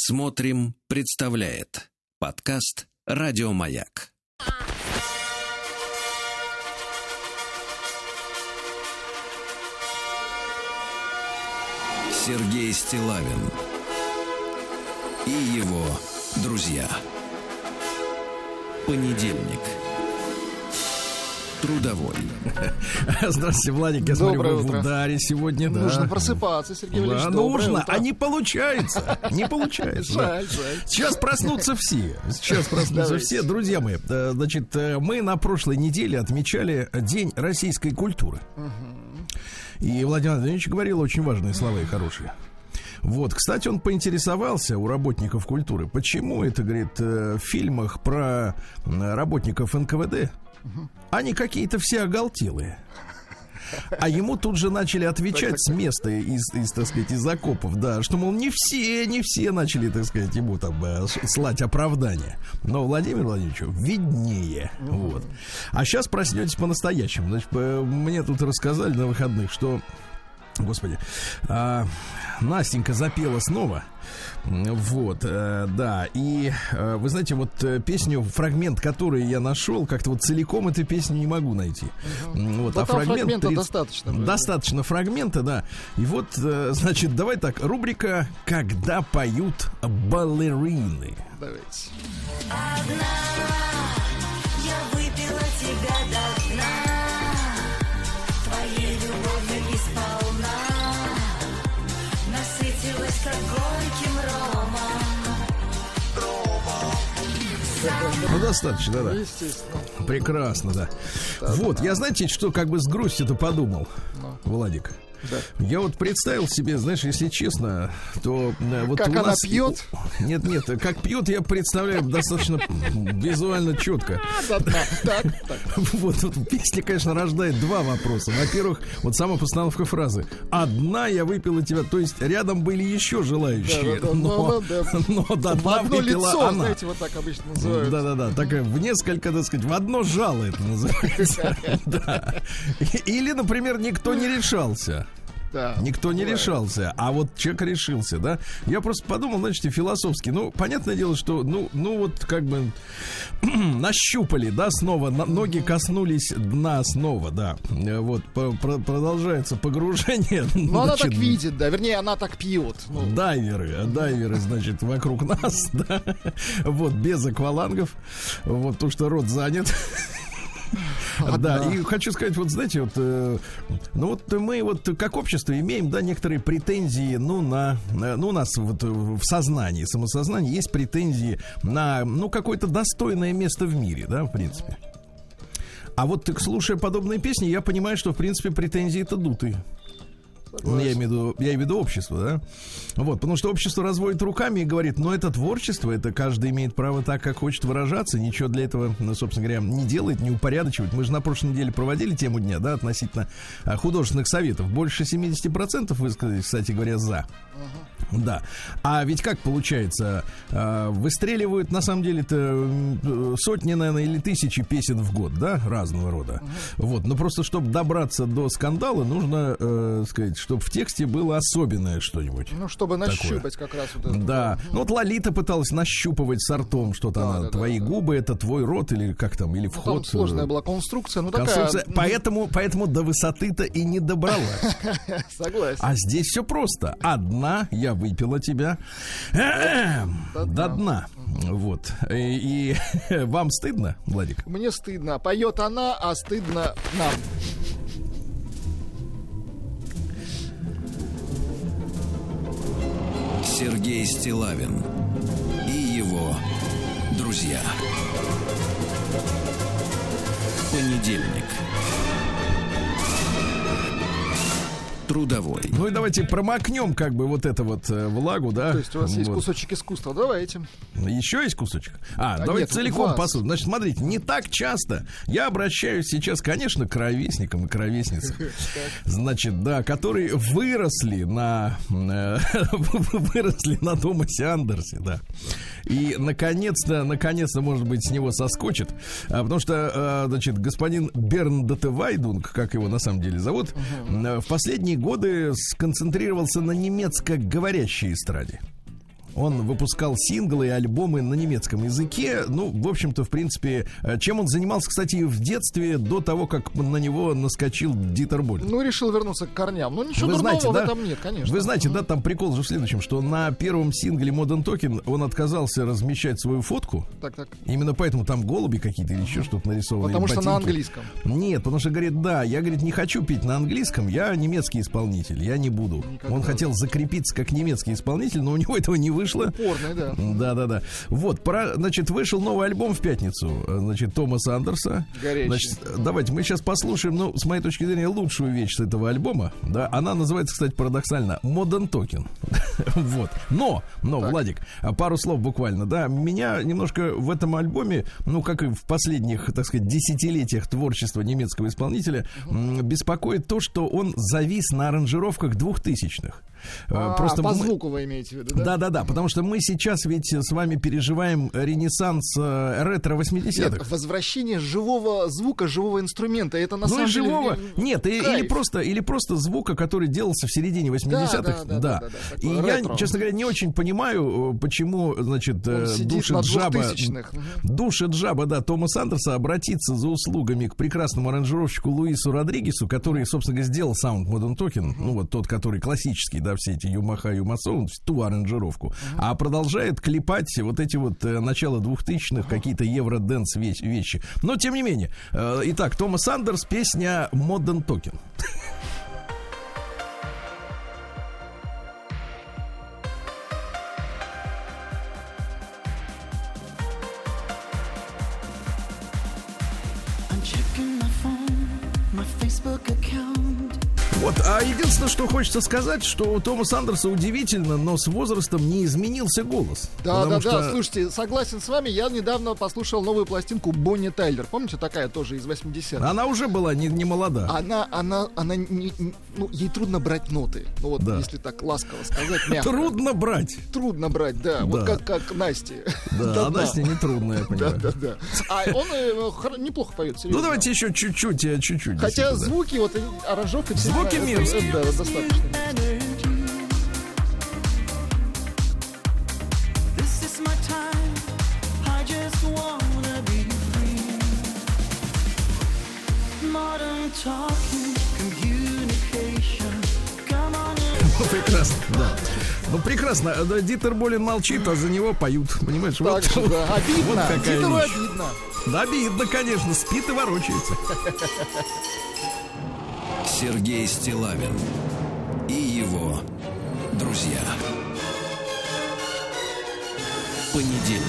Смотрим, представляет подкаст «Радиомаяк». Сергей Стиллавин и его друзья. Понедельник. Трудовой. Здравствуйте, Владик. Я смотрю, вы в ударе сегодня. Нужно просыпаться, Сергей Валерьевич. Да, нужно, а не получается. Не получается. Жаль. Сейчас проснутся все. Друзья мои, значит, мы на прошлой неделе отмечали День российской культуры. И Владимир Владимирович говорил очень важные слова и хорошие. Вот, кстати, он поинтересовался у работников культуры, почему это, говорит, в фильмах про работников НКВД они какие-то все оголтелые. А ему тут же начали отвечать с места так сказать, из окопов, да, что, мол, не все начали, так сказать, ему там слать оправдания. Но Владимиру Владимировичу виднее. Вот. А сейчас проснетесь по-настоящему. Значит, мне тут рассказали на выходных, что, господи, Настенька запела снова. Вот, да. И вы знаете, вот песню, фрагмент, который я нашел, как-то вот целиком эту песню не могу найти. Вот, а фрагмента достаточно. Достаточно фрагмента, да. И вот, значит, давай так, рубрика «Когда поют балерины». Давайте. Одна я выпила тебя до дна, твоей любовью исполна, насытилась как горьким ромом. Ну, достаточно, да. Естественно. Прекрасно, да. Вот, я, знаете, что как бы с грустью-то подумал, Владик? Да. Я вот представил себе, знаешь, если честно, то вот как у она нас... пьет? Нет, как пьет, я представляю достаточно визуально четко. Так. Вот в песне, конечно, рождает два вопроса. Во-первых, вот сама постановка фразы: «Одна я выпила тебя», то есть рядом были еще желающие, но до в дна одно выпила лицо, она. знаете, вот так обычно называют. Да, такая в несколько, так сказать, в одно жало это называется. Да. Или, например, никто не решался. Да, никто не решался, а вот человек решился, да. Я просто подумал, значит, философски. Ну, понятное дело, что, ну вот как бы нащупали, да, снова, ноги коснулись дна снова, да. Вот, продолжается погружение. Ну, она так видит, да, вернее, она так пьет. Дайверы, значит, вокруг нас, да. Вот, без аквалангов. Вот, потому что рот занят. Да, и хочу сказать, вот знаете, вот, ну вот мы вот как общество имеем, да, некоторые претензии, у нас вот в сознании, самосознании есть претензии на, какое-то достойное место в мире, да, в принципе. А вот, слушая подобные песни, я понимаю, что, в принципе, претензии-то дутые. Я имею в виду общество, да? Вот, потому что общество разводит руками и говорит: это творчество, это каждый имеет право так, как хочет выражаться, ничего для этого, собственно говоря, не делает, не упорядочивает. Мы же на прошлой неделе проводили тему дня, да, относительно художественных советов. Больше 70% высказались, кстати говоря, за. Да. А ведь как получается, выстреливают, на самом деле-то, сотни, наверное, или тысячи песен в год, да, разного рода. Вот, но просто, чтобы добраться до скандала, нужно, сказать, чтобы в тексте было особенное что-нибудь. Чтобы нащупать как раз вот это. Да. Ну, вот Лолита пыталась нащупывать с ртом что-то. Твои губы, это твой рот, или как там, или вход. Там сложная была конструкция, такая. Поэтому до высоты-то и не добралась. Согласен. А здесь все просто. Одна я выпила тебя до дна. Вот. И вам стыдно, Владик? Мне стыдно. Поет она, а стыдно нам. Сергей Стиллавин и его друзья. Понедельник. Трудовой. Ну и давайте промокнем как бы вот это вот влагу, да? То есть у вас есть кусочек искусства, давайте. Еще есть кусочек? Давайте нет, целиком посуду. Значит, смотрите, не так часто я обращаюсь сейчас, конечно, к ровесникам и к ровесницам. Значит, да, которые выросли на Томасе Андерсе, да. И наконец-то, может быть, с него соскочит. Потому что, значит, господин Берндете Вайдунг, как его на самом деле зовут, в последние годы сконцентрировался на немецко говорящей эстраде. Он выпускал синглы и альбомы на немецком языке. Ну, в общем-то, в принципе, чем он занимался, кстати, в детстве, до того, как на него наскочил Дитер Болин. Ну, решил вернуться к корням. Ну, ничего Вы дурного знаете, в да? этом нет, конечно. Вы знаете, да, там прикол же в следующем, что на первом сингле Modern Talking он отказался размещать свою фотку. Так. Именно поэтому там голуби какие-то или еще что-то нарисовано. Потому или что на ботинки. английском. Нет, потому что, говорит, да, я, говорит, не хочу петь на английском, я немецкий исполнитель, я не буду. Никогда. Он хотел закрепиться как немецкий исполнитель, но у него этого не вышло. Упорный, да. Да. Вот, значит, вышел новый альбом в пятницу, значит, Томаса Андерса. Горячий. Значит, давайте мы сейчас послушаем, ну, с моей точки зрения, лучшую вещь с этого альбома. Да, она называется, кстати, парадоксально, Modern Talking. Вот. Но, Владик, пару слов буквально, да, меня немножко в этом альбоме, ну, как и в последних, так сказать, десятилетиях творчества немецкого исполнителя, беспокоит то, что он завис на аранжировках 2000-х. Просто по звуку вы имеете в виду, да? Да, потому что мы сейчас ведь с вами переживаем ренессанс ретро-80-х. Нет, возвращение живого звука, живого инструмента. Это на самом деле... живого. Нет, кайф. или просто звука, который делался в середине 80-х. Да. И я, честно говоря, не очень понимаю, почему, значит, душит жаба, да, Томас Андерса обратиться за услугами к прекрасному аранжировщику Луису Родригесу, который, собственно говоря, сделал саунд Modern Talking, ну вот тот, который классический, да, все эти Юмаха, Юмасо, ту аранжировку, а продолжает клепать вот эти вот начало 2000-х какие-то евро-дэнс вещи. Но, тем не менее, итак, Томас Андерс, песня Modern Talking. Вот, а единственное, что хочется сказать, что у Томаса Андерса удивительно, но с возрастом не изменился голос. Да, слушайте, согласен с вами, я недавно послушал новую пластинку Бонни Тайлер. Помните, такая тоже из 80-х? Она уже была не молода. Она ну, ей трудно брать ноты. Ну вот, если так ласково сказать, мягко. Трудно брать, да. Вот как Насте. Да, а Насте не трудно, я понимаю. Да. А он неплохо поет, серьезно. Ну, давайте еще чуть-чуть. Хотя звуки, вот аранжировка... Звуки мерзкие. Да, достаточно. Прекрасно, да. Ну, прекрасно. Дитер Болин молчит, а за него поют. Понимаешь? Так вот, же, да. Обидно. Вот какая Дитеру вещь. обидно. Да, обидно, конечно. Спит и ворочается. Сергей Стиллавин и его друзья. Понедельник.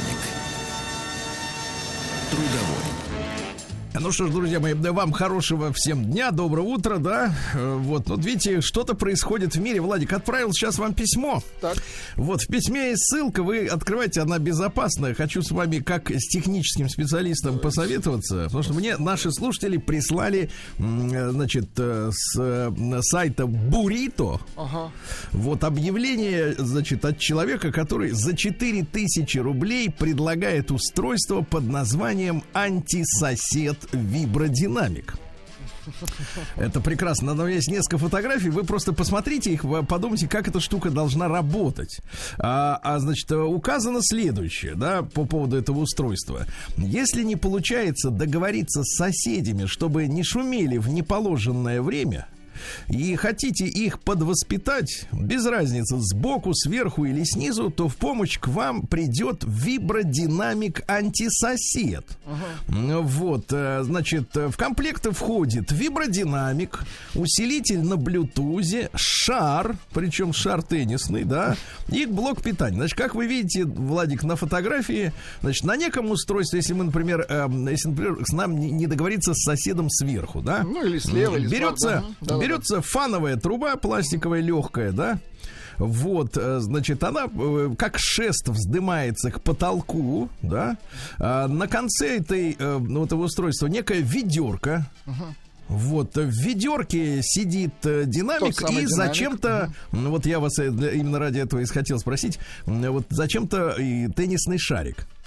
Трудовой. Ну что ж, друзья мои, вам хорошего всем дня, доброго утра, да. Вот, вот видите, что-то происходит в мире. Владик отправил сейчас вам письмо. Так. Вот, в письме есть ссылка, вы открывайте, она безопасная. Хочу с вами, как с техническим специалистом, посоветоваться, потому что мне наши слушатели прислали, значит, с сайта Бурито, вот, объявление, значит, от человека, который за 4000 рублей предлагает устройство под названием «Антисосед Вибродинамик». Это прекрасно. Но есть несколько фотографий. Вы просто посмотрите их, подумайте, как эта штука должна работать. Значит, указано следующее, да, по поводу этого устройства. Если не получается договориться с соседями, чтобы не шумели в неположенное время, и хотите их подвоспитать, без разницы, сбоку, сверху или снизу, то в помощь к вам придет вибродинамик антисосед. Вот, значит, в комплект входит вибродинамик, усилитель на блютузе, шар, причем шар теннисный, да, и блок питания. Значит, как вы видите, Владик, на фотографии, значит, на неком устройстве, если мы, например, с нами не договориться с соседом сверху, да, ну или слева, или берется фановая труба пластиковая, легкая, да. Вот, значит, она как шест вздымается к потолку, да. На конце этого устройства некая ведерко. Вот, в ведерке сидит динамик, и зачем-то, вот я вас именно ради этого и хотел спросить, вот зачем-то и теннисный шарик.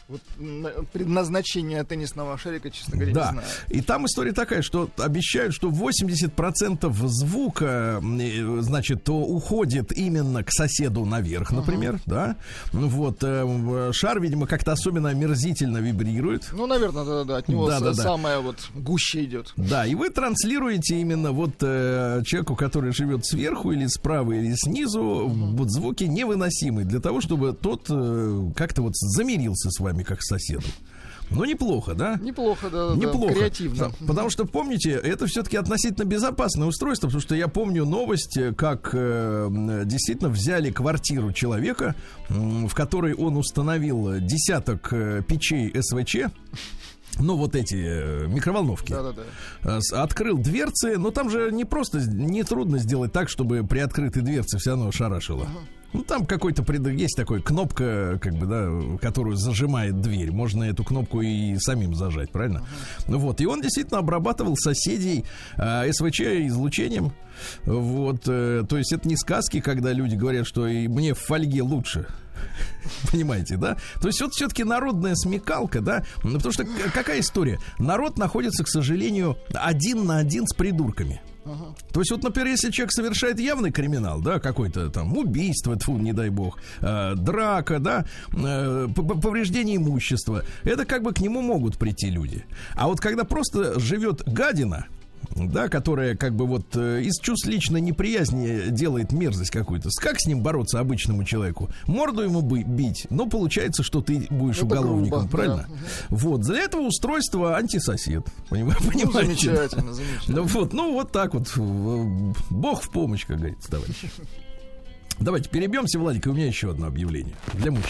Вот предназначение теннисного шарика, честно говоря, Да. не знаю. И там история такая, что обещают, что 80% звука, значит, уходит именно к соседу наверх, например, да. Вот, шар, видимо, как-то особенно омерзительно вибрирует. Ну, наверное, да, от него Да. самое вот гуще идет. Да, и вы транслируете именно вот человеку, который живет сверху или справа, или снизу, вот звуки невыносимые для того, чтобы тот как-то вот замирился с вами как с соседом. Ну, неплохо, да? Неплохо, да, Неплохо. креативно. Потому что, помните, это все-таки относительно безопасное устройство, потому что я помню новость, как действительно взяли квартиру человека, в которой он установил десяток печей СВЧ. Ну, вот эти микроволновки. Да. Открыл дверцы, но там же не трудно сделать так, чтобы при открытой дверце все равно шарашило. Ну, там какой-то есть такой кнопка, как бы, да, которую зажимает дверь. Можно эту кнопку и самим зажать, правильно? Ну вот, и он действительно обрабатывал соседей СВЧ излучением. Вот, то есть это не сказки, когда люди говорят, что и мне в фольге лучше. Понимаете, да? То есть вот все-таки народная смекалка, да? Потому что какая история? Народ находится, к сожалению, один на один с придурками. То есть вот, например, если человек совершает явный криминал, да, какое-то там убийство, тьфу, не дай бог, драка, да, повреждение имущества, это как бы к нему могут прийти люди. А вот когда просто живет гадина, да, которая как бы вот из чувств личной неприязни делает мерзость какую-то. Как с ним бороться обычному человеку? Морду ему бить, но получается, что ты будешь это уголовником, грубо, правильно? Да. Вот, для этого устройство антисосед. Понимаете? Замечательно. Ну вот так вот. Бог в помощь, как говорится, товарищи. Давайте перебьемся, Владик, и у меня еще одно объявление для мужчин.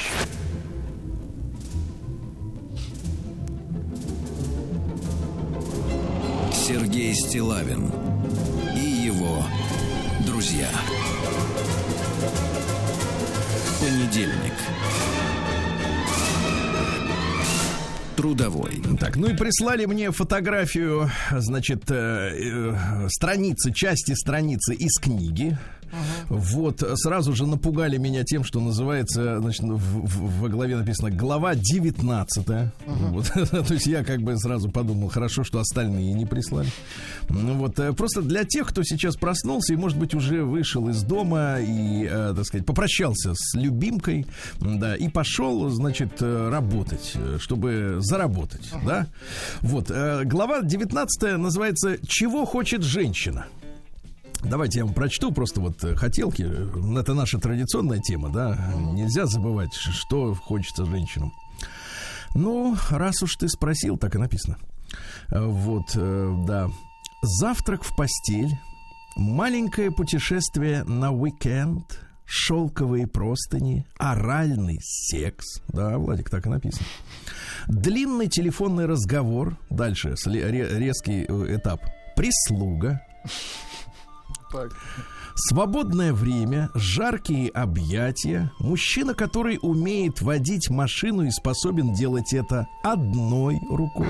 Сергей Стиллавин и его друзья. Понедельник. Трудовой. Так, ну и прислали мне фотографию, значит, части страницы из книги. Вот, сразу же напугали меня тем, что называется, значит, во главе написано глава 19. Вот, то есть я как бы сразу подумал, хорошо, что остальные не прислали. Вот, просто для тех, кто сейчас проснулся и, может быть, уже вышел из дома и, так сказать, попрощался с любимкой, да, и пошел, значит, работать, чтобы заработать, да. Вот, глава 19 называется «Чего хочет женщина?». Давайте я вам прочту просто вот хотелки. Это наша традиционная тема, да. Нельзя забывать, что хочется женщинам. Ну, раз уж ты спросил, так и написано. Вот, да. Завтрак в постель, маленькое путешествие на уикенд, шелковые простыни, оральный секс. Да, Владик, так и написано. Длинный телефонный разговор. Дальше резкий этап. Прислуга. Так. Свободное время, жаркие объятия, мужчина, который умеет водить машину и способен делать это одной рукой.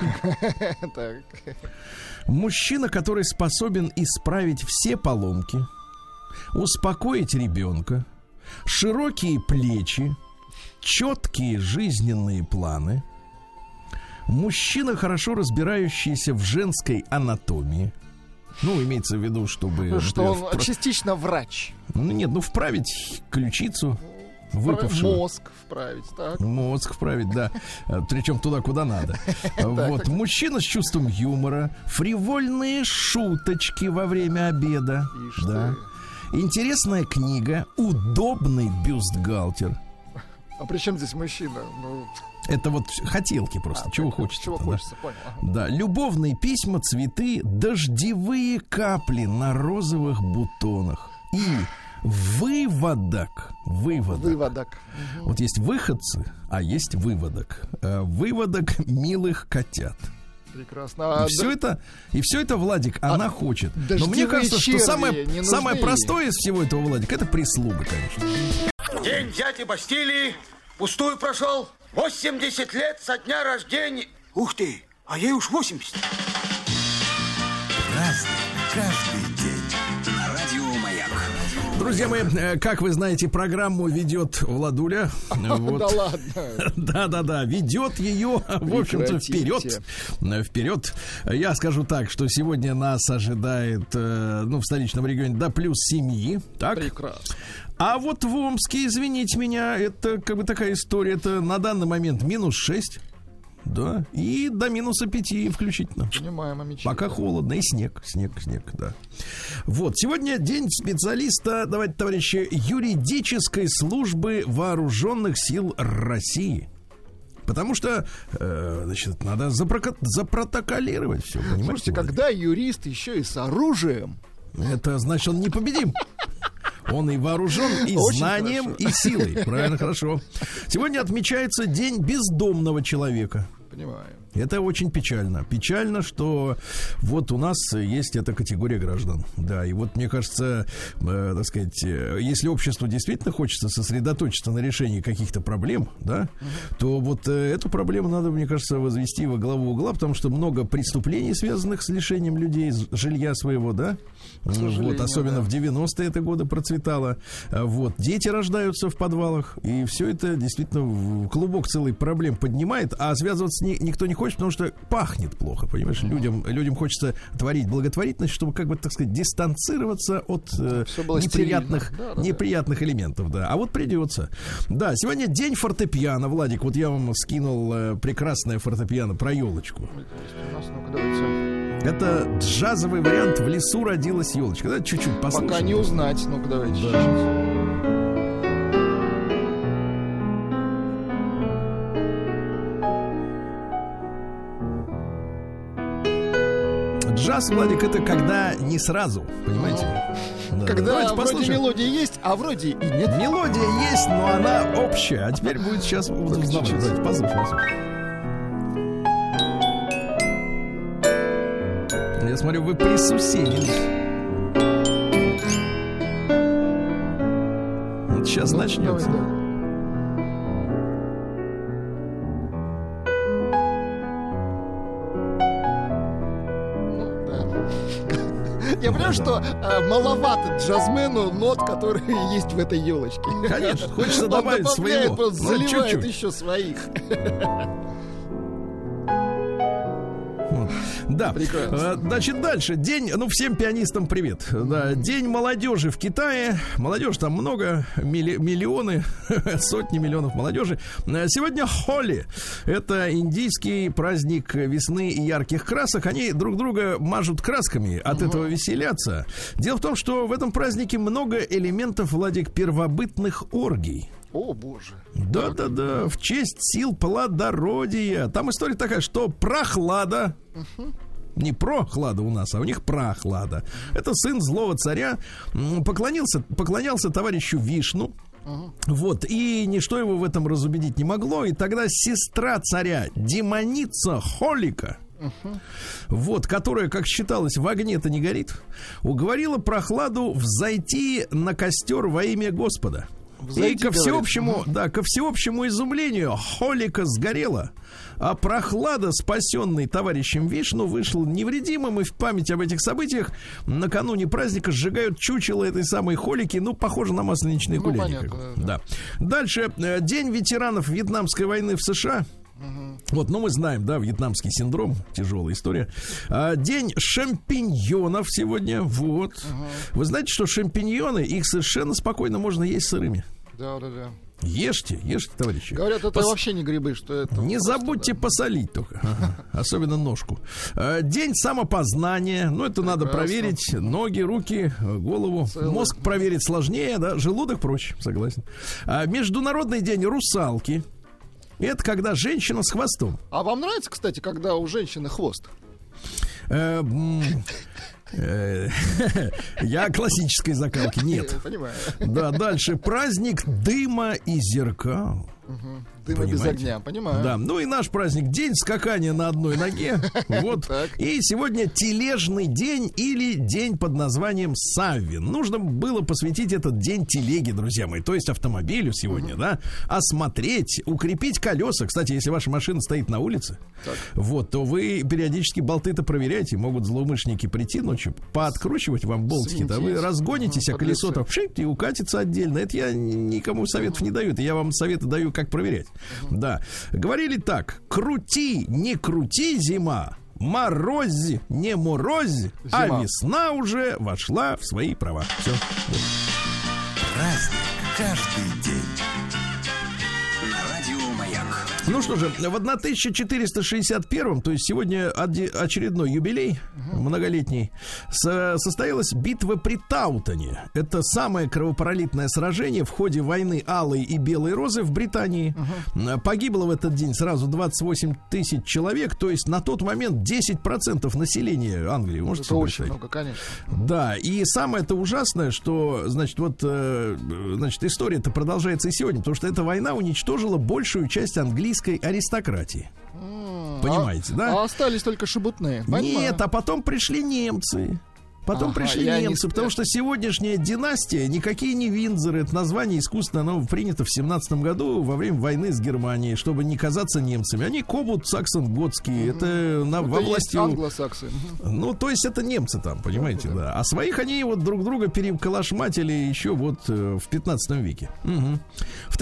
Мужчина, который способен исправить все поломки, успокоить ребенка, широкие плечи, четкие жизненные планы, мужчина, хорошо разбирающийся в женской анатомии. Ну, имеется в виду, чтобы... Что он частично врач. Ну, нет, вправить ключицу выпавшую. Мозг вправить, так. Мозг вправить, да. Причем туда, куда надо. Вот. Мужчина с чувством юмора, фривольные шуточки во время обеда. Да. Интересная книга, удобный бюстгальтер. А при чем здесь мужчина? Это вот хотелки просто. Чего хочется? Чего хочется, понял. Да, любовные письма, цветы, дождевые капли на розовых бутонах. И выводок. Вот есть выходцы, а есть выводок. Выводок милых котят. Прекрасно. И все это, Владик, она хочет. Но мне кажется, что самое простое из всего этого, Владик, это прислуга, конечно. День дяди Бастилии пустую прошел. 80 лет со дня рождения. Ух ты, а ей уж 80. Разный каждый день. На радио Маяк. Друзья мои, как вы знаете, программу ведет Владуля. Вот. Да ладно. Да, ведет ее, в общем-то, вперед. Я скажу так, что сегодня нас ожидает, в столичном регионе до плюс 7. Так? Прекрасно. А вот в Омске, извините меня, это как бы такая история, это на данный момент минус 6. Да, и до минуса 5 включительно. Понимаем, пока холодно, и снег, да. Вот, сегодня день специалиста, давайте, товарищи, юридической службы вооруженных сил России. Потому что, надо запротоколировать все, понимаете? Слушайте, когда юрист еще и с оружием... Это значит, он непобедим. Он и вооружен, и очень знанием, хорошо. И силой. Правильно, хорошо. Сегодня отмечается День бездомного человека. Понимаю. Это очень печально. Печально, что вот у нас есть эта категория граждан. Да, и вот мне кажется, так сказать, если обществу действительно хочется сосредоточиться на решении каких-то проблем, да, то вот эту проблему надо, мне кажется, возвести во главу угла, потому что много преступлений, связанных с лишением людей жилья своего, да. Вот, особенно в 90-е это годы процветало. Вот, дети рождаются в подвалах, и все это действительно клубок целый проблем поднимает, а связываться никто не хочет, потому что пахнет плохо, понимаешь? Людям хочется творить благотворительность, чтобы, как бы, так сказать, дистанцироваться от неприятных элементов, да. А вот придется. Да, сегодня день фортепиано, Владик, вот я вам скинул прекрасное фортепиано про елочку. Это джазовый вариант «В лесу родилась елочка». Давайте чуть-чуть послушаем. Пока не узнать, ну-ка давайте чуть-чуть. Джаз, Владик, это когда не сразу, понимаете? Да. Когда вроде мелодия есть, а вроде и нет. Мелодия есть, но она общая. А теперь будет сейчас узнавать. Давайте послушаем. Я смотрю, вы присуседились. Вот сейчас начнется. Я понимаю, что маловато джазмену нот, которые есть в этой елочке. Конечно, хочется добавить своего. Он заливает чуть-чуть. Еще своих. Да, прекрасно. Значит, дальше. День, всем пианистам привет. Да, День молодежи в Китае. Молодежь там много, миллионы, сотни миллионов молодежи. Сегодня Холли. Это индийский праздник весны и ярких красок. Они друг друга мажут красками, от этого веселятся. Дело в том, что в этом празднике много элементов, Владик, первобытных оргий. О, боже. Да, в честь сил плодородия. Там история такая, что прохлада, не прохлада у нас, а у них прохлада. Это сын злого царя поклонялся товарищу Вишну. Вот, и ничто его в этом разубедить не могло. И тогда сестра царя, демоница Холика, вот, которая, как считалось, в огне-то не горит, уговорила прохладу взойти на костер во имя Господа. И ко всеобщему изумлению Холика сгорела, а прохлада, спасенный товарищем Вишну, вышел невредимым. И в память об этих событиях накануне праздника сжигают чучело этой самой Холики. Похоже на масленичные гуляния. Да. Дальше. День ветеранов Вьетнамской войны в США. Вот, мы знаем, да, вьетнамский синдром, тяжелая история. День шампиньонов сегодня, вот. Вы знаете, что шампиньоны, их совершенно спокойно можно есть сырыми. Да. Ешьте, товарищи. Говорят, это вообще не грибы, что это. Не забудьте посолить только. Особенно ножку. День самопознания. Это надо проверить. Ноги, руки, голову. Мозг проверить сложнее, да. Желудок проще, согласен. Международный день русалки. Это когда женщина с хвостом. А вам нравится, кстати, когда у женщины хвост? Я классической закалки нет. Понимаю. Да, дальше. Праздник дыма и зеркал. Дыма без Понимаете? огня, понимаю. Да, ну и наш праздник — день скакания на одной ноге. Вот. И сегодня тележный день или день под названием Саввин. Нужно было посвятить этот день телеге, друзья мои, то есть автомобилю сегодня, да, осмотреть, укрепить колеса. Кстати, если ваша машина стоит на улице, вот, то вы периодически болты-то проверяете. Могут злоумышленники прийти ночью, пооткручивать вам болтики-то. Вы разгонитесь, а колесо-то вшип и укатится отдельно. Это я никому советов не даю. Это я вам советы даю, как проверять. Да. Говорили так: крути, не крути, зима, морозь, не морозь, а весна уже вошла в свои права. Все. Праздник каждый день. На радио Маяк. Ну что же, в 1461, то есть сегодня очередной юбилей, многолетний, состоялась битва при Таутоне. Это самое кровопролитное сражение в ходе войны Алой и Белой Розы в Британии. Погибло в этот день сразу 28 тысяч человек, то есть на тот момент 10% населения Англии. Можете Это очень представить? много, конечно. Да, и самое-то ужасное, что, значит, вот, значит, история-то продолжается и сегодня, потому что эта война уничтожила большую часть английской аристократии. Понимаете, да? А остались только шебутные. Понимаю. Нет, а потом пришли немцы. Потом пришли немцы, потому что сегодняшняя династия никакие не Виндзоры. Это название искусственно, оно принято в 17 году во время войны с Германией, чтобы не казаться немцами. Они кобут саксон-готские. Это во власти англосаксы. Ну, то есть это немцы там, понимаете, да. А своих они вот друг друга переколошматили еще вот в 15 веке. В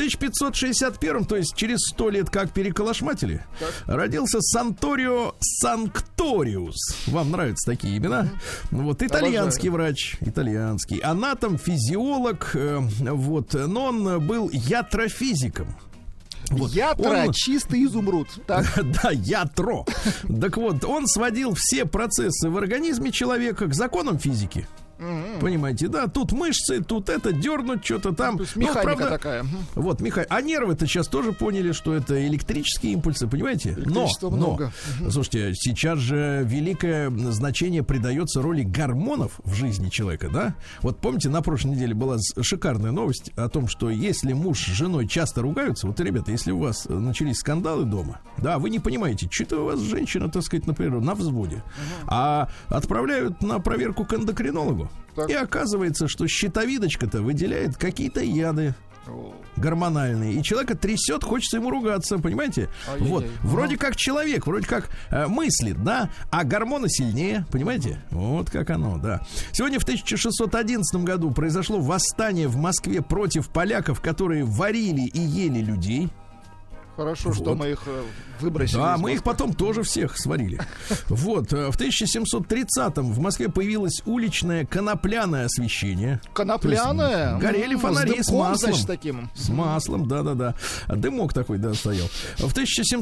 1561, то есть через 100 лет как переколошматили, родился Санторио Санкториус. Вам нравятся такие имена? Вот, итальянский врач, итальянский, анатом, физиолог, вот, но он был ятрофизиком. Вот. Ятро, чистый изумруд. Так. Да, ятро. Так вот, он сводил все процессы в организме человека к законам физики. Понимаете, да, тут мышцы, тут это, дернуть что-то там. То есть механика, правда, такая. Вот, а нервы-то сейчас тоже поняли, что это электрические импульсы, понимаете? Но, слушайте, сейчас же великое значение придается роли гормонов в жизни человека, да? Вот помните, на прошлой неделе была шикарная новость о том, что если муж с женой часто ругаются, вот, ребята, если у вас начались скандалы дома, да, вы не понимаете, что-то у вас женщина, так сказать, например, на взводе, а отправляют на проверку к эндокринологу. Так. И оказывается, что щитовидочка-то выделяет какие-то яды гормональные. И человека трясет, хочется ему ругаться, понимаете? Вот, вроде как человек, вроде как мыслит, да? А гормоны сильнее, понимаете? Вот как оно, да. Сегодня в 1611 году произошло восстание в Москве против поляков, которые варили и ели людей. Хорошо, вот. Что мы их выбросили. Да, мы их потом тоже всех сварили. Вот, в 1730-м в Москве появилось уличное конопляное освещение. Конопляное? Горели фонари с маслом. Значит, таким. С маслом, да-да-да. Дымок такой, да, стоял. В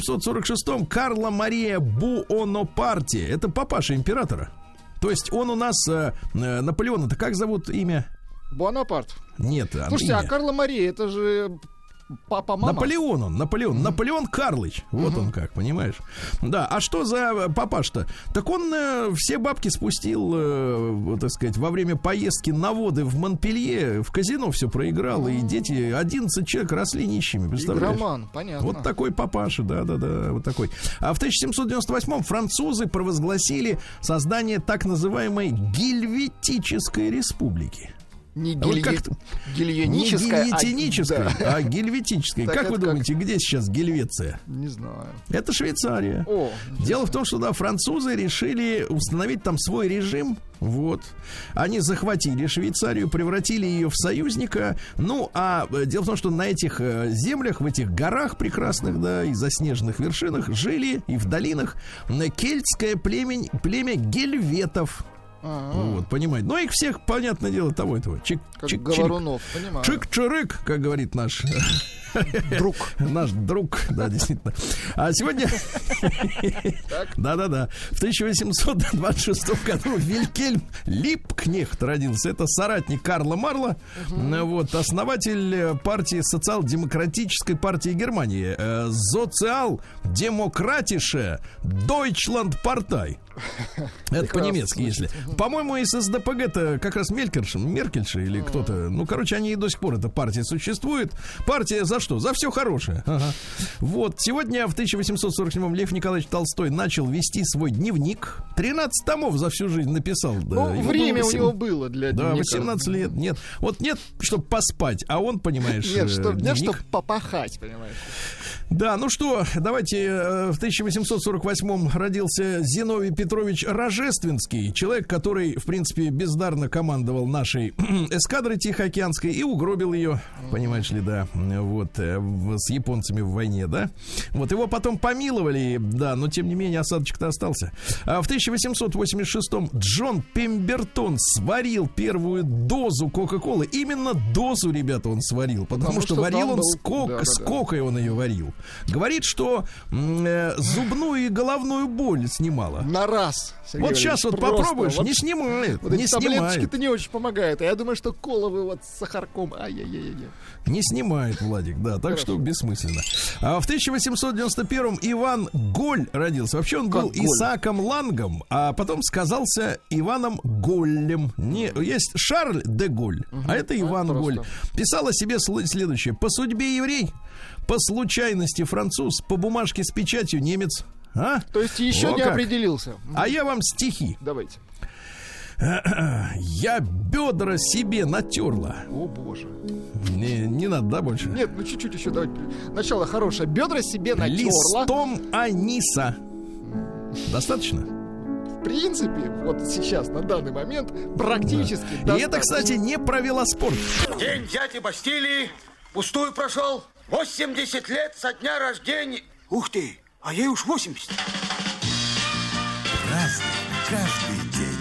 1746-м Карла Мария Буонапарти. Это папаша императора. То есть он у нас, Наполеона-то как зовут имя? Буонапарт. Нет, слушайте, имя. А Карла Мария, это же... Папа-мама? Наполеон Карлыч. Вот он как, понимаешь? Да, а что за папаш-то? Так он все бабки спустил, так сказать, во время поездки на воды в Монпелье, в казино все проиграл, и дети, 11 человек росли нищими, представляешь? Игроман, понятно. Вот такой папаша, да, вот такой. А в 1798-м французы провозгласили создание так называемой Гельветической республики. Не гильотиническая, а гельветическая. Как вы думаете, где сейчас Гельвеция? Не знаю. Это Швейцария. Дело в том, что да, французы решили установить там свой режим. Вот. Они захватили Швейцарию, превратили ее в союзника. Ну, а дело в том, что на этих землях, в этих горах прекрасных, да, и заснеженных вершинах жили, и в долинах, кельтское племя гельветов. Вот, понимаете. Но их всех, понятное дело, того этого. Говорунов, понимаю. Чик-чирык, как говорит наш друг. Наш друг, да, действительно. А сегодня... Да-да-да. В 1826 году Вильгельм Липкнехт родился. Это соратник Карла Марла. Вот, основатель партии, социал-демократической партии Германии. Социал-демократише Deutschland Partei. Это по-немецки, если. По-моему, из СДПГ-то как раз Меркельша или кто-то. Ну, короче, они и до сих пор, эта партия существует. Партия за что? За все хорошее. Ага. Вот, сегодня в 1847-м Лев Николаевич Толстой начал вести свой дневник. 13 томов за всю жизнь написал. Да. Ну, время у него было для дневника. Да, 18 лет. Нет, вот нет, чтобы поспать, а он, понимаешь, нет, чтобы попахать, понимаешь. Да, ну что, давайте, в 1848-м родился Зиновий Петрович Рожественский, человек, который, в принципе, бездарно командовал нашей эскадрой Тихоокеанской и угробил ее, понимаешь ли, да, вот, с японцами в войне, да. Вот, его потом помиловали, да, но, тем не менее, осадочек-то остался. А в 1886-м Джон Пембертон сварил первую дозу Кока-Колы. Именно дозу, ребята, он сварил, потому что варил он с кокой он ее варил. Говорит, что зубную и головную боль снимала. На раз. Сергей вот сейчас вот попробуешь, вот, не снимает. Вот не эти таблеточки-то не очень помогают. А я думаю, что коловы вот с сахарком. Ай-яй-яй-яй. Не снимает, Владик, да, так что бессмысленно. А в 1891-м Иван Голь родился. Вообще он был Исааком Лангом, а потом сказался Иваном Голлем. Есть Шарль де Голь, а это Иван Голь. Писал о себе следующее. По судьбе еврей, по случайности француз, по бумажке с печатью немец. А? То есть еще не определился. А я вам стихи. Давайте. Я бедра себе натерла. О, боже. Не надо, да, больше? Нет, ну чуть-чуть еще давайте. Начало хорошее. Бедра себе натерла. Листом аниса. Достаточно? В принципе, вот сейчас, на данный момент, практически достаточно. И это, кстати, не про велоспорт. День дяди Бастилии пустую прошел. 80 лет со дня рождения. Ух ты, а ей уж 80. Разный, каждый день.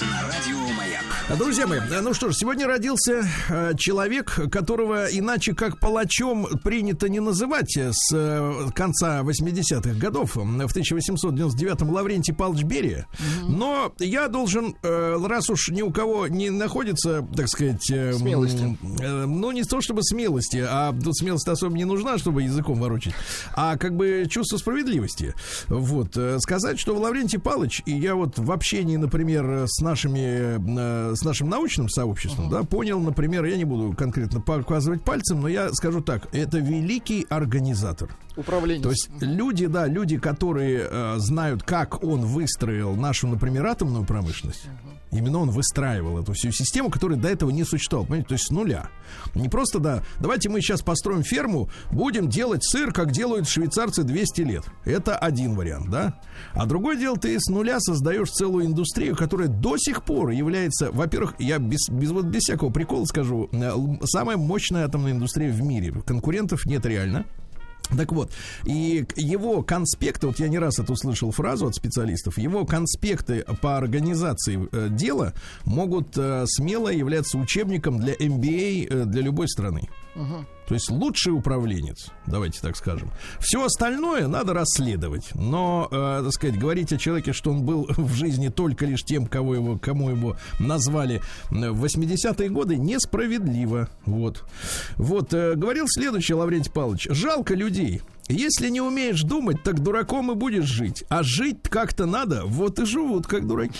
Друзья мои, ну что ж, сегодня родился человек, которого иначе как палачом принято не называть с конца 80-х годов. В 1899-м Лаврентий Павлович Берия. Но я должен, раз уж ни у кого не находится, так сказать... смелости. Ну, не то чтобы смелости, а тут смелость особо не нужна, чтобы языком ворочать, а как бы чувство справедливости. Вот. Сказать, что Лаврентий Павлович, и я вот в общении, например, с нашим научным сообществом, да, понял, например, я не буду конкретно показывать пальцем, но я скажу так, это великий организатор. Управленец. То есть люди, которые знают, как он выстроил нашу, например, атомную промышленность. Именно он выстраивал эту всю систему, которая до этого не существовала, понимаете, то есть с нуля. Не просто, да, давайте мы сейчас построим ферму, будем делать сыр, как делают швейцарцы 200 лет. Это один вариант, да. А другое дело, ты с нуля создаешь целую индустрию, которая до сих пор является, во-первых, я без всякого прикола скажу, самая мощная атомная индустрия в мире. Конкурентов нет реально. Так вот, и его конспекты, вот я не раз эту слышал фразу от специалистов, его конспекты по организации дела могут смело являться учебником для MBA для любой страны. То есть лучший управленец, давайте так скажем. Все остальное надо расследовать. Но, так сказать, говорить о человеке, что он был в жизни только лишь тем, кому его назвали в 80-е годы, несправедливо. Вот. Говорил следующее Лаврентий Павлович. Жалко людей. Если не умеешь думать, так дураком и будешь жить. А жить как-то надо, вот и живут как дураки.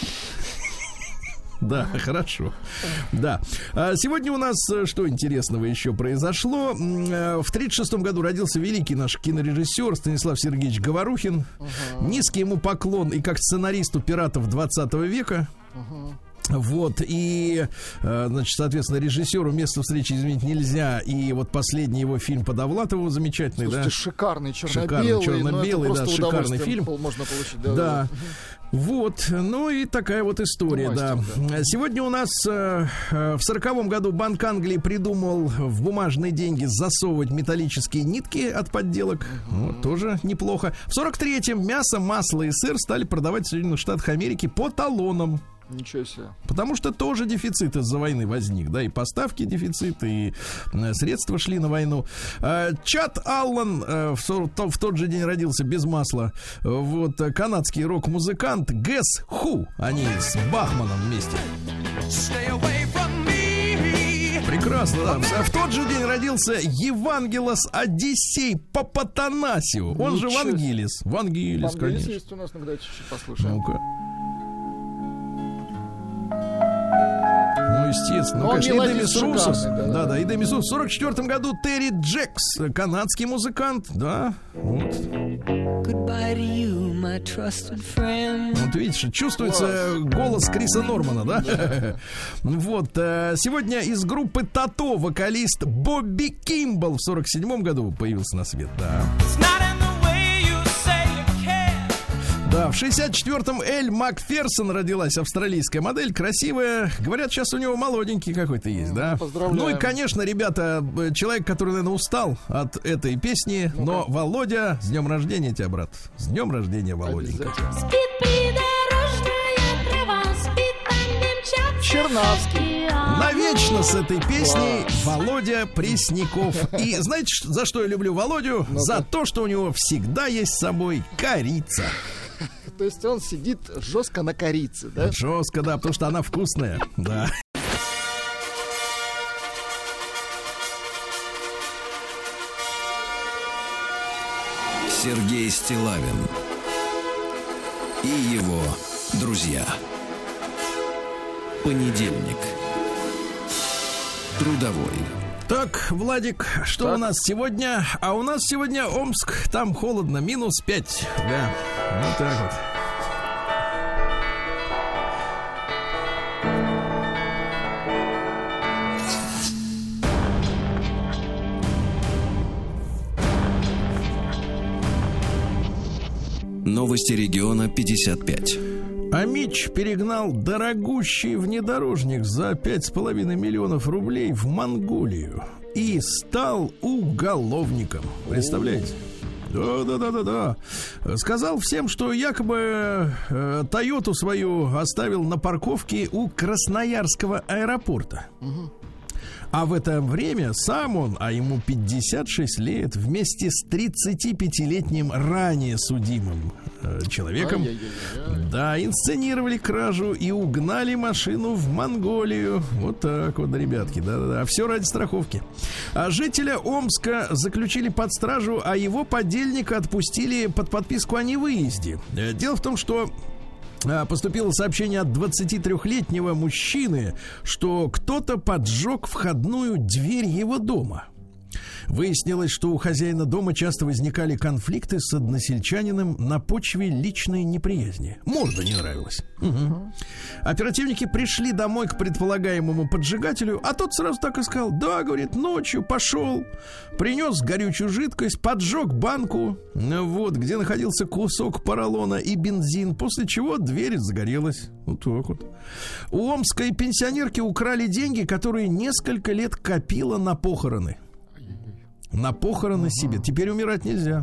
Да, хорошо. Да. Сегодня у нас что интересного еще произошло? В 1936 году родился великий наш кинорежиссер Станислав Сергеевич Говорухин. Низкий ему поклон и как сценаристу пиратов 20 века. Вот, и, значит, соответственно, режиссеру «Место встречи изменить нельзя». И вот последний его фильм по Довлатову замечательный. Слушайте, да? Шикарный, черно-белый, да, шикарный фильм. Можно получить, да. Вот, ну и такая вот история, да. Сегодня у нас в 40-м году Банк Англии придумал в бумажные деньги засовывать металлические нитки от подделок. Вот, тоже неплохо. В 43-м мясо, масло и сыр стали продавать в Соединенных Штатах Америки по талонам. Ничего себе. Потому что тоже дефицит из-за войны возник, да, и поставки дефицит, и средства шли на войну. Чад Аллан в тот же день родился без масла. Вот, канадский рок-музыкант Guess Who, они с Бахманом вместе. Прекрасно, да. В тот же день родился Евангелос Одиссей Папатанасиу, он же Вангелис. Вангелис, конечно. Есть у нас, иногда чуть-чуть послушаем. Ну-ка. естественно. Но Ну, он конечно, мелодист и Демис Русос. шикарный, да. Да, и Демис Русос. В 44 году Терри Джекс, канадский музыкант. Да, вот. Goodbye to you, my trusted friend. Вот видишь, чувствуется голос Криса Нормана, да? Вот. Сегодня из группы Тато вокалист Бобби Кимбл в 47 году появился на свет, да. Да, в 64-м Эль Макферсон родилась, австралийская модель, красивая. Говорят, сейчас у него молоденький какой-то есть, да? Поздравляю. Ну и, конечно, ребята, человек, который, наверное, устал от этой песни, но Володя, с днем рождения тебя, брат. С днем рождения, Володенька. Спит придорожная трава, спит там, где мчатся Чернавский. Навечно с этой песней Володя Пресняков. И знаете, за что я люблю Володю? За то, что у него всегда есть с собой корица. То есть он сидит жестко на корице, да? Жестко, да, потому что она вкусная. Да. Сергей Стиллавин и его друзья. Понедельник. Трудовой. Так, Владик, что Так. у нас сегодня? А у нас сегодня Омск, там холодно, -5. Да, вот так вот. Новости региона 55. Амич перегнал дорогущий внедорожник за 5,5 миллионов рублей в Монголию и стал уголовником. Представляете? Да. Сказал всем, что якобы Тойоту свою оставил на парковке у Красноярского аэропорта. А в это время сам он, а ему 56 лет, вместе с 35-летним ранее судимым человеком, да, инсценировали кражу и угнали машину в Монголию. Вот так вот, ребятки, да. Все ради страховки. А жителя Омска заключили под стражу, а его подельника отпустили под подписку о невыезде. Дело в том, что поступило сообщение от 23-летнего мужчины, что кто-то поджег входную дверь его дома. Выяснилось, что у хозяина дома часто возникали конфликты с односельчанином на почве личной неприязни. Морда не нравилась. Угу. Оперативники пришли домой к предполагаемому поджигателю, а тот сразу так и сказал: да, говорит, ночью пошел, принес горючую жидкость, поджег банку, вот, где находился кусок поролона и бензин, после чего дверь загорелась. Вот так вот. У омской пенсионерки украли деньги, которые несколько лет копила на похороны. На похороны себе. Теперь умирать нельзя.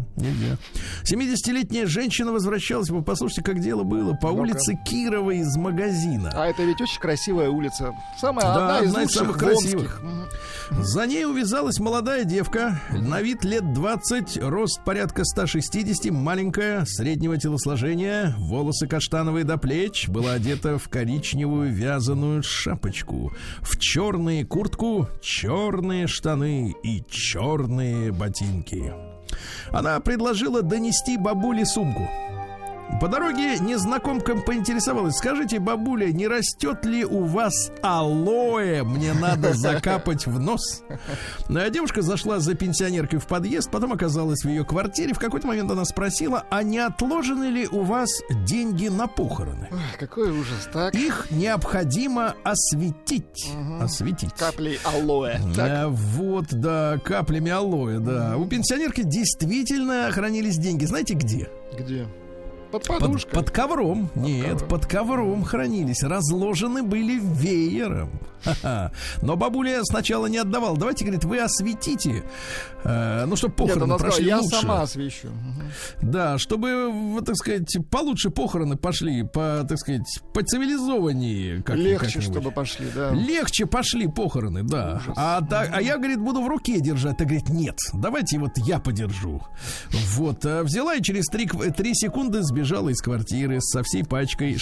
70-летняя женщина возвращалась. Вы послушайте, как дело было. По улице Кирова из магазина. А это ведь очень красивая улица. Одна из лучших самых красивых. За ней увязалась молодая девка. На вид лет 20. Рост порядка 160. Маленькая, среднего телосложения. Волосы каштановые до плеч. Была одета в коричневую вязаную шапочку. В черную куртку, черные штаны и черные ботинки. Она предложила донести бабуле сумку. По дороге незнакомка поинтересовалась: скажите, бабуля, не растет ли у вас алоэ? Мне надо закапать в нос. Девушка зашла за пенсионеркой в подъезд, потом оказалась в ее квартире. В какой-то момент она спросила: а не отложены ли у вас деньги на похороны? Ой, какой ужас, так? Их необходимо осветить. Осветить. Каплей алоэ. Вот, да, каплями алоэ, да. У пенсионерки действительно хранились деньги. Знаете где? Где? Под подушкой. Под ковром. Нет, под ковром хранились. Разложены были веером. Ха-ха. Но бабуля сначала не отдавала. Давайте, говорит, вы осветите. Чтобы похороны прошли лучше. Я сама освещу. Да, чтобы, так сказать, получше похороны пошли, так сказать, по цивилизованнее. Легче, чтобы пошли, да. Легче пошли похороны, да. А я, говорит, буду в руке держать. Ты, говорит, нет, давайте вот я подержу. Вот, взяла и через 3 секунды сбежала из квартиры со всей пачкой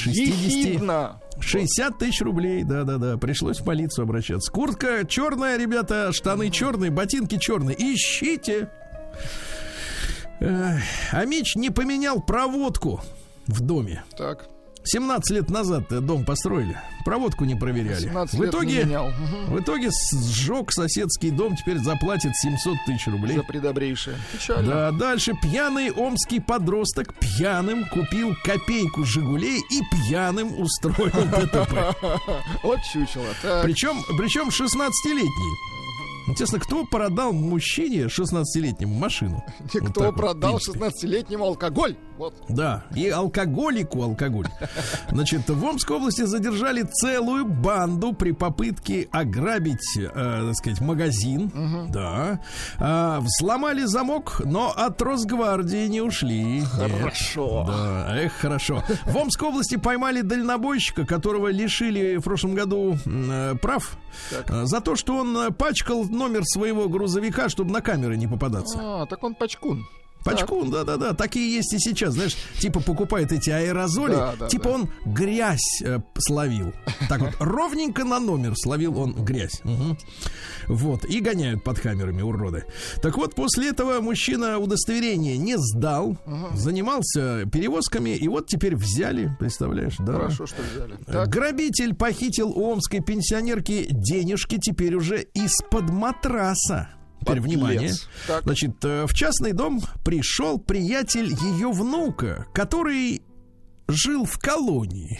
60 тысяч рублей. Да. Пришлось в полицию обращаться. Куртка черная, ребята, штаны черные, ботинки черные. Ищите. Амич не поменял проводку в доме. Так. 17 лет назад дом построили, проводку не проверяли. 17 В лет не менял. в итоге сжег соседский дом, теперь заплатит 700 тысяч рублей. За предобрейшее. Печально. Да, дальше пьяный омский подросток пьяным купил копейку «Жигулей» и пьяным устроил ДТП. Вот чучело. Так. Причем 16-летний. Интересно, кто продал мужчине 16-летнему машину? Вот Кто так вот, продал в принципе. 16-летнему алкоголь? Вот. Да, и алкоголику алкоголь. Значит, в Омской области задержали целую банду при попытке ограбить, так сказать, магазин. Да. Взломали замок, но от Росгвардии не ушли. Хорошо. Да, хорошо. В Омской области поймали дальнобойщика, которого лишили в прошлом году прав за то, что он пачкал номер своего грузовика, чтобы на камеры не попадаться. Так он пачкун. Пачкун, да-да-да, такие есть и сейчас, знаешь, типа покупает эти аэрозоли, типа он грязь словил. Так вот, ровненько на номер словил он грязь. Угу. Вот, и гоняют под камерами, уроды. Так вот, после этого мужчина удостоверение не сдал, занимался перевозками, и вот теперь взяли, представляешь, да? Хорошо, что взяли. Так. Грабитель похитил у омской пенсионерки денежки теперь уже из-под матраса. Теперь Подлец. внимание. Так. Значит, в частный дом пришел приятель ее внука, который жил в колонии.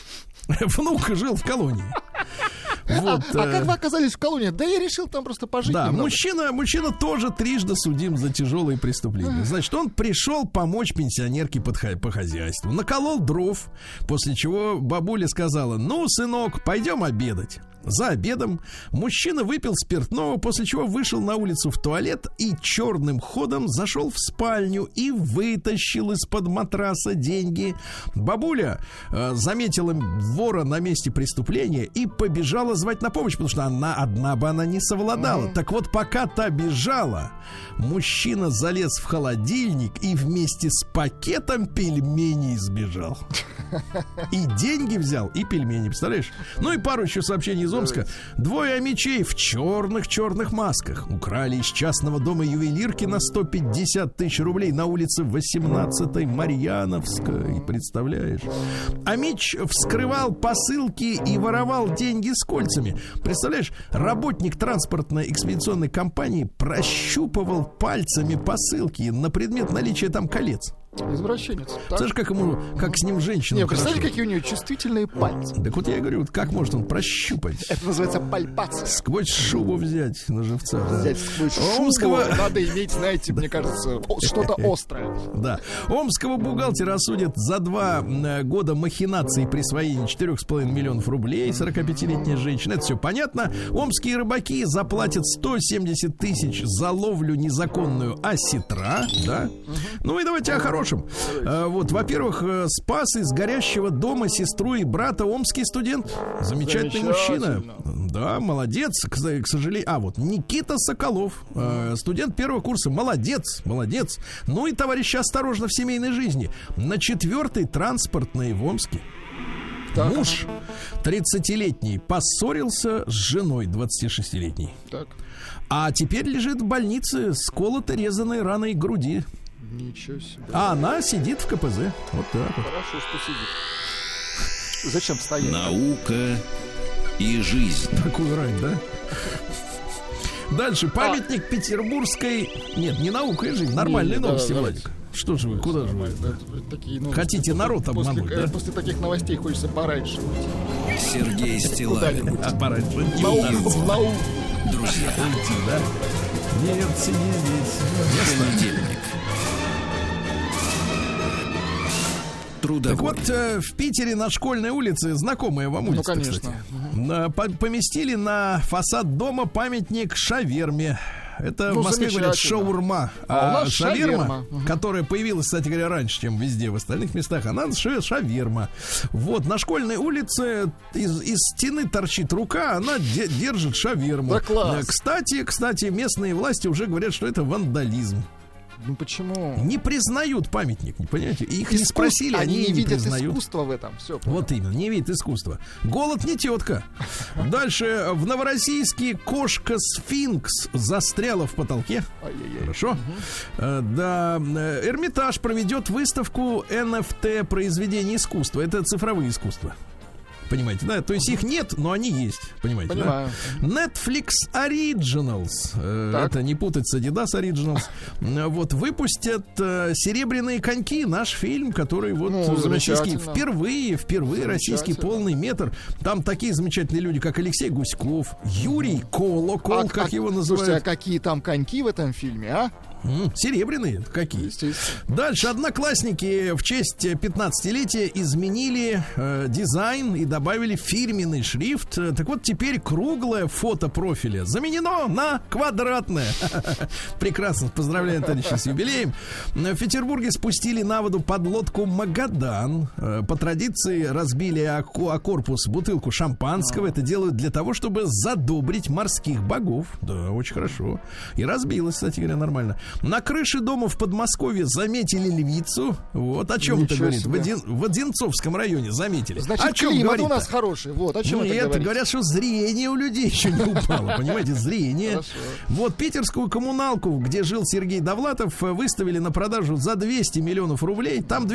Внук жил в колонии. Вот, А как вы оказались в колонии? Да я решил там просто пожить. да, немного. мужчина тоже трижды судим за тяжелые преступления. Значит, он пришел помочь пенсионерке по хозяйству. Наколол дров, после чего бабуля сказала: ну, сынок, пойдем обедать. За обедом мужчина выпил спиртного, после чего вышел на улицу в туалет и черным ходом зашел в спальню и вытащил из-под матраса деньги. Бабуля заметила вора на месте преступления и побежала звать на помощь, потому что она одна бы она не совладала. Так вот, пока та бежала, мужчина залез в холодильник и вместе с пакетом пельменей сбежал. И деньги взял, и пельмени, представляешь? Ну и пару еще сообщений из Омска. Двое омичей в черных масках украли из частного дома ювелирки на 150 тысяч рублей на улице 18-й Марьяновской. Представляешь? Омич вскрывал посылки и воровал деньги с кольцами. Представляешь, работник транспортной экспедиционной компании прощупывал пальцами посылки на предмет наличия там колец. Извращенец. Так. Знаешь, как с ним женщина. Не, представляете, какие у нее чувствительные пальцы. Так вот я говорю, вот как может он прощупать? Это называется пальпация. Сквозь шубу взять на живца. Да. Взять сквозь шубу надо иметь, знаете, мне кажется, что-то острое. Да. Омского бухгалтера осудят за 2 года махинаций присвоения 4,5 миллионов рублей. 45-летняя женщина. Это все понятно. Омские рыбаки заплатят 170 тысяч за ловлю незаконную осетра. Да. Ну и давайте о хорошем. Вот, во-первых, спас из горящего дома сестру и брата омский студент. Замечательный мужчина. Да, молодец. К сожалению. Вот Никита Соколов, студент первого курса. Молодец. Ну и, товарищи, осторожно в семейной жизни. На 4-й транспортной в Омске муж 30-летний поссорился с женой 26-летней. Так. А теперь лежит в больнице с колото-резаной раной груди. Ничего себе. А она сидит в КПЗ. Вот так вот. Хорошо, что сидит. Зачем стоять? Наука и жизнь. Такую рань, да? Дальше. Памятник петербургской... Нет, не наука и жизнь. Нормальные новости, Владик. Что же вы, куда же вы? Хотите народ обмануть, да? После таких новостей хочется пораньше уйти. Сергей Стиллавин. Пораньше. Науку. Друзья, Да? Нет, сиди здесь. понедельник. Так вот, в Питере на Школьной улице, знакомая вам улица, конечно. кстати, поместили на фасад дома памятник шаверме. Это в Москве говорят шаурма. А у нас шаверма, которая появилась, кстати говоря, раньше, чем везде в остальных местах, она шаверма. Вот, на Школьной улице из стены торчит рука, она держит шаверму. Да класс. Кстати, местные власти уже говорят, что это вандализм. Ну почему? Не признают памятник, не понимаете? Их не спросили, они не не видят признают. искусства в этом. Все. Вот именно, не видит искусства. Голод не тетка. Дальше. В Новороссийске кошка-сфинкс застряла в потолке. Хорошо. Да. Эрмитаж проведет выставку NFT произведений искусства. Это цифровые искусства. Понимаете, да? То есть их нет, но они есть. Понимаете, понимаю. Да? Netflix Originals. Это не путать с Adidas Originals. Вот, выпустят «Серебряные коньки», наш фильм, который вот российский, впервые российский полный метр. Там такие замечательные люди, как Алексей Гуськов, Юрий Колокол, как его называют. Слушайте, а какие там коньки в этом фильме, а? Серебряные какие? Дальше одноклассники в честь 15-летия изменили дизайн и добавили фирменный шрифт. Так вот, теперь круглое фото профиля заменено на квадратное. Прекрасно, поздравляем, товарищи, с юбилеем. В Петербурге спустили на воду подлодку «Магадан». По традиции разбили о корпус бутылку шампанского. Это делают для того, чтобы задобрить морских богов. Да, очень хорошо. И разбилась, кстати говоря, нормально. На крыше дома в Подмосковье заметили львицу. Вот о чем это говорит. В Одинцовском районе заметили. Значит, о чем климат у нас хороший. Вот, о чем это говорит? Говорят, что зрение у людей еще не упало. Понимаете, зрение. Хорошо. Вот питерскую коммуналку, где жил Сергей Довлатов, выставили на продажу за 200 миллионов рублей. Там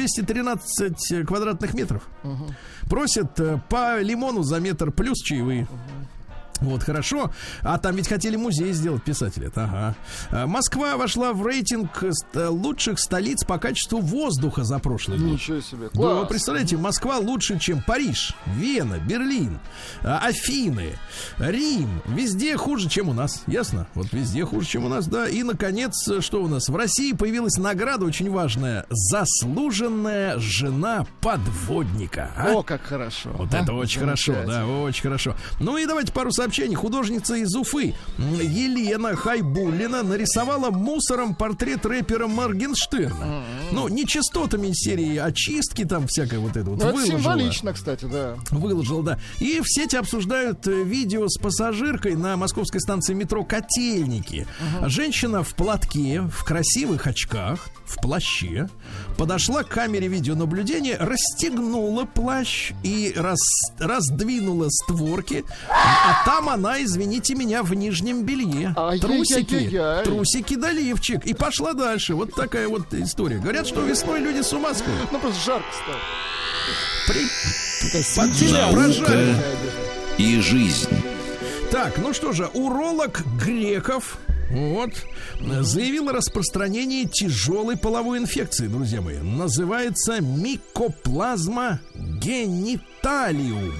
213 квадратных метров. Просят по лимону за метр плюс чаевые. Вот, хорошо. А там ведь хотели музей сделать писатели. Ага. Москва вошла в рейтинг лучших столиц по качеству воздуха за прошлый год. Ничего себе. Да, Класс. вы представляете, Москва лучше, чем Париж, Вена, Берлин, Афины, Рим. Везде хуже, чем у нас. Ясно? Вот везде хуже, чем у нас, да. И, наконец, что у нас? В России появилась награда очень важная. Заслуженная жена подводника. О, как хорошо. Вот это очень хорошо, да, очень хорошо. Ну и давайте пару сообщений. Художница из Уфы Елена Хайбуллина нарисовала мусором портрет рэпера Моргенштерна. Ну, нечистотами из серии очистки, там всякое вот это вот. Это символично, кстати, да. Выложила, да. И в сети обсуждают видео с пассажиркой на московской станции метро Котельники. Женщина в платке, в красивых очках, в плаще, подошла к камере видеонаблюдения, расстегнула плащ и раздвинула створки, а там она, извините меня, в нижнем белье. Трусики да лифчик. И пошла дальше. Вот такая вот история. Говорят, что весной люди с ума сходят. Ну, просто жарко стало. Наука и жизнь. Так, ну что же, уролог Греков заявил о распространении тяжелой половой инфекции, друзья мои. Называется микоплазма гениталиум.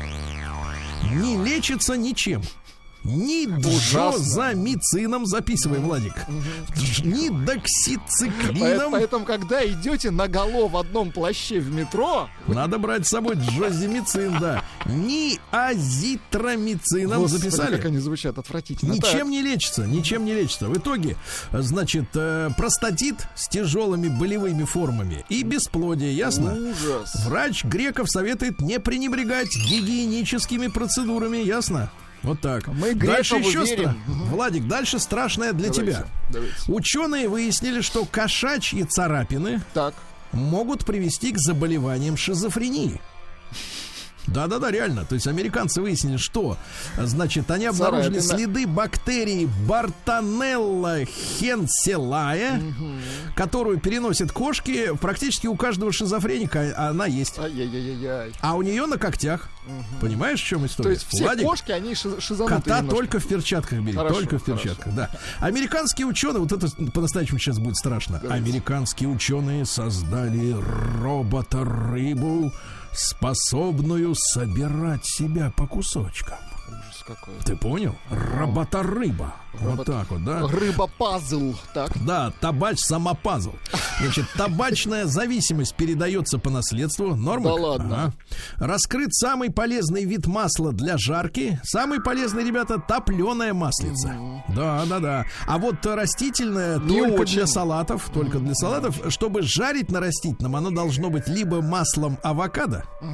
Не лечится ничем. Ни джозамицином, записывай, Владик, ни доксициклином. Поэтому, когда идете наголо в одном плаще в метро, надо брать с собой джозамицин, да. Ни азитромицином. Господи, записали? Как они звучат отвратительно. Ничем не лечится, ничем не лечится. В итоге, значит, простатит с тяжелыми болевыми формами и бесплодие, ясно? Ужас. Врач Греков советует не пренебрегать гигиеническими процедурами, ясно? Вот так. Мы дальше еще верим. Владик, дальше страшное для тебя. Давайте. Ученые выяснили, что кошачьи царапины могут привести к заболеваниям шизофрении. Да-да-да, реально. То есть американцы выяснили, что, значит, они обнаружили следы бактерии Бартонелла хенселая, которую переносят кошки. Практически у каждого шизофреника она есть. А у нее на когтях. Понимаешь, в чем история? То есть все кошки, они шизанутые. Кота немножко. только в перчатках бери. Хорошо, только в перчатках, да. Американские ученые, вот это по-настоящему сейчас будет страшно. Давайте. Американские ученые создали робота-рыбу, способную собирать себя по кусочкам. Ужас какой. Ты понял? Робота-рыба. Вот так вот, да? Рыба-пазл, так? Да, самопазл. Значит, табачная зависимость передается по наследству. Норма? Да ладно. Ага. Раскрыт самый полезный вид масла для жарки. Самый полезный, ребята, топленая маслица. Да. А вот растительное только для салатов. Только для салатов. Чтобы жарить на растительном, оно должно быть либо маслом авокадо,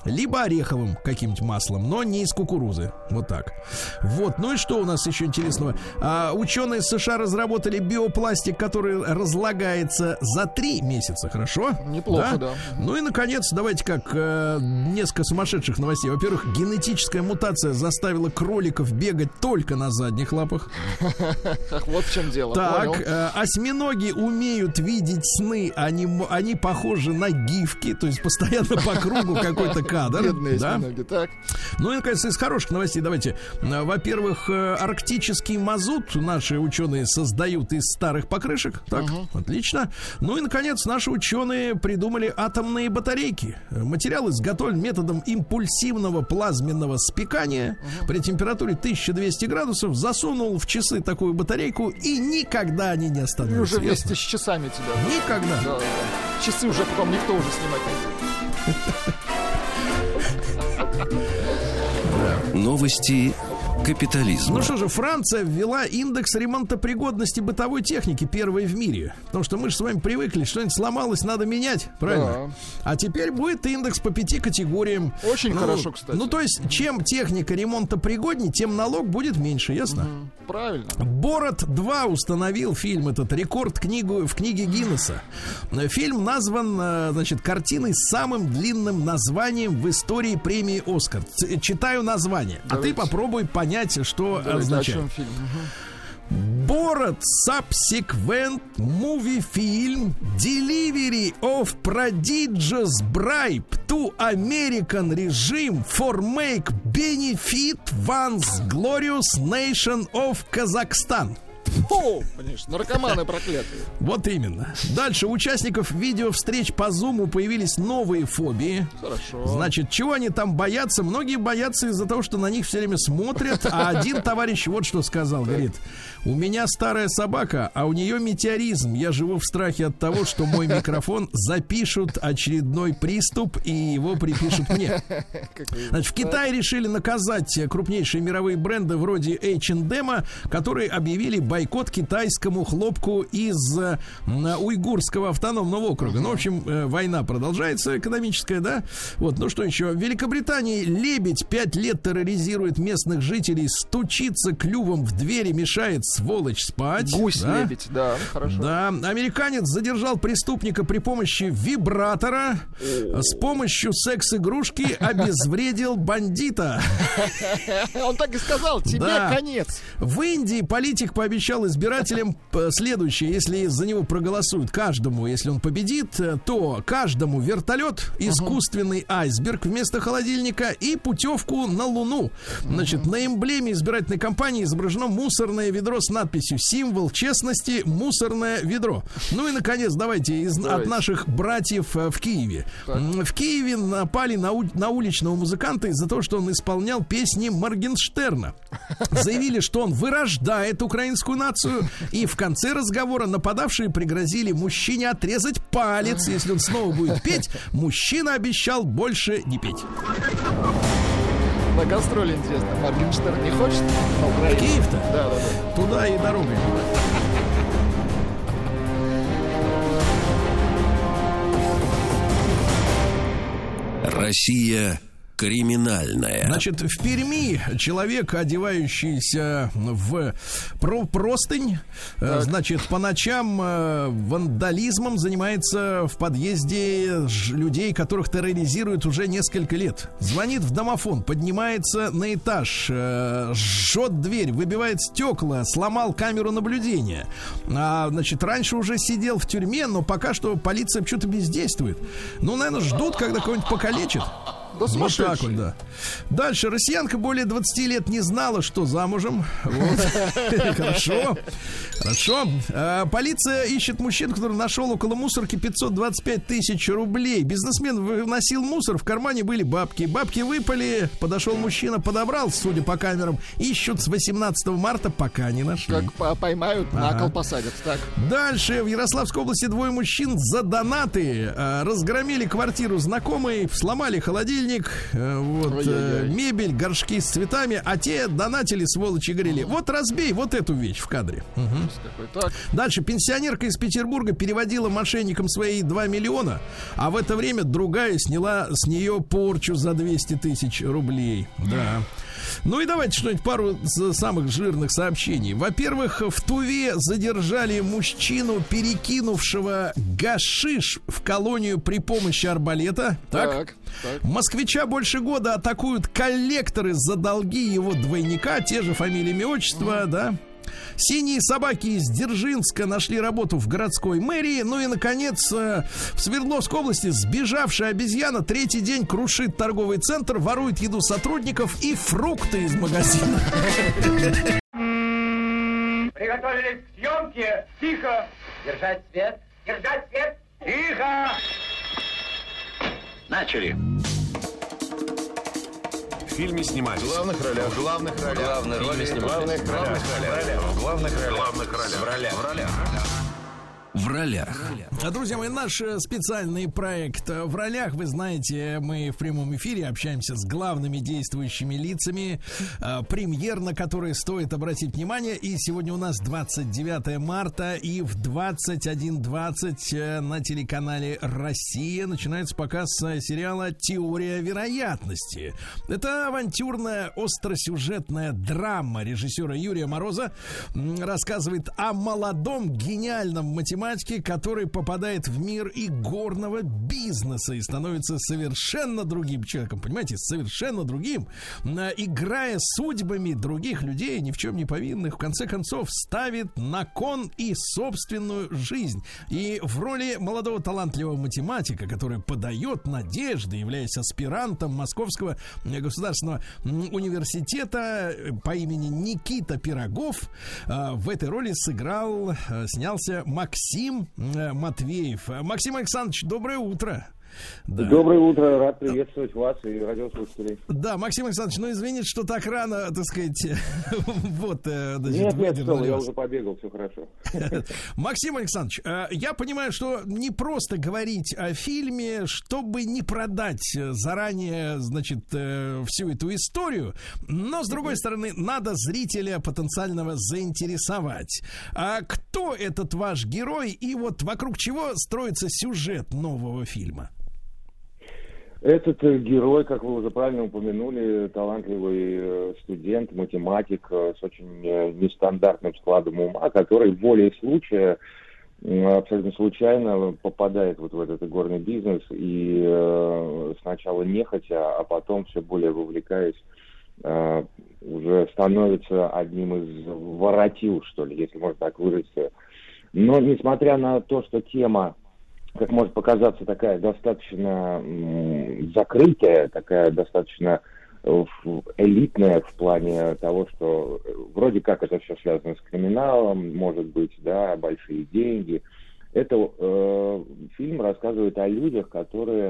либо ореховым каким-нибудь маслом, но не из кукурузы. Вот так. Вот. Ну и что у нас еще интересного? Ученые США разработали биопластик, который разлагается за 3 месяца. Хорошо? Неплохо, да. Ну и, наконец, давайте несколько сумасшедших новостей. Во-первых, генетическая мутация заставила кроликов бегать только на задних лапах. Вот в чем дело. Так, осьминоги умеют видеть сны. Они похожи на гифки, то есть постоянно по кругу какой-то кадр. Бедные да? осьминоги, так. Ну и, наконец, из хороших новостей давайте. Во-первых, арктический мазут наши ученые создают из старых покрышек. Так, отлично. Ну и, наконец, наши ученые придумали атомные батарейки. Материал изготовлен методом импульсивного плазменного спекания. При температуре 1200 градусов засунул в часы такую батарейку, и никогда они не И остановятся. уже вместе с часами тебя. Никогда. Да. Часы уже потом никто уже снимать не будет. Новости капитализма. Ну что же, Франция ввела индекс ремонтопригодности бытовой техники, первый в мире. Потому что мы же с вами привыкли, что-нибудь сломалось, надо менять, правильно? Да. А теперь будет индекс по 5 категориям. Очень хорошо, кстати. Ну, то есть, чем техника ремонтопригоднее, тем налог будет меньше, ясно? Правильно. «Борат 2» установил фильм этот рекорд в книге Гиннесса. Фильм назван, значит, картиной с самым длинным названием в истории премии «Оскар». Читаю название. Давайте. А ты попробуй понять, что означает. Borat subsequent movie film delivery of prodigious bribe to American regime for make benefit one's glorious nation of Kazakhstan. О, конечно, наркоманы проклятые. Вот именно. Дальше у участников видеовстреч по Зуму появились новые фобии. Хорошо. Значит, чего они там боятся? Многие боятся из-за того, что на них все время смотрят. А один товарищ вот что сказал. Говорит: у меня старая собака, а у нее метеоризм. Я живу в страхе от того, что мой микрофон запишут очередной приступ и его припишут мне. Значит, в Китае решили наказать крупнейшие мировые бренды вроде H&M, которые объявили бойкот китайскому хлопку из уйгурского автономного округа. Ну, в общем, война продолжается, экономическая, да? Вот, ну что еще? В Великобритании лебедь 5 лет терроризирует местных жителей, стучится клювом в двери, мешает, сволочь, спать. Гусь-лебедь, да, хорошо. Да, американец задержал преступника при помощи вибратора, с помощью секс-игрушки обезвредил бандита. Он так и сказал: тебе конец. В Индии политик пообещал избирателям следующее: если за него проголосуют каждому, если он победит, то каждому вертолет, искусственный айсберг вместо холодильника и путевку на Луну. Значит, на эмблеме избирательной кампании изображено мусорное ведро с надписью «Символ честности, мусорное ведро». Ну и, наконец, давайте от наших братьев в Киеве. Так. В Киеве напали на уличного музыканта из-за того, что он исполнял песни Моргенштерна. Заявили, что он вырождает украинскую нацию, и в конце разговора нападавшие пригрозили мужчине отрезать палец, если он снова будет петь. Мужчина обещал больше не петь. На гастроли, интересно, Моргенштерн не хочет на Украину? Киев-то? Да. Туда и дорога. Россия криминальная. Значит, в Перми человек, одевающийся в простынь, значит, по ночам вандализмом занимается в подъезде людей, которых терроризируют уже несколько лет. Звонит в домофон, поднимается на этаж, жжет дверь, выбивает стекла, сломал камеру наблюдения. Значит, раньше уже сидел в тюрьме, но пока что полиция почему-то бездействует. Ну, наверное, ждут, когда кого-нибудь покалечит. Да, вот так вот, да. Дальше. Россиянка более 20 лет не знала, что замужем. Хорошо. Полиция ищет мужчину, который нашел около мусорки 525 тысяч рублей. Бизнесмен выносил мусор, в кармане были бабки. Бабки выпали, подошел мужчина, подобрал, судя по камерам. Ищут с 18 марта, пока не нашли. Как поймают, на кол посадят. Так. Дальше. В Ярославской области двое мужчин за донаты разгромили квартиру знакомой, сломали холодильник, холодильник, мебель, горшки с цветами, а те донатили, сволочи, говорили: вот разбей вот эту вещь в кадре. Так. Дальше. Пенсионерка из Петербурга переводила мошенникам свои 2 миллиона, а в это время другая сняла с нее порчу за 200 тысяч рублей. Да. Ну и давайте что-нибудь, пару самых жирных сообщений. Во-первых, в Туве задержали мужчину, перекинувшего гашиш в колонию при помощи арбалета. Так. Москвича больше года атакуют коллекторы за долги его двойника, те же фамилии, имя, отчество, да. Синие собаки из Дзержинска нашли работу в городской мэрии. Ну и, наконец, в Свердловской области сбежавшая обезьяна третий день крушит торговый центр, ворует еду сотрудников и фрукты из магазина. Приготовились к съемке. Тихо. Держать свет. Держать свет. Тихо. Начали. В фильме снимались. В главных ролях. В главных ролях. В ролях. Друзья мои, наш специальный проект «В ролях». Вы знаете, мы в прямом эфире общаемся с главными действующими лицами, премьер на которые стоит обратить внимание. И сегодня у нас 29 марта, и в 21:20 на телеканале «Россия» начинается показ сериала «Теория вероятности». Это авантюрная, остросюжетная драма режиссера Юрия Мороза. Рассказывает о молодом, гениальном математике, который попадает в мир игорного бизнеса и становится совершенно другим человеком, понимаете, совершенно другим, играя судьбами других людей, ни в чем не повинных, в конце концов ставит на кон и собственную жизнь. И в роли молодого талантливого математика, который подает надежды, являясь аспирантом Московского государственного университета по имени Никита Пирогов, в этой роли снялся Максим Матвеев. Максим Александрович, доброе утро. Да. Доброе утро, рад приветствовать вас и радиослушателей. Да, Максим Александрович, ну извините, что так рано, так сказать, вот, значит, нет, я уже побегал, все хорошо. Максим Александрович, я понимаю, что не просто говорить о фильме, чтобы не продать заранее, значит, всю эту историю, но, с другой стороны, надо зрителя потенциального заинтересовать. А кто этот ваш герой и вот вокруг чего строится сюжет нового фильма? Этот герой, как вы уже правильно упомянули, талантливый студент, математик с очень нестандартным складом ума, который волей случая абсолютно случайно попадает вот в этот игорный бизнес и сначала нехотя, а потом все более вовлекаясь, уже становится одним из воротил, что ли, если можно так выразиться. Но несмотря на то, что тема, как может показаться, такая достаточно закрытая, такая достаточно элитная в плане того, что вроде как это все связано с криминалом, может быть, да, большие деньги. Это фильм рассказывает о людях, которые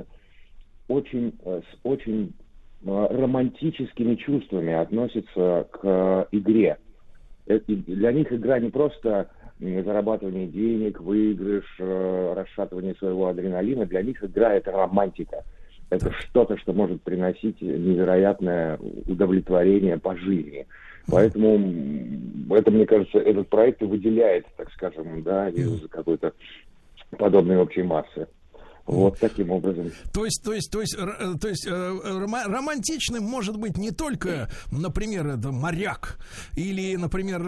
с очень романтическими чувствами относятся к игре. Для них игра не просто зарабатывание денег, выигрыш, расшатывание своего адреналина. Для них игра — это романтика. Это что-то, что может приносить невероятное удовлетворение по жизни. Поэтому это, мне кажется, этот проект и выделяет, так скажем, да, из какой-то подобной общей массы. Вот таким образом. То есть романтичным может быть не только, например, это моряк или, например,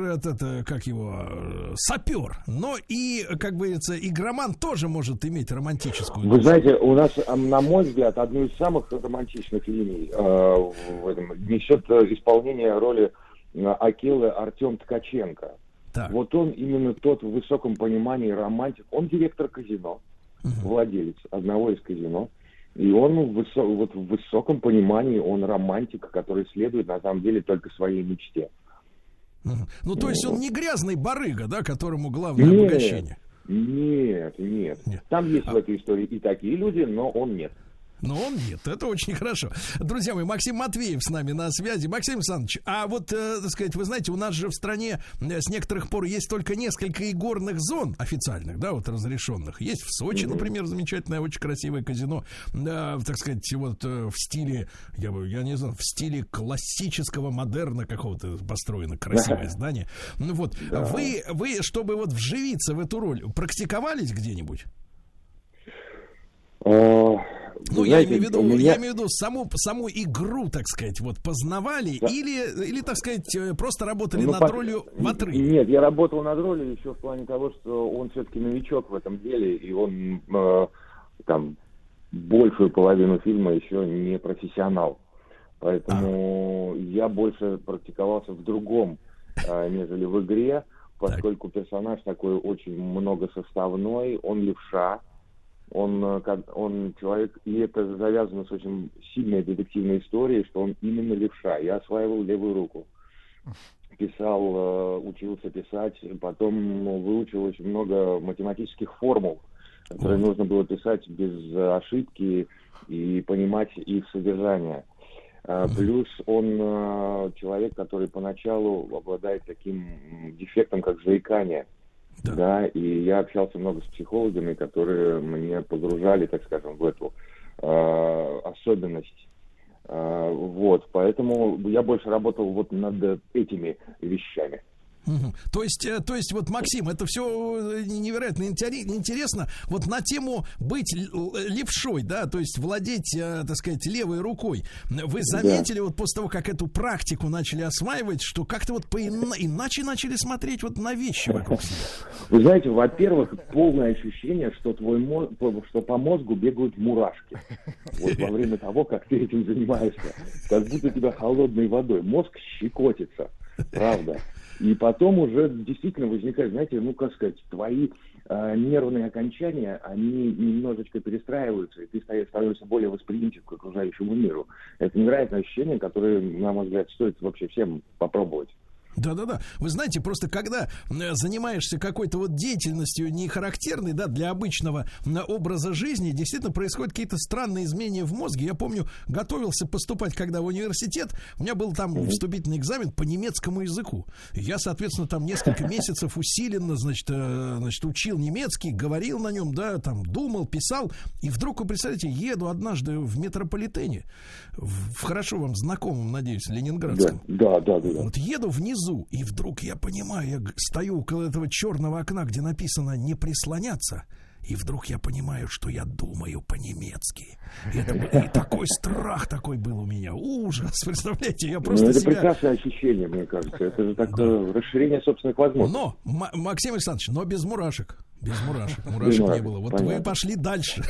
сапер, но и, как говорится, игроман тоже может иметь романтическую. Вы знаете, у нас, на мой взгляд, одну из самых романтичных линий в этом несет исполнение роли Акелы Артем Ткаченко. Так. Вот он именно тот в высоком понимании романтик. Он директор казино. Владелец одного из казино. И он в высоком понимании, он романтик, который следует, на самом деле, только своей мечте. Ну, то есть он не грязный барыга, да, которому главное обогащение? Нет. Там есть в этой истории и такие люди, но он нет. Но он нет, это очень хорошо. Друзья мои, Максим Матвеев с нами на связи. Максим Александрович, а вот, так сказать, вы знаете, у нас же в стране с некоторых пор есть только несколько игорных зон официальных, да, вот разрешенных. Есть в Сочи, например, замечательное, очень красивое казино, так сказать, вот в стиле, я не знаю, в стиле классического модерна какого-то построено красивое здание. Ну вот, вы, чтобы вот вживиться в эту роль, практиковались где-нибудь? Ну, я имею в виду саму игру, так сказать, вот познавали, да. или, так сказать, просто работали над ролью в отрыве? Нет, я работал над ролью еще в плане того, что он все-таки новичок в этом деле, и он там большую половину фильма еще не профессионал. Поэтому я больше практиковался в другом, нежели в игре, поскольку персонаж такой очень многосоставной, он левша. Он человек, и это завязано с очень сильной детективной историей, что он именно левша. Я осваивал левую руку. Писал, учился писать, потом выучил очень много математических формул, которые нужно было писать без ошибки и понимать их содержание. Плюс он человек, который поначалу обладает таким дефектом, как заикание. Да, и я общался много с психологами, которые мне погружали, так скажем, в эту особенность. Вот, поэтому я больше работал вот над этими вещами. То есть, вот, Максим, это все невероятно интересно. Вот на тему быть левшой, да, то есть владеть, так сказать, левой рукой. Вы заметили вот после того, как эту практику начали осваивать, что как-то вот иначе начали смотреть вот на вещи вокруг себя? Вы знаете, во-первых, полное ощущение, что что по мозгу бегают мурашки. Вот во время того, как ты этим занимаешься. Как будто тебя холодной водой. Мозг щекотится. Правда. И потом уже действительно возникает, знаете, ну, как сказать, твои нервные окончания, они немножечко перестраиваются, и ты становишься более восприимчив к окружающему миру. Это невероятное ощущение, которое, на мой взгляд, стоит вообще всем попробовать. Да-да-да. Вы знаете, просто когда занимаешься какой-то вот деятельностью не характерной, да, для обычного образа жизни, действительно происходят какие-то странные изменения в мозге. Я помню, готовился поступать, когда в университет, у меня был там вступительный экзамен по немецкому языку. Я, соответственно, там несколько месяцев усиленно, значит, учил немецкий, говорил на нем, да, там, думал, писал. И вдруг, вы представляете, еду однажды в метрополитене, в хорошо вам знакомом, надеюсь, ленинградском. Да. Вот еду внизу, и вдруг я понимаю, я стою около этого черного окна, где написано «не прислоняться», и вдруг я понимаю, что я думаю по-немецки. И такой страх такой был у меня, ужас, представляете, я просто это прекрасное ощущение, мне кажется, это же такое расширение собственных возможностей. Но, Максим Александрович, но без мурашек. Без мурашек. Мурашек не было. Вот понятно. Вы пошли дальше.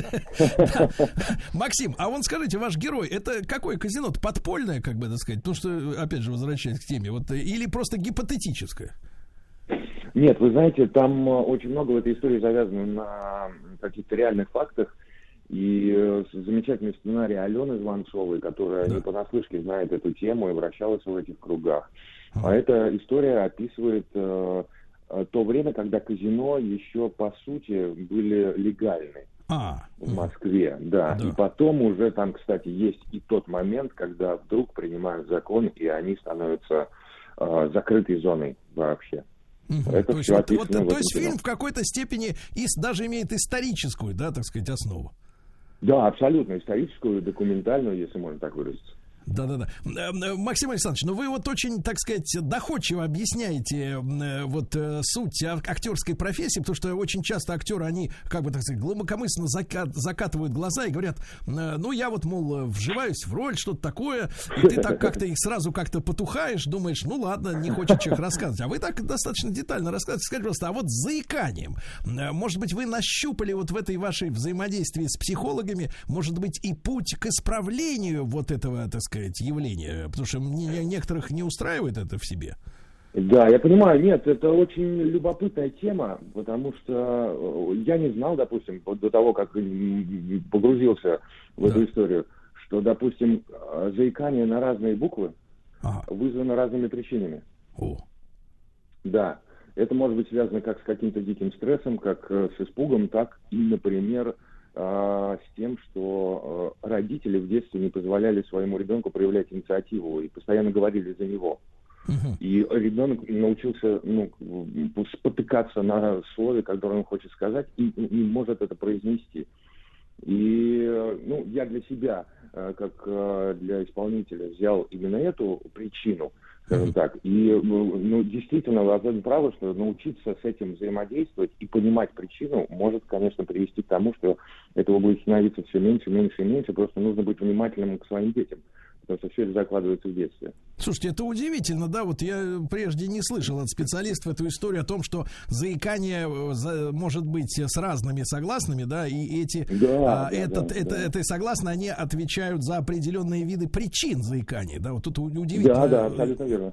Максим, а вон скажите, ваш герой, это какое казино-то? Подпольное, как бы, так сказать? Потому что, опять же, возвращаясь к теме, вот, или просто гипотетическое? Нет, вы знаете, там очень много в этой истории завязано на каких-то реальных фактах. И замечательный сценарий Алены Звонцовой, которая не понаслышке знает эту тему и вращалась в этих кругах. А эта история описывает то время, когда казино еще, по сути, были легальны в Москве. Да. И потом уже там, кстати, есть и тот момент, когда вдруг принимают закон, и они становятся закрытой зоной вообще. Это то есть фильм в какой-то степени даже имеет историческую, да, так сказать, основу. Да, абсолютно историческую, документальную, если можно так выразиться. Да. Максим Александрович, ну вы вот очень, так сказать, доходчиво объясняете вот суть актерской профессии, потому что очень часто актеры, они, как бы так сказать, глубокомысленно закатывают глаза и говорят, ну я вот, мол, вживаюсь в роль, что-то такое, и ты так как-то их сразу как-то потухаешь, думаешь, ну ладно, не хочет человек рассказывать, а вы так достаточно детально рассказываете. Скажите просто, а вот с заиканием, может быть, вы нащупали вот в этой вашей взаимодействии с психологами, может быть, и путь к исправлению вот этого, так сказать, явление, потому что некоторых не устраивает это в себе. Да, я понимаю, нет, это очень любопытная тема, потому что я не знал, допустим, до того, как погрузился в эту историю, что, допустим, заикание на разные буквы вызвано разными причинами. Да, это может быть связано как с каким-то диким стрессом, как с испугом, так и, например, с тем, что родители в детстве не позволяли своему ребенку проявлять инициативу и постоянно говорили за него. И ребенок научился спотыкаться на слове, которое он хочет сказать, и не может это произнести. И я для себя, как для исполнителя, взял именно эту причину, скажем так. И действительно, вы правы, что научиться с этим взаимодействовать и понимать причину может, конечно, привести к тому, что этого будет становиться все меньше, меньше и меньше. Просто нужно быть внимательным к своим детям, потому что все это закладывается в детстве. Слушайте, это удивительно, да, вот я прежде не слышал от специалистов эту историю о том, что заикание может быть с разными согласными, да, и эти согласные, они отвечают за определенные виды причин заикания, да, вот тут удивительно. Да, абсолютно верно.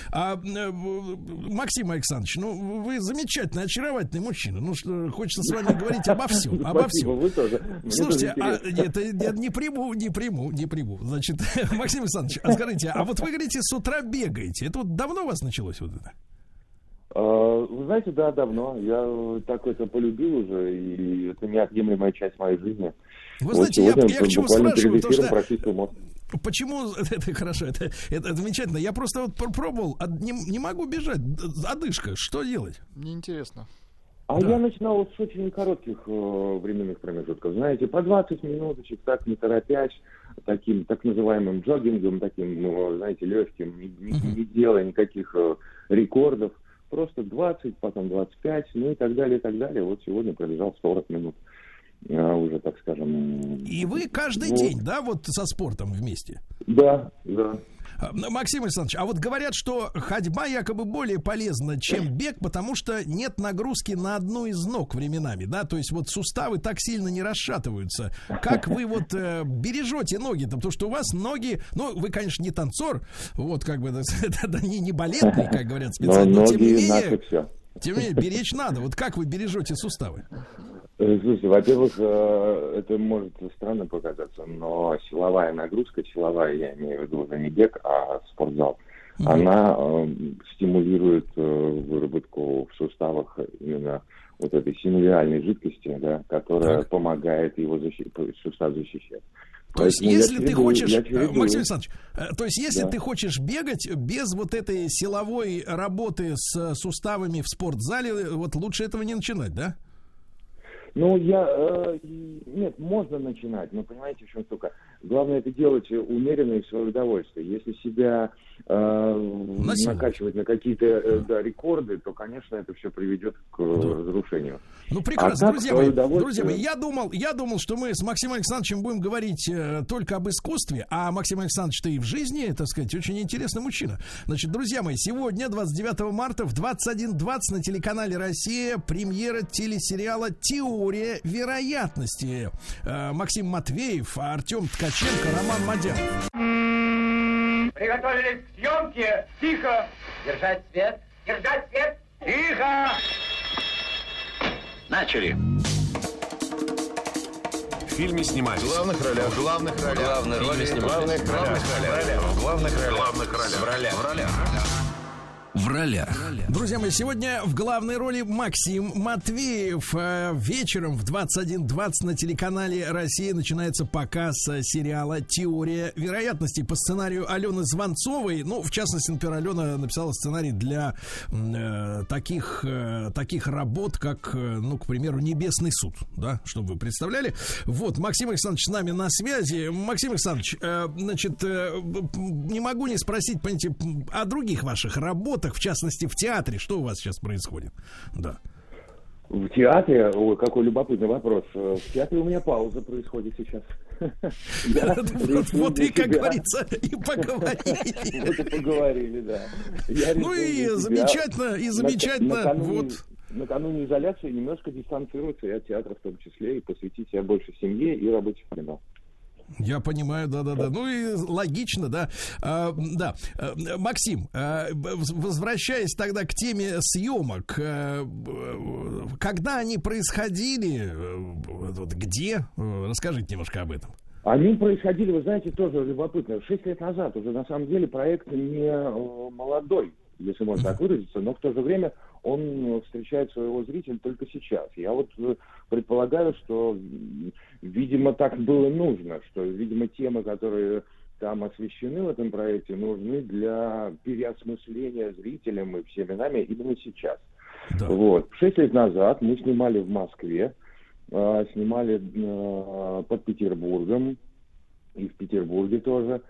Максим Александрович, вы замечательный, очаровательный мужчина, хочется с вами говорить обо всем, обо всем. Вы тоже. Слушайте, я не приму, значит, Максим Александрович, а скажите, а вот вы говорите, с утра бегаете. Это вот давно у вас началось вот это? Вы знаете, да, давно. Я так это полюбил уже, и это неотъемлемая часть моей жизни. Вы знаете, я к чему спрашиваю, потому что... Почему это хорошо, это замечательно. Я просто вот попробовал, не могу бежать, одышка, что делать? Мне интересно. Я начинал с очень коротких временных промежутков, знаете, по 20 минуточек, так не торопясь, таким так называемым джогингом, таким, знаете, легким, не делая никаких рекордов, просто 20, потом 25, и так далее, и так далее. Вот сегодня пробежал 40 минут, уже, так скажем. И вы каждый день, да, вот со спортом вместе? Да. Максим Александрович, а вот говорят, что ходьба якобы более полезна, чем бег, потому что нет нагрузки на одну из ног временами, да, то есть вот суставы так сильно не расшатываются. Как вы вот бережете ноги-то, потому что у вас ноги, вы, конечно, не танцор, вот как бы, это не балетный, как говорят специалисты, но тем не менее, беречь надо. Вот как вы бережете суставы? Слушайте, во-первых, это может странно показаться, но силовая нагрузка, я имею в виду уже не бег, а спортзал, она стимулирует выработку в суставах именно вот этой синовиальной жидкости, да, которая помогает его сустав защищать. То есть, если ты хочешь, Максим Александрович, то есть, если ты хочешь бегать без вот этой силовой работы с суставами в спортзале, вот лучше этого не начинать, да? Нет, можно начинать, но понимаете, в чем штука. Главное это делать умеренно и в свое удовольствие. Если себя накачивать на какие-то рекорды, то, конечно, это все приведет к разрушению. Прекрасно, друзья мои, я думал, что мы с Максимом Александровичем будем говорить только об искусстве, а Максим Александрович-то и в жизни, так сказать, очень интересный мужчина. Значит, друзья мои, сегодня, 29 марта в 21:20 на телеканале «Россия» премьера телесериала «Теория вероятности». Максим Матвеев, Артем Ткаченко, Роман Мадянов. Приготовились к съемке. Тихо. Держать свет. Держать свет. Тихо. Начали. В фильме снимались. В главных ролях. В ролях. Друзья мои, сегодня в главной роли Максим Матвеев. Вечером в 21:20 на телеканале «Россия» начинается показ сериала «Теория вероятности» по сценарию Алены Звонцовой. В частности, например, Алена написала сценарий для таких работ, как, к примеру, «Небесный суд», да, чтобы вы представляли. Вот, Максим Александрович с нами на связи. Максим Александрович, не могу не спросить, понимаете, о других ваших работах, в частности, в театре. Что у вас сейчас происходит? Да. В театре? Ой, какой любопытный вопрос. В театре у меня пауза происходит сейчас. Вот и, как говорится, и поговорили. Вот и поговорили, да. И замечательно. Накануне изоляции немножко дистанцироваться и от театра в том числе, и посвятить себя больше семье и рабочим временам. Я понимаю, да. И логично, да. Максим, возвращаясь тогда к теме съемок, когда они происходили, где? Расскажите немножко об этом. Они происходили, вы знаете, тоже любопытно. 6 лет назад уже, на самом деле, проект не молодой, если можно так выразиться, но в то же время он встречает своего зрителя только сейчас. Я вот предполагаю, что, видимо, так было нужно, что, видимо, темы, которые там освещены в этом проекте, нужны для переосмысления зрителям и всеми нами именно сейчас. Да. Вот. 6 лет назад мы снимали в Москве, снимали под Петербургом, и в Петербурге тоже,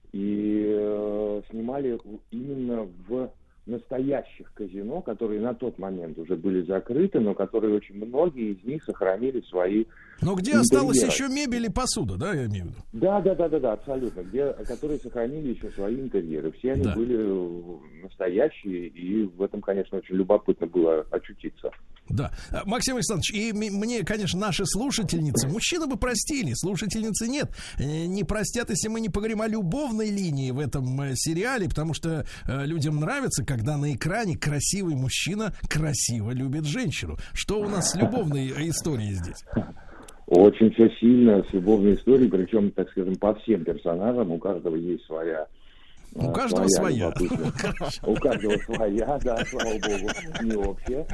и снимали именно в настоящих казино, которые на тот момент уже были закрыты, но которые очень многие из них сохранили свои Но где интерьеры. осталась еще мебель и посуда, да, я имею в виду? Да, абсолютно. Которые сохранили еще свои интерьеры. Все они были настоящие, и в этом, конечно, очень любопытно было очутиться. Да. Максим Александрович, и мне, конечно, наши слушательницы, мужчины бы простили, слушательницы нет, не простят, если мы не поговорим о любовной линии в этом сериале, потому что людям нравится, когда на экране красивый мужчина красиво любит женщину. Что у нас с любовной историей здесь? Очень все сильно с любовной историей, причем, так скажем, по всем персонажам, у каждого есть своя. У каждого своя. У каждого своя, да, слава богу, не общая.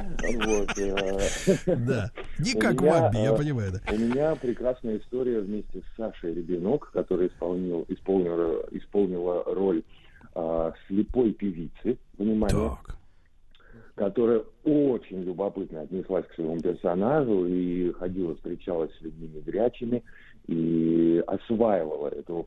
Вот. Да, не как в Абби, я понимаю. Да. У меня прекрасная история вместе с Сашей Рябинок, которая исполнила роль слепой певицы, внимание, которая очень любопытно отнеслась к своему персонажу и ходила, встречалась с людьми незрячими и осваивала эту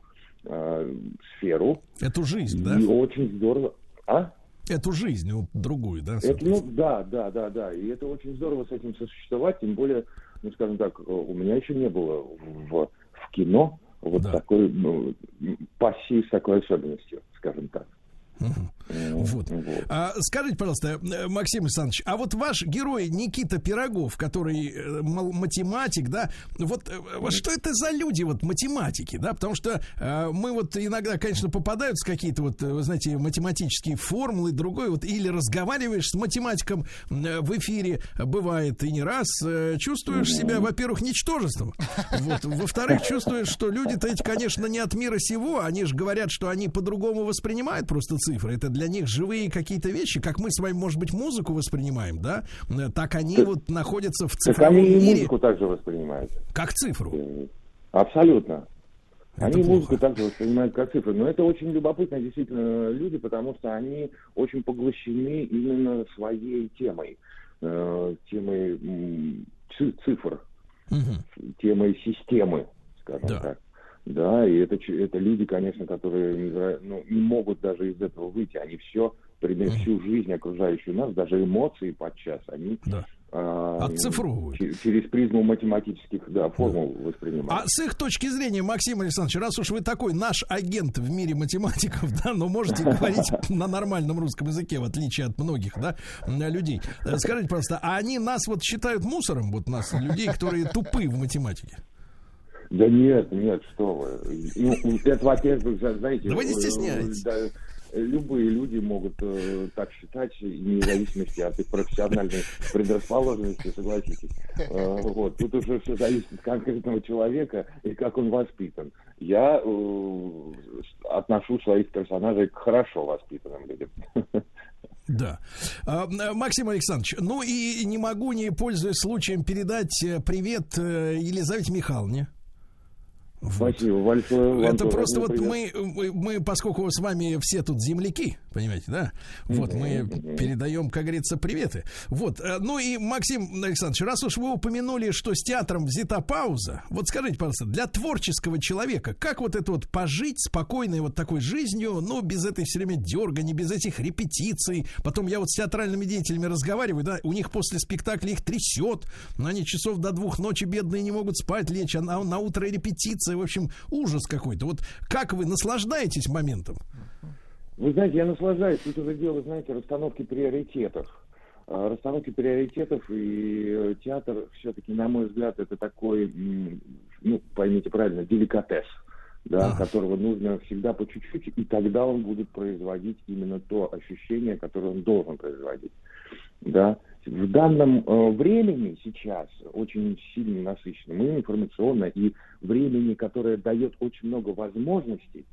сферу. Эту жизнь, да? И очень здорово. Эту жизнь, другую, да? Да. И это очень здорово с этим сосуществовать, тем более, ну, скажем так, у меня еще не было в кино вот такой пассии с такой особенностью, скажем так. Вот. Скажите, пожалуйста, Максим Александрович, а вот ваш герой Никита Пирогов, который математик, да, вот что это за люди, вот математики, да, потому что мы вот иногда, конечно, попадаются какие-то вот, вы знаете, математические формулы, другой вот, или разговариваешь с математиком в эфире, бывает и не раз, чувствуешь себя, во-первых, ничтожеством, вот, во-вторых, чувствуешь, что люди-то эти, конечно, не от мира сего, они же говорят, что они по-другому воспринимают просто цифры. Это для них живые какие-то вещи, как мы с вами, может быть, музыку воспринимаем, да? Так они вот находятся в цифровом мире. Так они и музыку также воспринимают. Как цифру. Абсолютно. Это они плохо. Музыку также воспринимают как цифру. Но это очень любопытно, действительно, люди, потому что они очень поглощены именно своей темой. Темой цифр. Темой системы, скажем так. Да, и это люди, конечно, которые не могут даже из этого выйти. Они всю жизнь окружающую нас, даже эмоции подчас, они оцифровывают. Через призму математических формул воспринимают. А с их точки зрения, Максим Александрович, раз уж вы такой наш агент в мире математиков, да, но можете говорить на нормальном русском языке, в отличие от многих, да, людей. Скажите, пожалуйста, а они нас вот считают мусором, вот нас, людей, которые тупы в математике? Да нет, что вы. Это, во-первых, знаете... Да вы не стесняйтесь. Любые люди могут так считать, вне зависимости от их профессиональной предрасположенности, согласитесь. Вот. Тут уже все зависит от конкретного человека и как он воспитан. Я отношу своих персонажей к хорошо воспитанным людям. Да. Максим Александрович, ну и не могу, не пользуясь случаем, передать привет Елизавете Михайловне. Вот. Спасибо большое. Это просто вот мы, поскольку с вами все тут земляки, понимаете, да? Вот мы передаем, как говорится, приветы. Вот. Ну и, Максим Александрович, раз уж вы упомянули, что с театром взята пауза, вот скажите, пожалуйста, для творческого человека, как вот это вот пожить спокойной вот такой жизнью, ну, без этой все время дергани, без этих репетиций. Потом я вот с театральными деятелями разговариваю, да, у них после спектакля их трясет, они часов до 2 ночи бедные не могут спать, лечь, а на утро репетиция. В общем, ужас какой-то. Вот как вы наслаждаетесь моментом? Вы знаете, я наслаждаюсь. Тут уже дело, знаете, расстановки приоритетов. Расстановки приоритетов, и театр все-таки, на мой взгляд, это такой, ну, поймите правильно, деликатес, да, которого нужно всегда по чуть-чуть, и тогда он будет производить именно то ощущение, которое он должен производить. Да. В данном времени сейчас очень сильно насыщенном и информационно, и времени, которое дает очень много возможностей,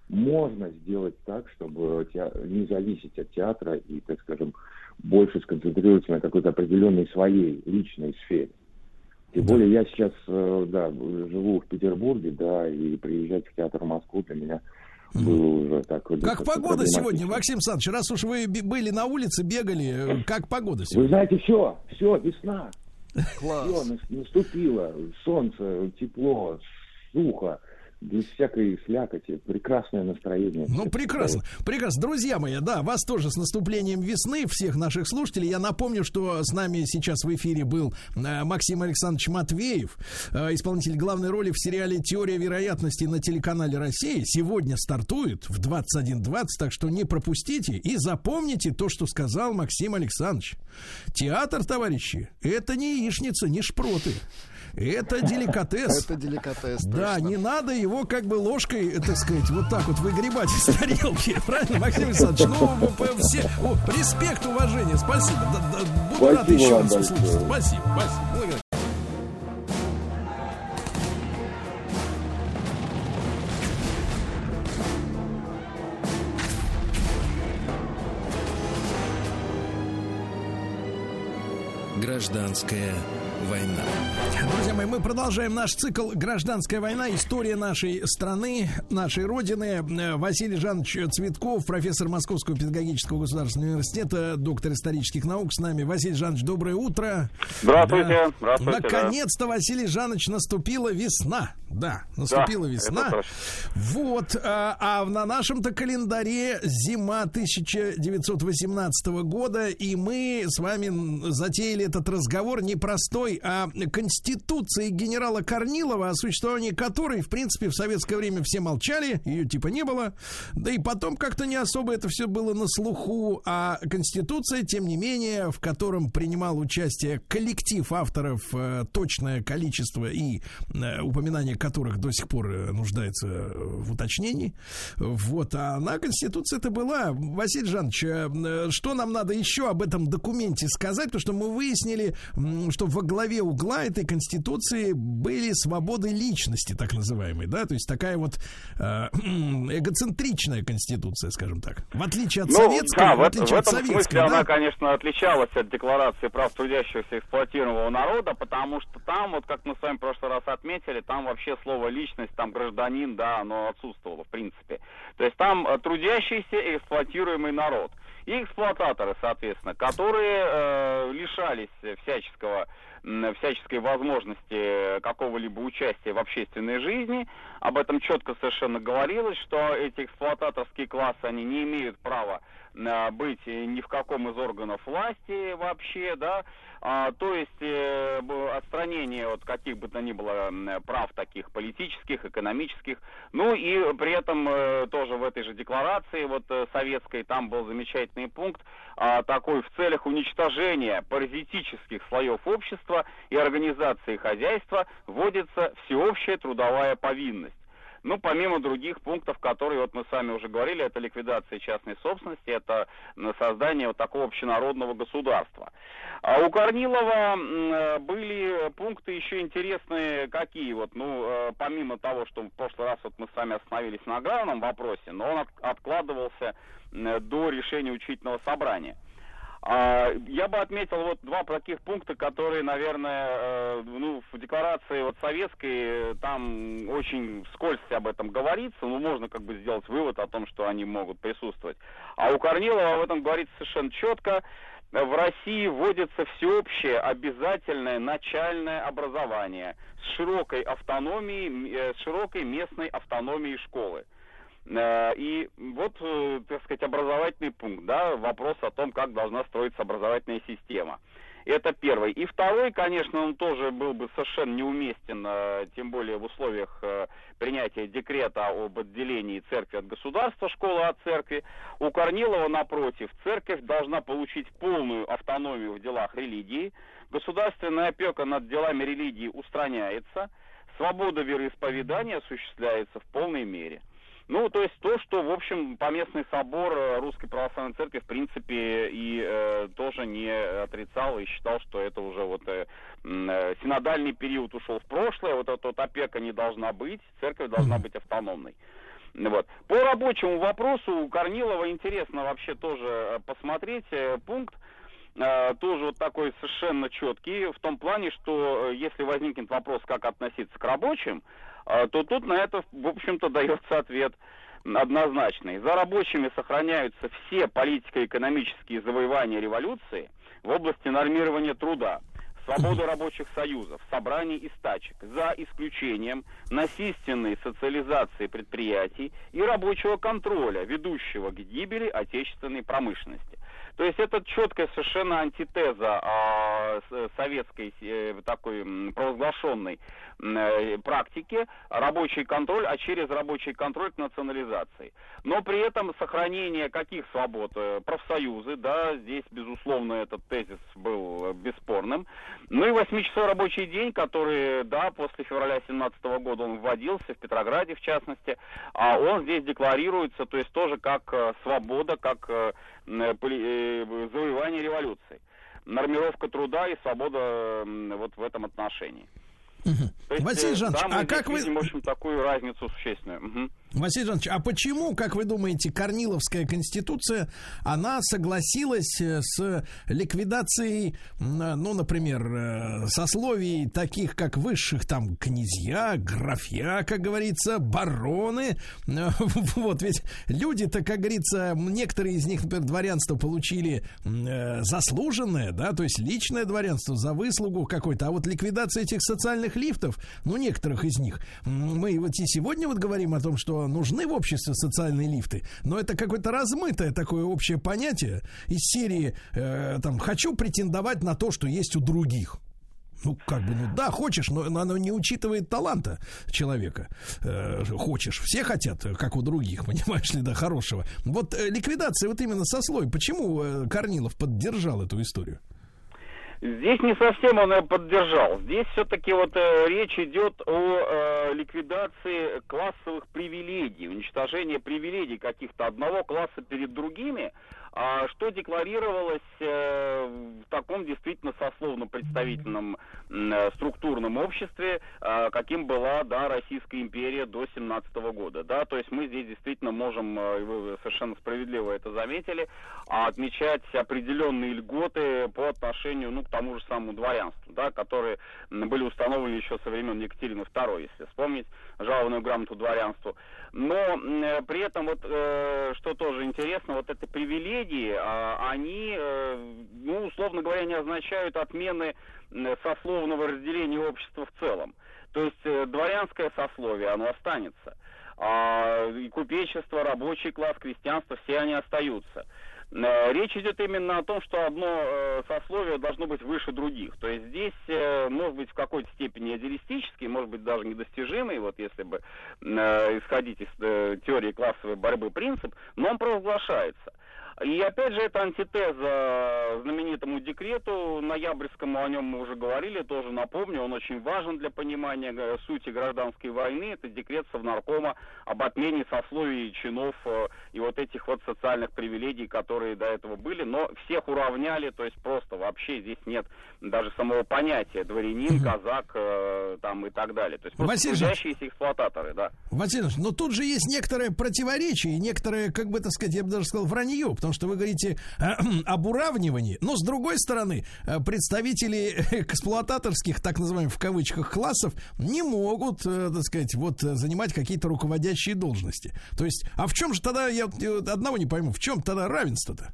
можно сделать так, чтобы не зависеть от театра и, так скажем, больше сконцентрироваться на какой-то определенной своей личной сфере. Тем более я сейчас, живу в Петербурге, и приезжать в театр в Москву для меня было уже так. Как погода сегодня, Максим Александрович? Раз уж вы были на улице, бегали, как погода сегодня? Вы знаете, все, весна. Класс. Все, наступило, солнце, тепло, сухо. Без всякой слякоти. Прекрасное настроение. Ну, прекрасно. Прекрасно. Друзья мои, вас тоже с наступлением весны, всех наших слушателей. Я напомню, что с нами сейчас в эфире был Максим Александрович Матвеев, исполнитель главной роли в сериале «Теория вероятности» на телеканале «Россия». Сегодня стартует в 21:20, так что не пропустите и запомните то, что сказал Максим Александрович. Театр, товарищи, это не яичница, не шпроты. Это деликатес. Это деликатес. Да, точно. не надо его как бы ложкой, так сказать, вот так вот выгребать из тарелки. Правильно, Максим Александрович? Респект, уважение, спасибо. Буду рад еще раз услышать. Спасибо. Благодарю. Гражданская война. Друзья мои, мы продолжаем наш цикл «Гражданская война. История нашей страны, нашей Родины». Василий Жанович Цветков, профессор Московского педагогического государственного университета, доктор исторических наук с нами. Василий Жанович, доброе утро. Здравствуйте. Здравствуйте. Наконец-то, Василий Жанович, наступила весна. Да, наступила весна. Вот, а на нашем-то календаре зима 1918 года, и мы с вами затеяли этот разговор непростой о Конституции генерала Корнилова, о существовании которой, в принципе, в советское время все молчали, ее типа не было, да и потом как-то не особо это все было на слуху, а Конституция, тем не менее, в котором принимал участие коллектив авторов, точное количество и упоминание которых до сих пор нуждается в уточнении. Вот, а она, Конституция-то была. Василий Жанович, что нам надо еще об этом документе сказать? Потому что мы выяснили, что во главе угла этой Конституции были свободы личности, так называемые, да, то есть такая вот эгоцентричная Конституция, скажем так. В отличие от советской, да, в отличие от советской, смысле да? Она, конечно, отличалась от Декларации прав трудящихся и эксплуатируемого народа, потому что там, вот как мы с вами в прошлый раз отметили, там вообще слово личность, там гражданин, да, оно отсутствовало в принципе. То есть там трудящийся и эксплуатируемый народ. И эксплуататоры, соответственно, которые лишались всяческой возможности какого-либо участия в общественной жизни. Об этом четко совершенно говорилось, что эти эксплуататорские классы, они не имеют права быть ни в каком из органов власти вообще, да, то есть отстранение от каких бы то ни было прав таких политических, экономических, ну и при этом тоже в этой же декларации вот советской там был замечательный пункт такой: в целях уничтожения паразитических слоев общества и организации хозяйства вводится всеобщая трудовая повинность. Ну, помимо других пунктов, которые вот мы с вами уже говорили, это ликвидация частной собственности, это создание вот такого общенародного государства. А у Корнилова были пункты еще интересные какие, вот, ну, помимо того, что в прошлый раз вот мы с вами остановились на главном вопросе, но он откладывался до решения учительного собрания. Я бы отметил вот два таких пункта, которые, наверное, в декларации вот советской там очень вскользь об этом говорится, но можно как бы сделать вывод о том, что они могут присутствовать. А у Корнилова об этом говорится совершенно четко. В России вводится всеобщее обязательное начальное образование с широкой автономией, с широкой местной автономией школы. И вот, так сказать, образовательный пункт, да, вопрос о том, как должна строиться образовательная система. Это первый. И второй, конечно, он тоже был бы совершенно неуместен, тем более в условиях принятия декрета об отделении церкви от государства, школы от церкви. У Корнилова, напротив, церковь должна получить полную автономию в делах религии, государственная опека над делами религии устраняется, свобода вероисповедания осуществляется в полной мере. Ну, то есть то, что, в общем, Поместный собор Русской Православной Церкви, в принципе, и тоже не отрицал и считал, что это уже вот синодальный период ушел в прошлое, вот эта вот опека не должна быть, церковь должна быть автономной. Вот. По рабочему вопросу у Корнилова интересно вообще тоже посмотреть пункт, тоже вот такой совершенно четкий, в том плане, что если возникнет вопрос, как относиться к рабочим, то тут на это, в общем-то, дается ответ однозначный. За рабочими сохраняются все политико-экономические завоевания революции в области нормирования труда, свободы рабочих союзов, собраний и стачек, за исключением насильственной социализации предприятий и рабочего контроля, ведущего к гибели отечественной промышленности. То есть это четкая совершенно антитеза советской такой провозглашенной практики, рабочий контроль, а через рабочий контроль к национализации. Но при этом сохранение каких свобод? Профсоюзы, да, здесь, безусловно, этот тезис был бесспорным. Ну и 8-часовой рабочий день, который, да, после февраля 2017 года он вводился, в Петрограде в частности, а он здесь декларируется, то есть тоже как свобода, как завоевание революции. Нормировка труда и свобода вот в этом отношении. Василий Жанович, да, а как вы... видим, в общем, такую разницу существенную. Василий Жанович, а почему, как вы думаете, Корниловская конституция, она согласилась с ликвидацией, ну, например, сословий таких, как высших, там, князья, графья, как говорится, бароны? Вот, ведь люди-то, как говорится, некоторые из них, например, дворянство получили заслуженное, да, то есть личное дворянство за выслугу какой-то, а вот ликвидация этих социальных лифтов, ну, некоторых из них, мы вот и сегодня вот говорим о том, что нужны в обществе социальные лифты, но это какое-то размытое такое общее понятие из серии там «хочу претендовать на то, что есть у других». Ну, как бы, ну да, хочешь, но оно не учитывает таланта человека. Хочешь, все хотят, как у других, понимаешь ли, да, хорошего. Вот ликвидация вот именно сословий, почему Корнилов поддержал эту историю? Здесь не совсем он ее поддержал. Здесь все-таки вот речь идет о ликвидации классовых привилегий, уничтожении привилегий каких-то одного класса перед другими, что декларировалось в таком действительно сословно-представительном структурном обществе, каким была, да, Российская империя до 17 года. Да? То есть мы здесь действительно можем, и вы совершенно справедливо это заметили, отмечать определенные льготы по отношению, ну, к тому же самому дворянству, да, которые были установлены еще со времен Екатерины II, если вспомнить жалованную грамоту дворянству. Но при этом, вот, что тоже интересно, вот эти привилегии, они, ну, условно говоря, не означают отмены сословного разделения общества в целом. То есть дворянское сословие, оно останется. И купечество, рабочий класс, крестьянство, все они остаются. Речь идет именно о том, что одно сословие должно быть выше других. То есть здесь, может быть, в какой-то степени идеалистический, может быть, даже недостижимый, вот если бы исходить из теории классовой борьбы принцип, но он провозглашается. И опять же, это антитеза знаменитому декрету ноябрьскому, о нем мы уже говорили, тоже напомню, он очень важен для понимания сути гражданской войны. Это декрет Совнаркома об отмене сословий чинов и вот этих вот социальных привилегий, которые до этого были, но всех уравняли, то есть просто вообще здесь нет даже самого понятия дворянин, казак там и так далее. То есть просто трудящиеся эксплуататоры, да. Василий, но тут же есть некоторое противоречие, некоторое, как бы, так сказать, я бы даже сказал, вранье, потому что вы говорите об уравнивании, но с другой стороны, представители эксплуататорских, так называемых в кавычках, классов не могут, так сказать, вот занимать какие-то руководящие должности. То есть, а в чем же тогда, я одного не пойму, в чем тогда равенство-то?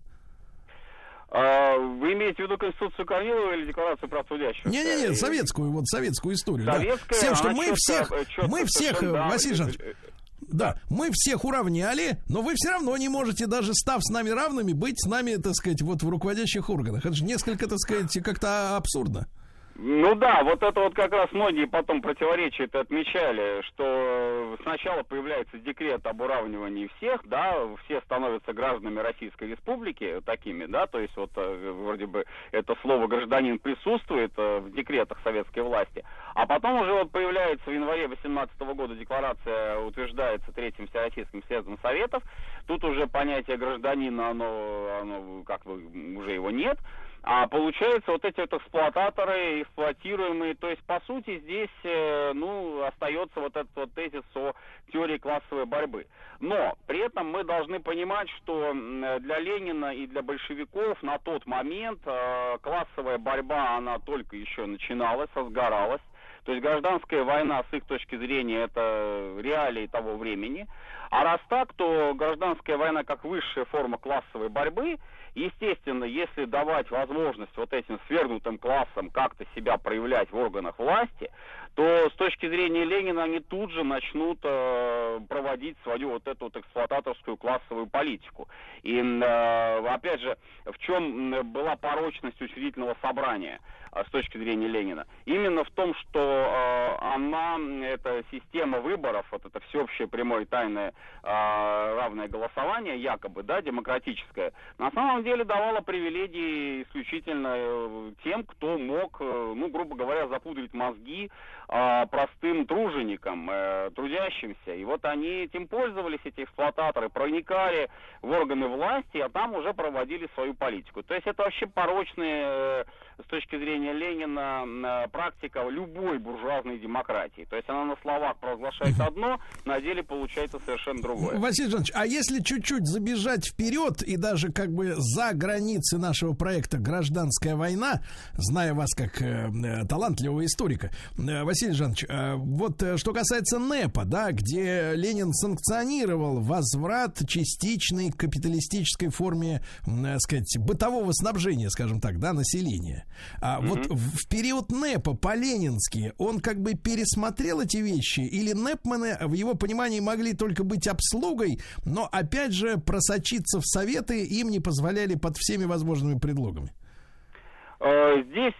Вы имеете в виду Конституцию Корнилова или Декларацию прав трудящих? Не, советскую, вот советскую историю. Советская, да. С тем, что мы всех, да, Василий Жанович, да, мы всех уравняли, но вы все равно не можете, даже став с нами равными, быть с нами, так сказать, вот в руководящих органах. Это же несколько, так сказать, как-то абсурдно. Ну да, вот это вот как раз многие потом противоречия это отмечали, что сначала появляется декрет об уравнивании всех, да, все становятся гражданами Российской Республики такими, да, то есть вот вроде бы это слово гражданин присутствует в декретах советской власти, а потом уже вот появляется в январе 18 года декларация, утверждается Третьим Всероссийским съездом Советов, тут уже понятие гражданина, оно как бы уже его нет. А получается, вот эти вот эксплуататоры, эксплуатируемые, то есть, по сути, здесь, остается вот этот вот тезис о теории классовой борьбы. Но при этом мы должны понимать, что для Ленина и для большевиков на тот момент классовая борьба, она только еще начиналась, разгоралась. То есть гражданская война, с их точки зрения, это реалии того времени. А раз так, то гражданская война как высшая форма классовой борьбы, естественно, если давать возможность вот этим свергнутым классам как-то себя проявлять в органах власти, то с точки зрения Ленина они тут же начнут проводить свою вот эту вот эксплуататорскую классовую политику. И опять же, в чем была порочность учредительного собрания с точки зрения Ленина? Именно в том, что эта система выборов, вот это всеобщее прямое и тайное равное голосование, якобы, да, демократическое, на самом деле давала привилегии исключительно тем, кто мог, грубо говоря, запудрить мозги простым труженикам, трудящимся. И вот они этим пользовались, эти эксплуататоры, проникали в органы власти, а там уже проводили свою политику. То есть это вообще порочная, с точки зрения Ленина, практика любой буржуазной демократии. То есть она на словах провозглашает одно, на деле получается совершенно другое. Василий Жанович, а если чуть-чуть забежать вперед и даже как бы за границы нашего проекта «Гражданская война», зная вас как талантливого историка, Василий Жанович, вот что касается НЭПа, да, где Ленин санкционировал возврат частичной к капиталистической форме, сказать, бытового снабжения, скажем так, да, населения. Вот в период НЭПа по-ленински он как бы пересмотрел эти вещи, или НЭПманы в его понимании могли только быть обслугой, но опять же просочиться в советы им не позволяли под всеми возможными предлогами? Здесь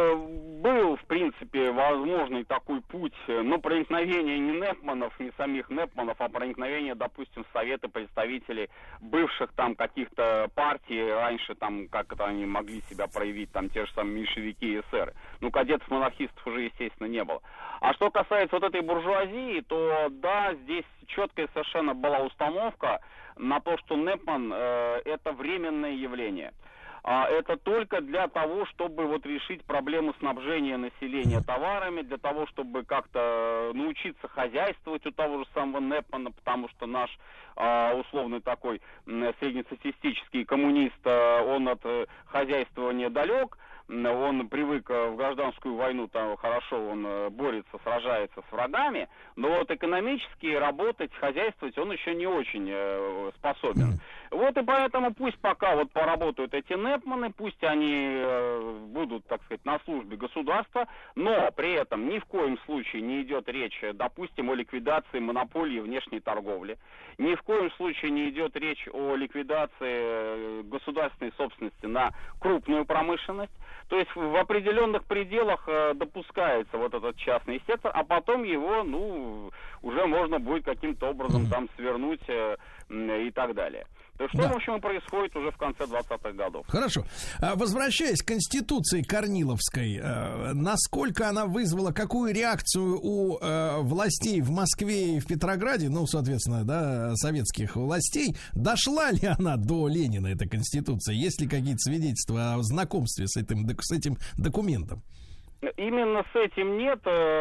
был, в принципе, возможный такой путь, но проникновение не НЭПманов, не самих НЭПманов, а проникновение, допустим, в советы представителей бывших там каких-то партий, раньше там, как это они могли себя проявить, там те же самые меньшевики и эсеры. Кадетов-монархистов уже, естественно, не было. А что касается вот этой буржуазии, то да, здесь четкая совершенно была установка на то, что НЭПман это временное явление. Это только для того, чтобы вот решить проблему снабжения населения товарами, для того, чтобы как-то научиться хозяйствовать у того же самого НЭПмана, потому что наш условный такой среднестатистический коммунист, он от хозяйствования далек. Он привык в гражданскую войну, там хорошо он борется, сражается с врагами, но вот экономически работать, хозяйствовать он еще не очень способен. Вот и поэтому пусть пока вот поработают эти НЭПманы, пусть они будут, так сказать, на службе государства, но при этом ни в коем случае не идет речь, допустим, о ликвидации монополии внешней торговли, ни в коем случае не идет речь о ликвидации государственной собственности на крупную промышленность. То есть в определенных пределах допускается вот этот частный сектор, а потом его, уже можно будет каким-то образом там свернуть и так далее. То есть, что, в общем, происходит уже в конце 20-х годов. Хорошо. Возвращаясь к Конституции Корниловской, насколько она вызвала, какую реакцию у властей в Москве и в Петрограде, соответственно, да, советских властей, дошла ли она до Ленина, эта Конституция? Есть ли какие-то свидетельства о знакомстве с этим документом? Именно с этим нет,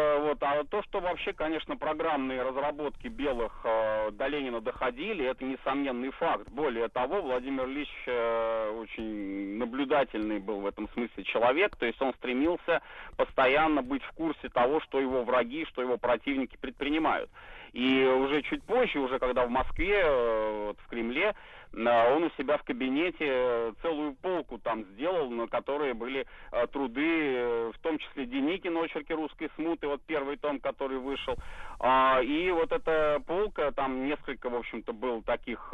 а то, что вообще, конечно, программные разработки белых до Ленина доходили, это несомненный факт. Более того, Владимир Ильич очень наблюдательный был в этом смысле человек, то есть он стремился постоянно быть в курсе того, что его враги, что его противники предпринимают. И уже чуть позже, уже когда в Москве, в Кремле, он у себя в кабинете целую полку там сделал, на которой были труды, в том числе Деникина, очерки русской смуты, вот первый том, который вышел. И вот эта полка, там несколько, в общем-то, было таких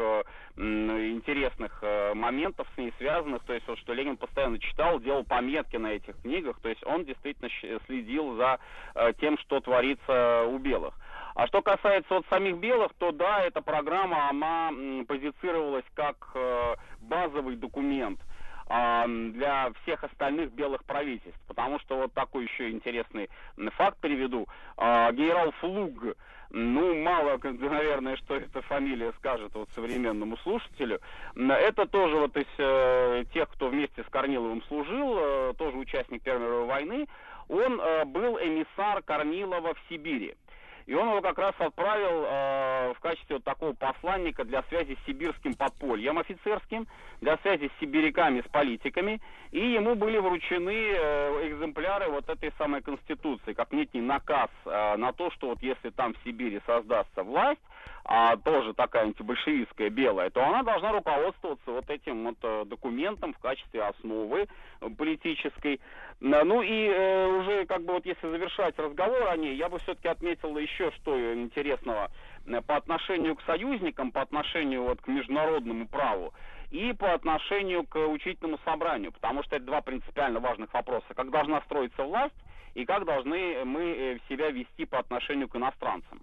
интересных моментов с ней связанных, то есть вот, что Ленин постоянно читал, делал пометки на этих книгах, то есть он действительно следил за тем, что творится у белых. А что касается вот самих белых, то да, эта программа, она позицировалась как базовый документ. для всех остальных белых правительств. Потому что вот такой еще интересный факт приведу. Генерал Флуг, мало, наверное, что эта фамилия скажет вот современному слушателю. Это тоже вот из тех, кто вместе с Корниловым служил, тоже участник Первой мировой войны. Он был эмиссар Корнилова в Сибири. И он его как раз отправил в качестве вот такого посланника для связи с сибирским подпольем офицерским, для связи с сибиряками, с политиками. И ему были вручены экземпляры вот этой самой Конституции, как некий наказ на то, что вот если там в Сибири создастся власть, тоже такая антибольшевистская, белая, то она должна руководствоваться вот этим вот документом в качестве основы политической. Ну и уже как бы вот если завершать разговор о ней, я бы все-таки отметил еще что интересного по отношению к союзникам, по отношению вот к международному праву и по отношению к учительному собранию, потому что это два принципиально важных вопроса. Как должна строиться власть и как должны мы себя вести по отношению к иностранцам.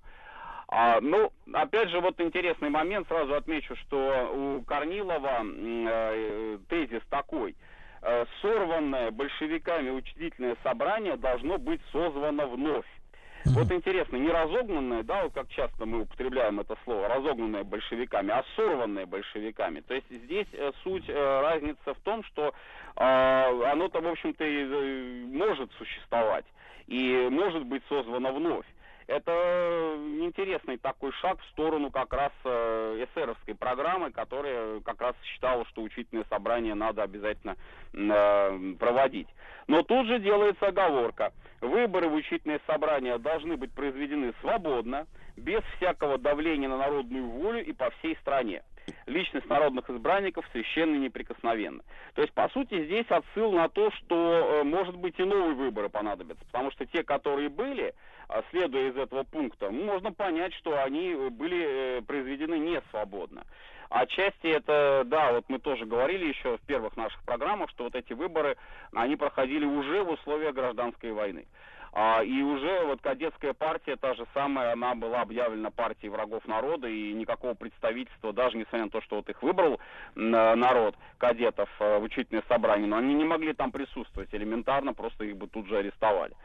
Опять же, вот интересный момент, сразу отмечу, что у Корнилова тезис такой: сорванное большевиками учредительное собрание должно быть созвано вновь. Вот интересно, не разогнанное, да, вот как часто мы употребляем это слово, разогнанное большевиками, а сорванное большевиками. То есть здесь суть, разница в том, что оно-то, в общем-то, и может существовать и может быть созвано вновь. Это интересный такой шаг в сторону как раз эсеровской программы, которая как раз считала, что учительное собрание надо обязательно проводить. Но тут же делается оговорка. Выборы в учительное собрание должны быть произведены свободно, без всякого давления на народную волю и по всей стране. Личность народных избранников священна и неприкосновенна. То есть, по сути, здесь отсыл на то, что, может быть, и новые выборы понадобятся. Потому что те, которые были, следуя из этого пункта, можно понять, что они были произведены не свободно. Отчасти это, да, вот мы тоже говорили еще в первых наших программах, что вот эти выборы, они проходили уже в условиях гражданской войны. И уже вот кадетская партия, та же самая, она была объявлена партией врагов народа, и никакого представительства, даже несмотря на то, что вот их выбрал народ, кадетов, в учительное собрание, но они не могли там присутствовать элементарно, просто их бы тут же арестовали.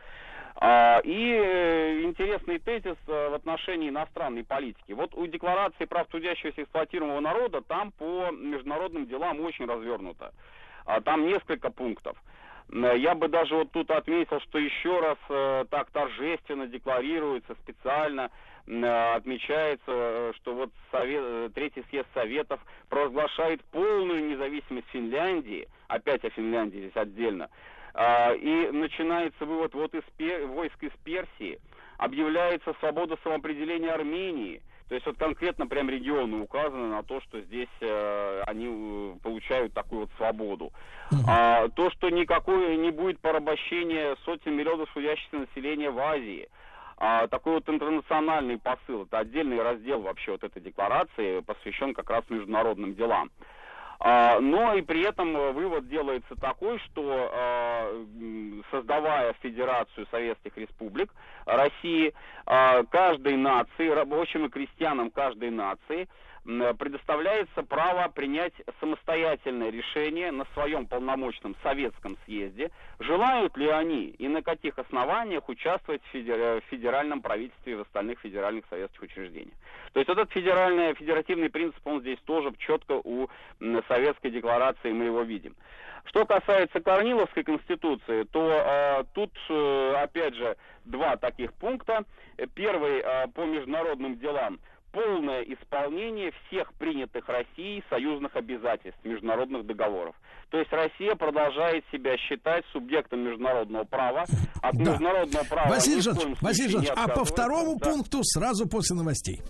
И интересный тезис в отношении иностранной политики. Вот у Декларации прав трудящегося и эксплуатируемого народа там по международным делам очень развернуто. Там несколько пунктов. Я бы даже вот тут отметил, что еще раз так торжественно декларируется, специально отмечается, что вот Третий съезд Советов провозглашает полную независимость Финляндии, опять о Финляндии здесь отдельно, и начинается вывод вот войск из Персии, объявляется свобода самоопределения Армении. То есть вот конкретно прям регионы указаны на то, что здесь они получают такую вот свободу. То, что никакое не будет порабощения сотен миллионов трудящегося населения в Азии. Такой вот интернациональный посыл. Это отдельный раздел вообще вот этой декларации, посвящен как раз международным делам. Но и при этом вывод делается такой, что создавая Федерацию Советских Республик России, каждой нации, рабочим и крестьянам каждой нации предоставляется право принять самостоятельное решение на своем полномочном советском съезде, желают ли они и на каких основаниях участвовать в федеральном правительстве и в остальных федеральных советских учреждениях. То есть вот этот федеративный принцип, он здесь тоже четко у Советской декларации мы его видим. Что касается Корниловской конституции, то тут, опять же, два таких пункта. Первый по международным делам. Полное исполнение всех принятых Россией союзных обязательств, международных договоров. То есть Россия продолжает себя считать субъектом международного права. От международного права... Василий Жанович, а по второму пункту сразу после новостей.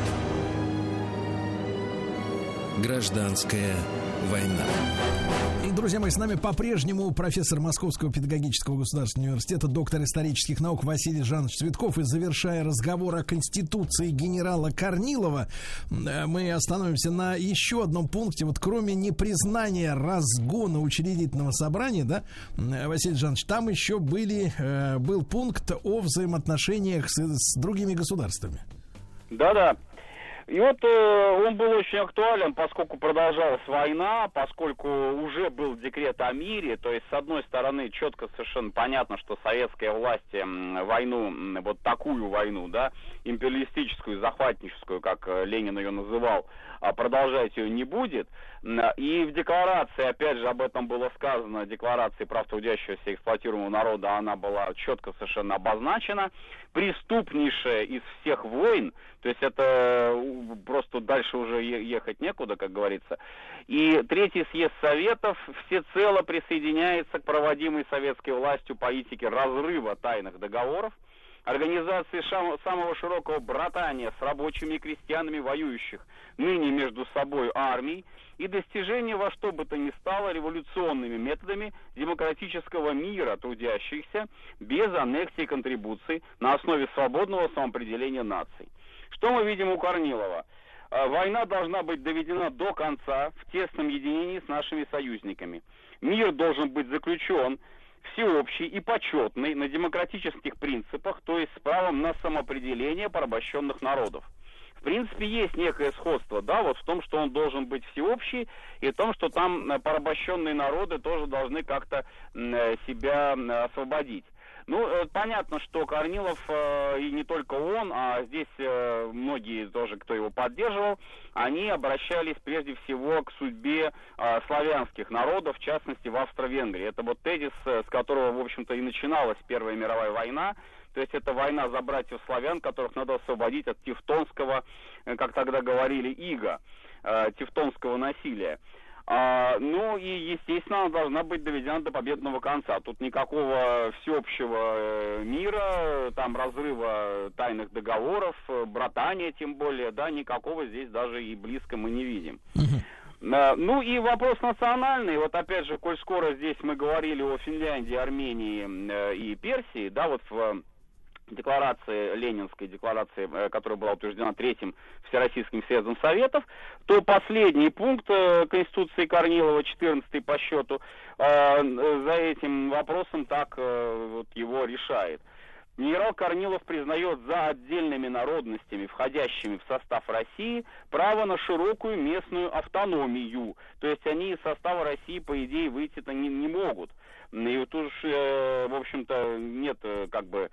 Гражданская война. Друзья мои, с нами по-прежнему профессор Московского педагогического государственного университета, доктор исторических наук Василий Жанович Цветков. И завершая разговор о Конституции генерала Корнилова, мы остановимся на еще одном пункте. Вот кроме непризнания разгона учредительного собрания, да, Василий Жанович, там еще был пункт о взаимоотношениях с другими государствами. Да-да. И вот он был очень актуален, поскольку продолжалась война, поскольку уже был декрет о мире, то есть, с одной стороны, четко совершенно понятно, что советская власть войну, вот такую войну, да, империалистическую, захватническую, как Ленин ее называл, продолжать ее не будет. И в декларации, опять же, об этом было сказано, декларации прав трудящегося и эксплуатируемого народа, она была четко совершенно обозначена. Преступнейшая из всех войн, то есть это просто дальше уже ехать некуда, как говорится. И Третий съезд Советов всецело присоединяется к проводимой советской властью политике разрыва тайных договоров, организации самого широкого братания с рабочими и крестьянами воюющих ныне между собой армий и достижения во что бы то ни стало революционными методами демократического мира трудящихся без аннексии и контрибуций на основе свободного самоопределения наций. Что мы видим у Корнилова? Война должна быть доведена до конца в тесном единении с нашими союзниками. Мир должен быть заключен всеобщий и почетный на демократических принципах, то есть с правом на самоопределение порабощенных народов. В принципе, есть некое сходство, да, вот в том, что он должен быть всеобщий, и в том, что там порабощенные народы тоже должны как-то себя освободить. Ну, понятно, что Корнилов, и не только он, а здесь многие тоже, кто его поддерживал, они обращались прежде всего к судьбе славянских народов, в частности в Австро-Венгрии. Это вот тезис, с которого, в общем-то, и начиналась Первая мировая война. То есть это война за братьев славян, которых надо освободить от тевтонского, как тогда говорили, ига, тевтонского насилия. Ну и, естественно, она должна быть доведена до победного конца. Тут никакого всеобщего мира, там разрыва тайных договоров, братания тем более, да, никакого здесь даже и близко мы не видим. Ну и вопрос национальный. Вот опять же, коль скоро здесь мы говорили о Финляндии, Армении и Персии, да, вот в декларации, ленинской декларации, которая была утверждена Третьим Всероссийским съездом Советов, то последний пункт Конституции Корнилова, 14-й по счету, за этим вопросом так вот его решает. Генерал Корнилов признает за отдельными народностями, входящими в состав России, право на широкую местную автономию. То есть они из состава России, по идее, выйти-то не могут. И вот уж, в общем-то, нет как бы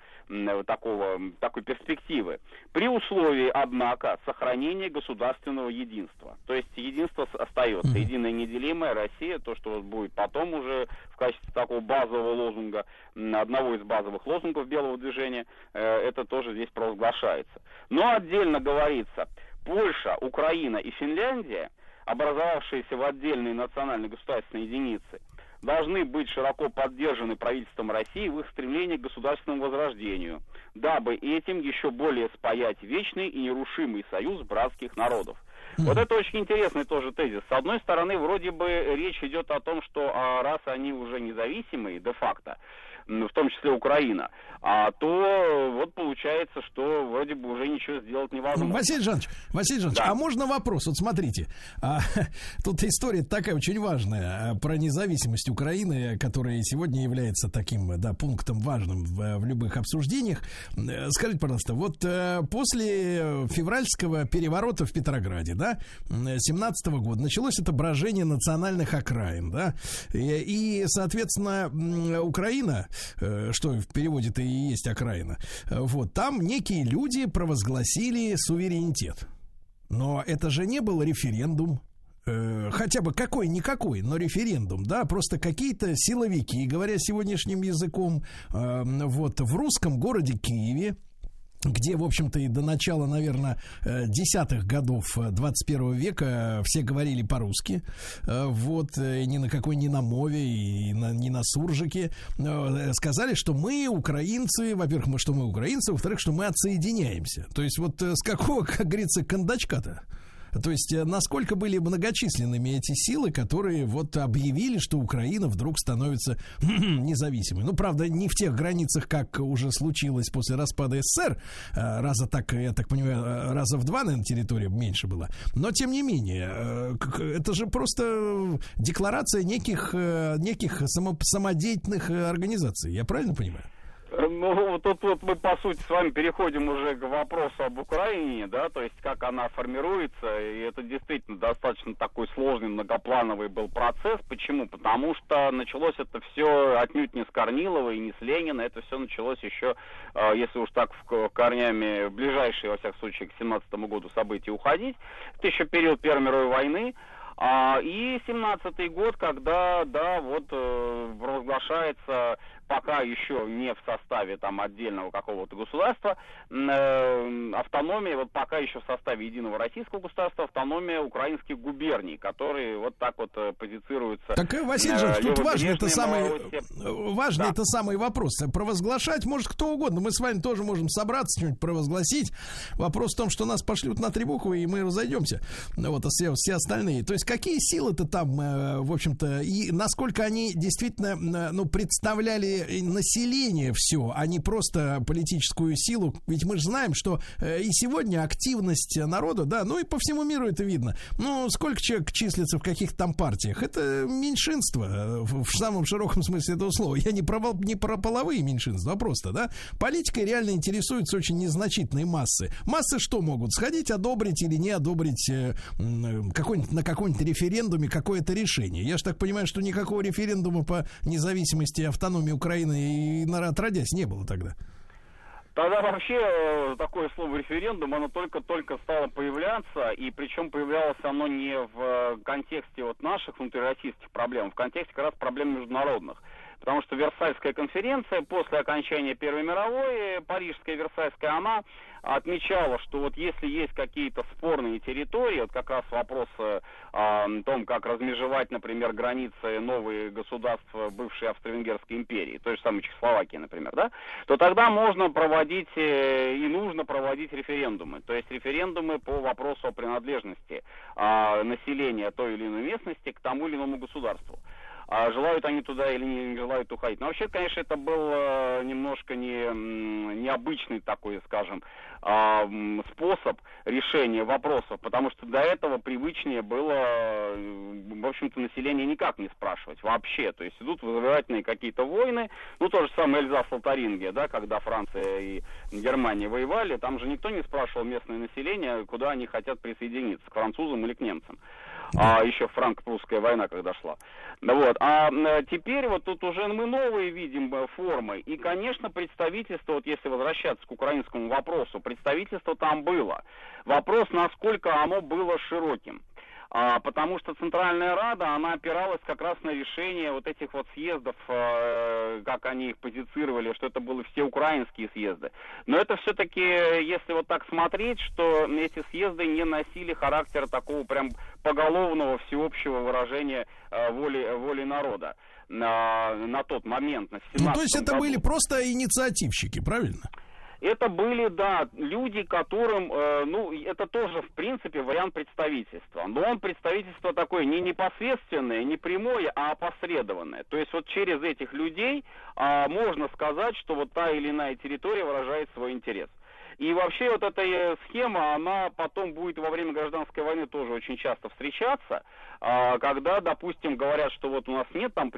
такой перспективы. При условии, однако, сохранения государственного единства. То есть единство остается. Единая неделимая Россия, то, что будет потом уже в качестве такого базового лозунга, одного из базовых лозунгов белого движения, это тоже здесь провозглашается. Но отдельно говорится, Польша, Украина и Финляндия, образовавшиеся в отдельные национальные государственные единицы, должны быть широко поддержаны правительством России в их стремлении к государственному возрождению, дабы этим еще более спаять вечный и нерушимый союз братских народов. Вот это очень интересный тоже тезис. С одной стороны, вроде бы речь идет о том, что раз они уже независимые де-факто, в том числе Украина, то вот получается, что вроде бы уже ничего сделать невозможно. Василий Жанович, да. А можно вопрос? Вот смотрите, тут история такая очень важная про независимость Украины, которая сегодня является таким, да, пунктом важным в любых обсуждениях. Скажите, пожалуйста, вот после февральского переворота в Петрограде, да, 17-го года началось это брожение национальных окраин, да, и соответственно, Украина, что в переводе-то и есть окраина, вот, там некие люди провозгласили суверенитет. Но это же не был референдум, хотя бы какой-никакой, но референдум, да, просто какие-то силовики, говоря сегодняшним языком, вот, в русском городе Киеве, где, в общем-то, и до начала, наверное, десятых годов 21 века все говорили по-русски, вот, ни на какой, ни на мове, и ни на суржике, сказали, что мы украинцы, во-первых, что мы украинцы, во-вторых, что мы отсоединяемся. То есть вот с какого, как говорится, кондачка-то? То есть, насколько были многочисленными эти силы, которые вот объявили, что Украина вдруг становится независимой. Ну, правда, не в тех границах, как уже случилось после распада СССР. Раза так, я так понимаю, раза в 2, наверное, территория меньше была. Но, тем не менее, это же просто декларация неких самодеятельных организаций. Я правильно понимаю? Ну, тут вот мы, по сути, с вами переходим уже к вопросу об Украине, да, то есть как она формируется, и это действительно достаточно такой сложный, многоплановый был процесс. Почему? Потому что началось это все отнюдь не с Корнилова и не с Ленина, это все началось еще, если уж так корнями в ближайшие, во всяком случае, к 17-му году события уходить, это еще период Первой мировой войны. И 17-й год, когда, да, вот провозглашается, пока еще не в составе там отдельного какого-то государства, автономия, вот пока еще в составе единого российского государства, автономия украинских губерний, которые вот так вот позицируются. Так, Василий Жанович, тут важный это самый вопрос. Провозглашать может кто угодно. Мы с вами тоже можем собраться, что-нибудь провозгласить. Вопрос в том, что нас пошлют на 3 буквы, и мы разойдемся. Вот, а все остальные. То есть какие силы-то там, в общем-то, и насколько они действительно, ну, представляли население все, а не просто политическую силу. Ведь мы же знаем, что и сегодня активность народа, да, ну и по всему миру это видно. Ну, сколько человек числится в каких-то там партиях? Это меньшинство в самом широком смысле этого слова. Я не про половые меньшинства, а просто, да. Политикой реально интересуются очень незначительные массы. Массы что могут? Сходить, одобрить или не одобрить на каком-нибудь референдуме какое-то решение. Я же так понимаю, что никакого референдума по независимости и автономии Украины и отродясь не было тогда. Тогда вообще такое слово референдум, оно только-только стало появляться, и причем появлялось оно не в контексте вот наших внутрироссийских проблем, в контексте как раз проблем международных. Потому что Версальская конференция после окончания Первой мировой, Парижская, Версальская, она отмечала, что вот если есть какие-то спорные территории, вот как раз вопрос о том, как размежевать, например, границы новые государства бывшей Австро-Венгерской империи, той же самой Чехословакии, например, да, то тогда можно проводить и нужно проводить референдумы. То есть референдумы по вопросу о принадлежности населения той или иной местности к тому или иному государству. Желают они туда или не желают уходить. Но вообще, конечно, это был немножко необычный такой, скажем, способ решения вопросов, потому что до этого привычнее было, в общем-то, население никак не спрашивать вообще. То есть идут завоевательные какие-то войны, ну, то же самое Эльзас-Лотарингия, да, когда Франция и Германия воевали, там же никто не спрашивал местное население, куда они хотят присоединиться, к французам или к немцам. Еще франко-прусская война, когда шла. Вот. А теперь вот тут уже мы новые видим формы. И, конечно, представительство, вот если возвращаться к украинскому вопросу, представительство там было. Вопрос, насколько оно было широким. Потому что Центральная Рада, она опиралась как раз на решение вот этих вот съездов, как они их позицировали, что это были все украинские съезды. Но это все-таки, если вот так смотреть, что эти съезды не носили характера такого прям поголовного всеобщего выражения воли народа на тот момент, на 17-м году. То есть это году. были просто инициативщики, правильно? Это были, да, люди, которым, ну, это тоже, в принципе, вариант представительства. Но он представительство такое не непосредственное, не прямое, а опосредованное. То есть вот через этих людей можно сказать, что вот та или иная территория выражает свой интерес. И вообще вот эта схема, она потом будет во время гражданской войны тоже очень часто встречаться, когда, допустим, говорят, что вот у нас нет там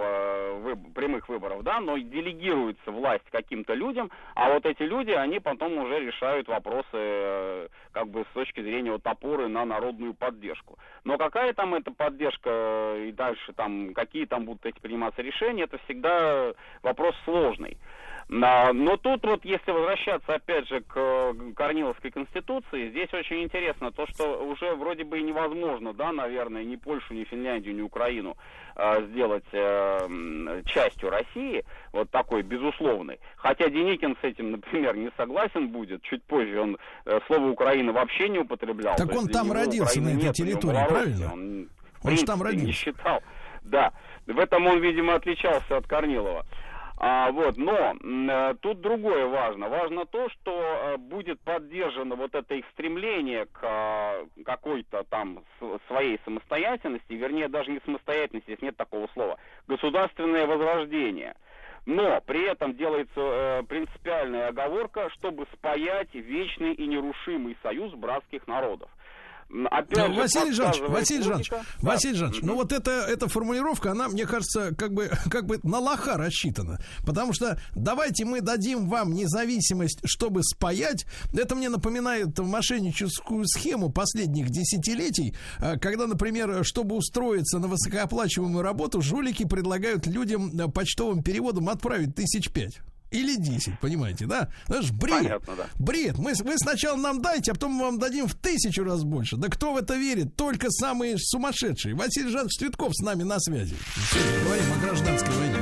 прямых выборов, да, но делегируется власть каким-то людям, а вот эти люди, они потом уже решают вопросы как бы с точки зрения вот опоры на народную поддержку. Но какая там эта поддержка и дальше там, какие там будут эти приниматься решения, это всегда вопрос сложный. Но тут вот, если возвращаться опять же к Корниловской конституции, здесь очень интересно то, что уже вроде бы и невозможно, да, наверное, ни Польшу, ни Финляндию, ни Украину сделать частью России, вот такой безусловной. Хотя Деникин с этим, например, не согласен будет, чуть позже он слово Украина вообще не употреблял. Так он там родился, на этой территории, правильно? Он же там родился. Не считал. Да, в этом он, видимо, отличался от Корнилова. Но тут другое важно. Важно то, что будет поддержано вот это их стремление к какой-то там своей самостоятельности, вернее, даже не самостоятельности, здесь нет такого слова, государственное возрождение. Но при этом делается принципиальная оговорка, чтобы спаять вечный и нерушимый союз братских народов. Опять же, Василий Жанович, ну вот эта формулировка, она, мне кажется, как бы на лоха рассчитана. Потому что давайте мы дадим вам независимость, чтобы спаять. Это мне напоминает мошенническую схему последних десятилетий, когда, например, чтобы устроиться на высокооплачиваемую работу, жулики предлагают людям почтовым переводом отправить 5 или 10, понимаете, да? Это же бред. Понятно, да. Бред. Вы сначала нам дайте, а потом мы вам дадим в 1000 раз больше. Да кто в это верит? Только самые сумасшедшие. Василий Жанович Цветков с нами на связи. Сегодня говорим о гражданской войне.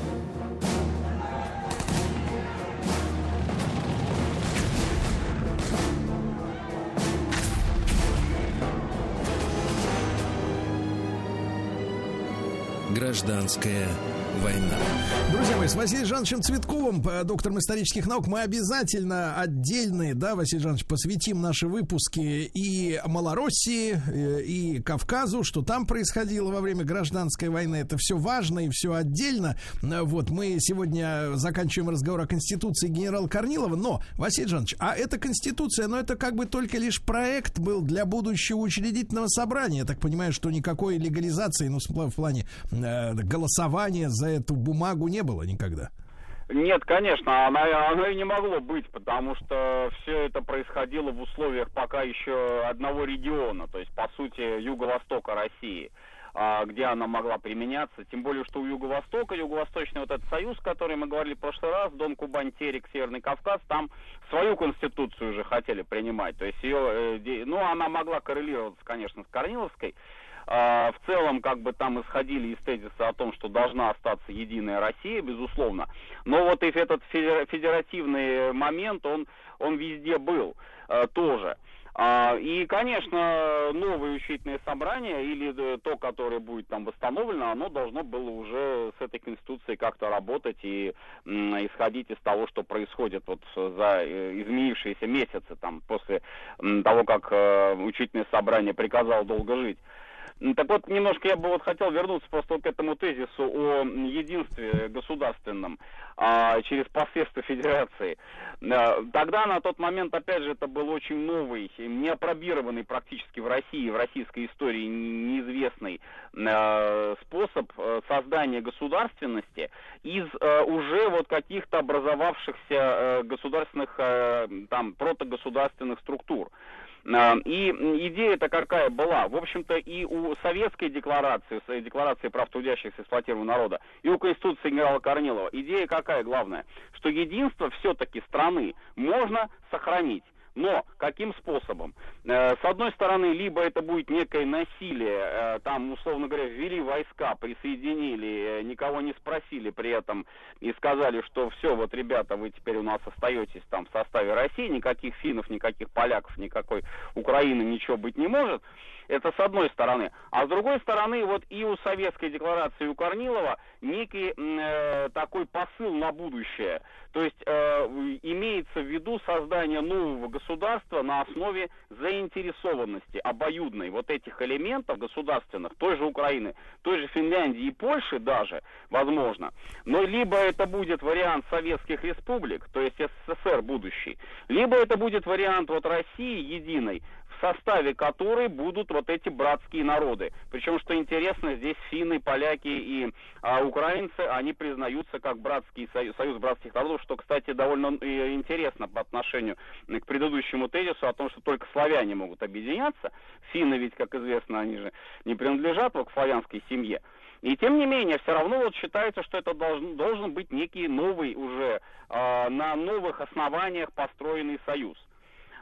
Гражданская война. Друзья мои, с Василием Жановичем Цветковым, доктором исторических наук, мы обязательно отдельные, да, Василий Жанович, посвятим наши выпуски и Малороссии, и Кавказу, что там происходило во время гражданской войны. Это все важно и все отдельно. Вот, мы сегодня заканчиваем разговор о Конституции генерала Корнилова, но, Василий Жанович, а эта Конституция, но это как бы только лишь проект был для будущего учредительного собрания. Я так понимаю, что никакой легализации, ну, в плане голосования за эту бумагу не было никогда. Нет, конечно, оно и не могло быть, потому что все это происходило в условиях пока еще одного региона, то есть, по сути, юго-востока России, где она могла применяться, тем более, что у юго-востока, юго-восточный вот этот союз, о котором мы говорили в прошлый раз, Дон, Кубань, Терек, Северный Кавказ, там свою конституцию уже хотели принимать, то есть ее, ну, она могла коррелироваться, конечно, с Корниловской. В целом, как бы там исходили из тезиса о том, что должна остаться единая Россия, безусловно. Но вот и этот федеративный момент, он везде был тоже. И, конечно, новое учредительное собрание, или то, которое будет там восстановлено, оно должно было уже с этой конституцией как-то работать и исходить из того, что происходит вот за изменившиеся месяцы, там, после того, как учредительное собрание приказало долго жить. Так вот, немножко я бы вот хотел вернуться просто к этому тезису о единстве государственном через посредство федерации. Тогда, на тот момент, опять же, это был очень новый, не опробированный практически в России, в российской истории неизвестный способ создания государственности из уже вот каких-то образовавшихся государственных, там, протогосударственных структур. И идея-то какая была? В общем-то, и у советской декларации прав трудящихся и эксплуатируемого народа, и у Конституции генерала Корнилова идея какая главная? Что единство все-таки страны можно сохранить. Но каким способом? С одной стороны, либо это будет некое насилие, там, условно говоря, ввели войска, присоединили, никого не спросили при этом и сказали, что все, вот, ребята, вы теперь у нас остаетесь там в составе России, никаких финнов, никаких поляков, никакой Украины, ничего быть не может. Это с одной стороны. А с другой стороны, вот и у советской декларации, и у Корнилова некий такой посыл на будущее. То есть имеется в виду создание нового государства на основе заинтересованности обоюдной вот этих элементов государственных, той же Украины, той же Финляндии и Польши даже, возможно. Но либо это будет вариант советских республик, то есть СССР будущий, либо это будет вариант вот России единой, в составе которой будут вот эти братские народы. Причем, что интересно, здесь финны, поляки и украинцы, они признаются как братский союз братских народов, что, кстати, довольно интересно по отношению к предыдущему тезису о том, что только славяне могут объединяться. Финны ведь, как известно, они же не принадлежат вот к славянской семье. И тем не менее, все равно вот считается, что это должен быть некий новый уже, на новых основаниях построенный союз.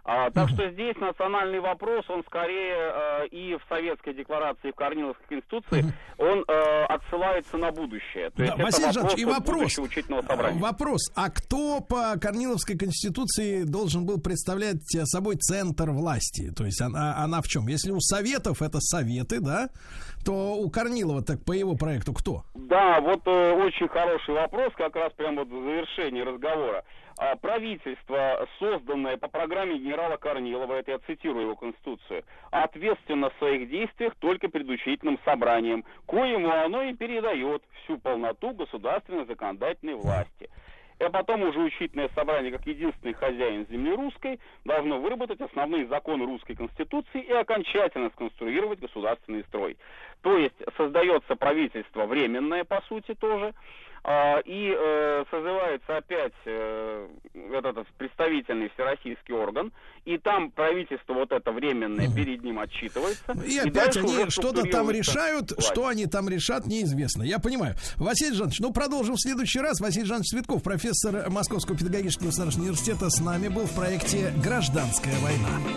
Так что здесь национальный вопрос, он скорее и в Советской декларации, и в Корниловской конституции, он отсылается на будущее. То есть Василий Жанович, и вопрос. Учительного собрания. Вопрос. А кто по Корниловской конституции должен был представлять собой центр власти? То есть она в чем? Если у Советов это Советы, да, то у Корнилова, так по его проекту кто? Да, вот очень хороший вопрос, как раз прямо вот в завершении разговора. Правительство, созданное по программе генерала Корнилова, это я цитирую его конституцию, ответственно в своих действиях только перед учредительным собранием, коему оно и передает всю полноту государственной законодательной власти. А потом уже учредительное собрание, как единственный хозяин земли русской, должно выработать основные законы русской конституции и окончательно сконструировать государственный строй. То есть создается правительство временное, по сути, тоже, и созывается опять этот представительный всероссийский орган, и там правительство вот это временное перед ним отчитывается. И опять они что-то там решают, что они там решат, неизвестно. Я понимаю. Василий Жанович, продолжим в следующий раз. Василий Жанович Цветков, профессор Московского педагогического государственного университета, с нами был в проекте «Гражданская война».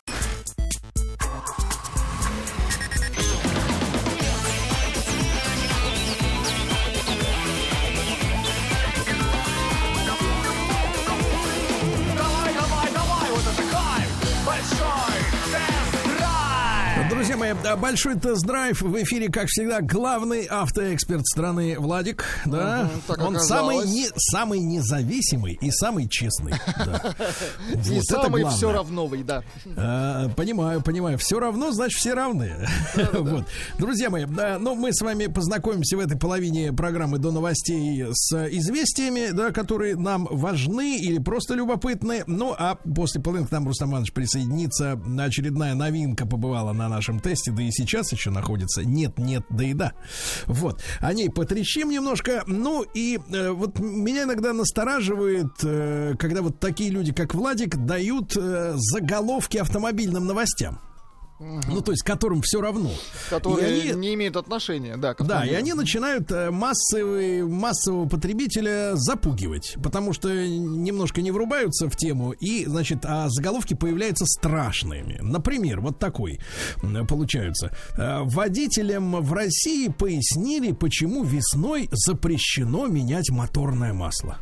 Друзья мои, большой тест-драйв в эфире, как всегда, главный автоэксперт страны Владик, да, он самый независимый и самый честный, да. И вот самый все равновый, да. Понимаю, все равно, значит, все равны. Вот. Друзья мои, мы с вами познакомимся в этой половине программы до новостей с известиями, да, которые нам важны или просто любопытны. Ну, а после половины к нам Рустам Иванович присоединится. Очередная новинка побывала на нашем тесте, да и сейчас еще находится. Нет, да и да. Вот. О ней потрещим немножко. Ну и вот меня иногда настораживает, когда вот такие люди, как Владик, дают заголовки автомобильным новостям. Ну, то есть, которым все равно. Которые не имеют отношения, да. Да, и они начинают массового потребителя запугивать, потому что немножко не врубаются в тему, и, значит, заголовки появляются страшными. Например, вот такой получаются. Водителям в России пояснили, почему весной запрещено менять моторное масло.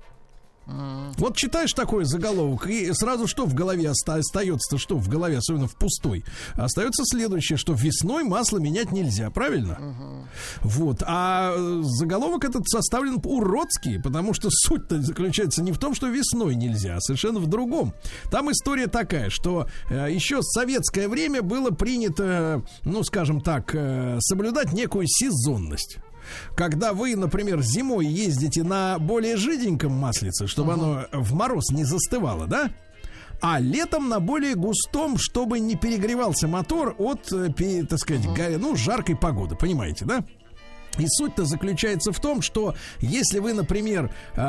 Вот читаешь такой заголовок, и сразу что в голове остается, что в голове, особенно в пустой, остается следующее, что весной масло менять нельзя, правильно? Вот, а заголовок этот составлен уродский, потому что суть-то заключается не в том, что весной нельзя, а совершенно в другом. Там история такая, что еще в советское время было принято, ну, скажем так, соблюдать некую сезонность. Когда вы, например, зимой ездите на более жиденьком маслице, чтобы оно в мороз не застывало, да? А летом на более густом, чтобы не перегревался мотор от, так сказать, жаркой погоды, понимаете, да? И суть-то заключается в том, что если вы, например,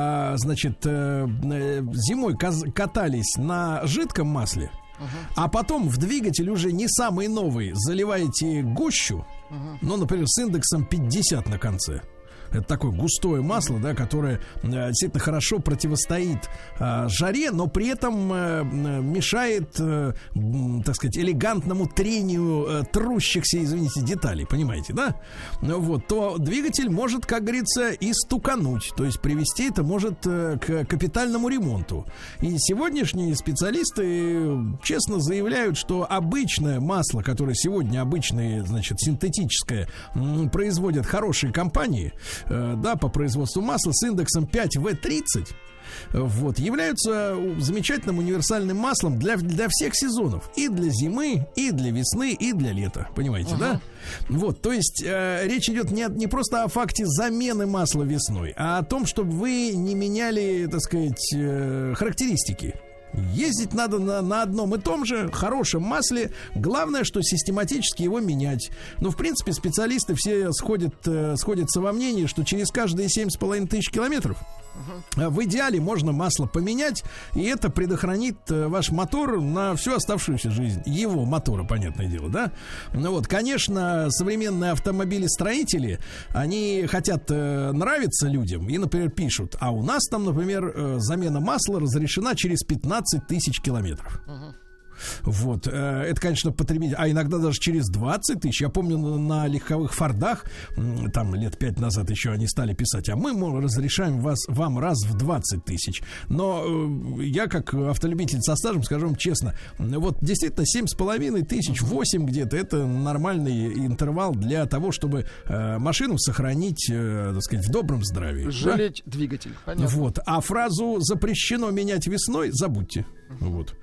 зимой катались на жидком масле, а потом в двигатель уже не самый новый заливаете гущу, ну, например, с индексом 50 на конце. Это такое густое масло, да, которое действительно хорошо противостоит жаре, но при этом мешает, так сказать, элегантному трению трущихся, извините, деталей, понимаете, да? Вот, то двигатель может, как говорится, и стукануть, то есть привести это может к капитальному ремонту. И сегодняшние специалисты честно заявляют, что обычное масло, которое сегодня обычное, значит, синтетическое, производят хорошие компании, да, по производству масла с индексом 5В30, вот, являются замечательным универсальным маслом для всех сезонов. И для зимы, и для весны, и для лета. Понимаете, да? Вот, то есть речь идет не просто о факте замены масла весной, а о том, чтобы вы не меняли, так сказать, характеристики. Ездить надо на одном и том же хорошем масле. Главное, что систематически его менять. Но, в принципе, специалисты все сходятся во мнении, что через каждые 7,5 тысяч километров в идеале можно масло поменять, и это предохранит ваш мотор на всю оставшуюся жизнь. Его мотора, понятное дело, да? Ну вот, конечно, современные автомобилестроители, они хотят нравиться людям и, например, пишут: а у нас там, например, замена масла разрешена через 15 тысяч километров. Вот. Это, конечно, потребитель. А иногда даже через 20 тысяч. Я помню, на легковых Фордах, там лет 5 назад еще они стали писать, а мы разрешаем вам раз в 20 тысяч. Но я, как автолюбитель со стажем, скажу вам честно, вот действительно 7,5 тысяч, 8 где-то, это нормальный интервал для того, чтобы машину сохранить, так сказать, в добром здравии. Жалеть двигатель. Понятно. Вот. А фразу «запрещено менять весной» забудьте. Вот.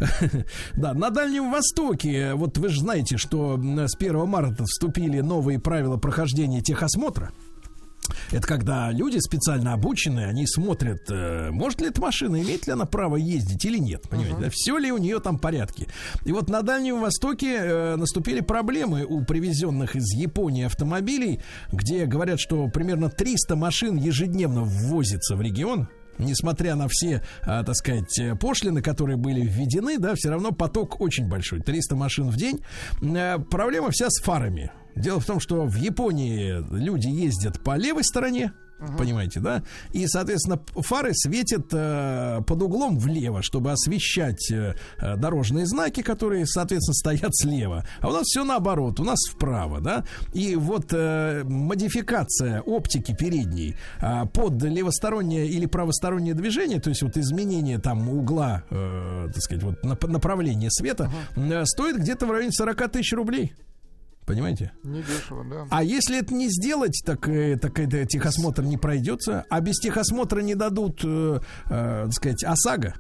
Да, на Дальнем Востоке, вот вы же знаете, что с 1 марта вступили новые правила прохождения техосмотра. Это когда люди специально обученные, они смотрят, может ли эта машина, имеет ли она право ездить или нет, понимаете, да? Все ли у нее там порядки. И вот на Дальнем Востоке наступили проблемы у привезенных из Японии автомобилей, где говорят, что примерно 300 машин ежедневно ввозится в регион. Несмотря на все, так сказать, пошлины, которые были введены, да, все равно поток очень большой. 300 машин в день. Проблема вся с фарами. Дело в том, что в Японии люди ездят по левой стороне, понимаете, да? И, соответственно, фары светят под углом влево, чтобы освещать дорожные знаки, которые, соответственно, стоят слева. А у нас все наоборот, у нас вправо, да? И вот модификация оптики передней под левостороннее или правостороннее движение, то есть вот изменение там угла, так сказать, вот направления света, стоит где-то в районе 40 тысяч рублей. Понимаете? Недешево, да. А если это не сделать, так это техосмотр не пройдется. А без техосмотра не дадут, так сказать, ОСАГО.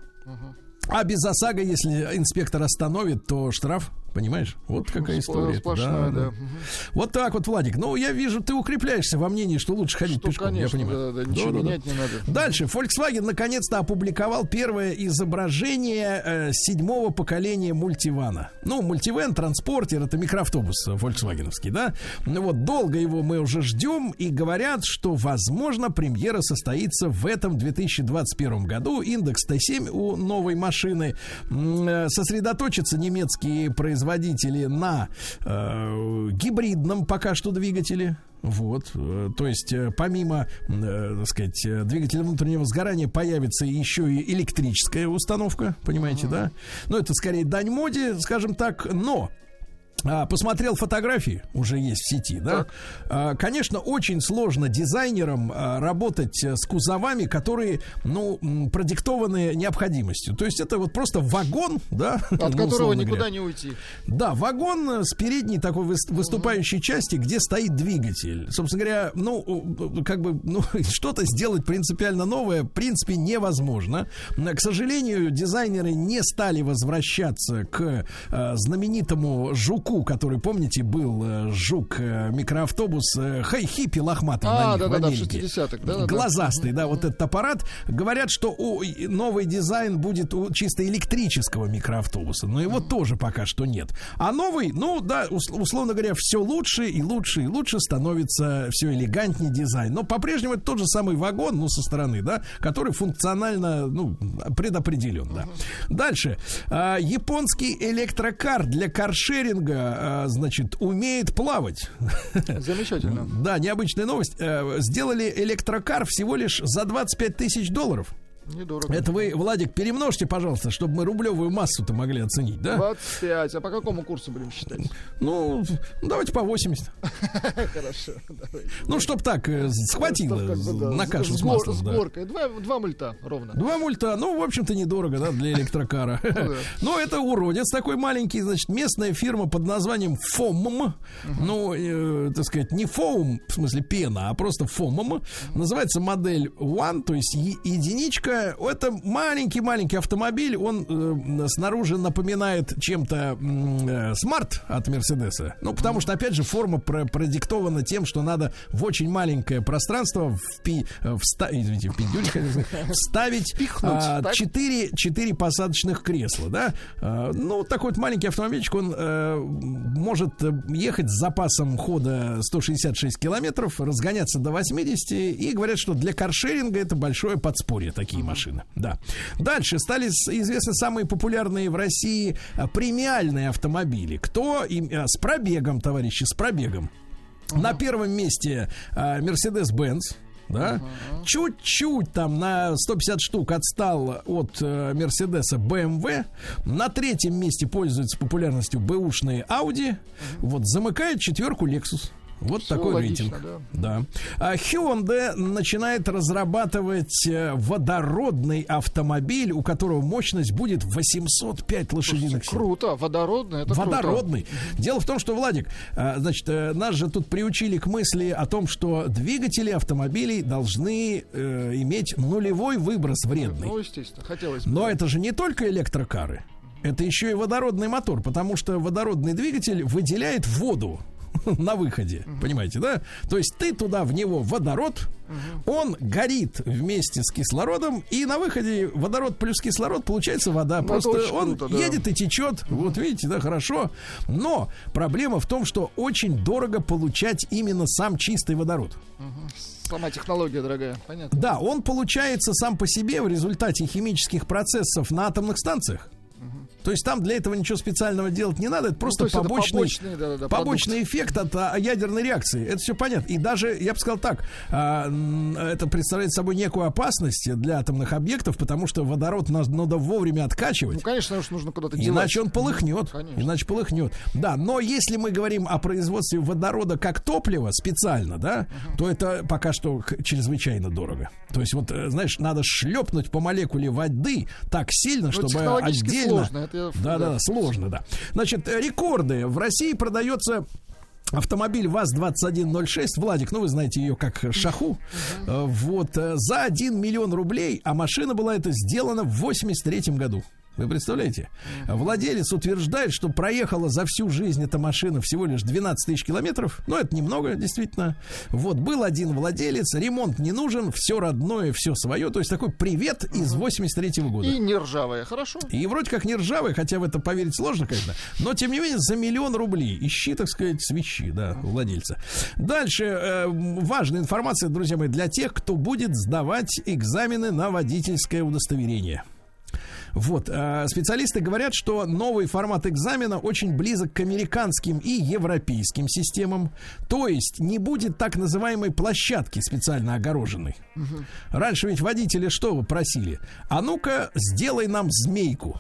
А без ОСАГО, если инспектор остановит, то штраф. Понимаешь? Вот какая история. Сплошная, да. Вот так вот, Владик. Ну, я вижу, ты укрепляешься во мнении, что лучше ходить пешком. Конечно, я понимаю. Да, ничего менять не надо. Дальше. Volkswagen наконец-то опубликовал первое изображение 7-го поколения мультивана. Ну, мультиван, транспортер, это микроавтобус фольксвагеновский, да? Ну, вот долго его мы уже ждем, и говорят, что, возможно, премьера состоится в этом 2021 году. Индекс Т7 у новой машины. Сосредоточатся немецкие производители на гибридном пока что двигателе. Вот, то есть помимо, так сказать, двигателя внутреннего сгорания появится еще и электрическая установка, понимаете, да? Ну, это скорее дань моде, скажем так, но... Посмотрел фотографии, уже есть в сети, да? Конечно, очень сложно дизайнерам работать с кузовами, которые, ну, продиктованы необходимостью. То есть это вот просто вагон, да? От которого никуда не уйти. Да, вагон с передней такой выступающей части, где стоит двигатель. Собственно говоря, ну, как бы, ну, что-то сделать принципиально новое, в принципе, невозможно. К сожалению, дизайнеры не стали возвращаться к знаменитому жуку, который, помните, был жук микроавтобус хиппи лохматый на них в Америке. В 60-х, глазастый, да, вот этот аппарат. Говорят, что новый дизайн будет у чисто электрического микроавтобуса, но его тоже пока что нет. А новый, ну да, условно говоря, все лучше и лучше и лучше становится, все элегантнее дизайн. Но по-прежнему это тот же самый вагон, ну, со стороны, да, который функционально, ну, предопределен, да. Дальше. Японский электрокар для каршеринга, значит, умеет плавать. Замечательно. Да, необычная новость. Сделали электрокар всего лишь за $25 тысяч. Недорого. Это вы, Владик, перемножьте, пожалуйста, чтобы мы рублевую массу-то могли оценить, да? 25. А по какому курсу будем считать? Ну, давайте по 80. Хорошо, давайте. Ну, чтоб так схватило на кашу с маслом. С горкой. Два мульта ровно. 2 мульта, ну, в общем-то, недорого, да, для электрокара. Но это уродец такой маленький, значит, местная фирма под названием FOM. Ну, так сказать, не FOM, в смысле пена, а просто FOM. Называется модель One, то есть единичка. Это маленький автомобиль. Он снаружи напоминает чем-то Smart от Мерседеса. Ну, потому что, опять же, форма продиктована тем, что надо в очень маленькое пространство вставить 4 посадочных кресла, да? Ну, такой вот маленький автомобильчик, он может ехать с запасом хода 166 километров, разгоняться до 80, и говорят, что для каршеринга это большое подспорье, такие машины. Да. Дальше стали известны самые популярные в России премиальные автомобили. Кто с пробегом, товарищи, с пробегом. На первом месте Mercedes-Benz. да, чуть-чуть там на 150 штук отстал от Мерседеса BMW, на третьем месте пользуется популярностью бэушные Audi, вот, замыкает четверку Lexus. Вот все такой логично, рейтинг. Да. А Hyundai начинает разрабатывать водородный автомобиль, у которого мощность будет 805 лошадиных сил. Круто, водородный, это водородный. Круто. Дело в том, что, Владик, значит, нас же тут приучили к мысли о том, что двигатели автомобилей должны иметь нулевой выброс вредный. Ну, естественно, хотелось бы. Но это же не только электрокары, это еще и водородный мотор, потому что водородный двигатель выделяет воду на выходе, понимаете, да? То есть ты туда в него водород, он горит вместе с кислородом, и на выходе водород плюс кислород получается вода. Ну, просто он круто, едет и течет. Вот видите, да, хорошо. Но проблема в том, что очень дорого получать именно сам чистый водород. Сама технология дорогая, понятно. Да, он получается сам по себе в результате химических процессов на атомных станциях. То есть там для этого ничего специального делать не надо. Это просто побочный эффект от ядерной реакции. Это все понятно. И даже, я бы сказал так, это представляет собой некую опасность для атомных объектов, потому что водород надо вовремя откачивать. Ну, конечно, уж нужно куда-то девать. Иначе он полыхнет. Иначе полыхнет. Да, но если мы говорим о производстве водорода как топлива специально, да, то это пока что чрезвычайно дорого. То есть вот, знаешь, надо шлепнуть по молекуле воды так сильно, чтобы отдельно... Сложно. Да, сложно, да. Значит, рекорды. В России продается автомобиль ВАЗ-2106. Владик, ну вы знаете ее как Шаху. Вот, за 1 миллион рублей, а машина была эта сделана в 83 году. Вы представляете? Владелец утверждает, что проехала за всю жизнь эта машина всего лишь 12 тысяч километров. Ну, это немного, действительно. Вот, был один владелец, ремонт не нужен, все родное, все свое. То есть такой привет из 83-го года. И не ржавая, хорошо. И вроде как не ржавая, хотя в это поверить сложно, конечно. Но, тем не менее, за 1 миллион рублей. Ищи, так сказать, свечи, да, владельца. Дальше важная информация, друзья мои, для тех, кто будет сдавать экзамены на водительское удостоверение. Вот, специалисты говорят, что новый формат экзамена очень близок к американским и европейским системам. То есть не будет так называемой площадки специально огороженной. Раньше ведь водители что просили? А ну-ка, сделай нам змейку.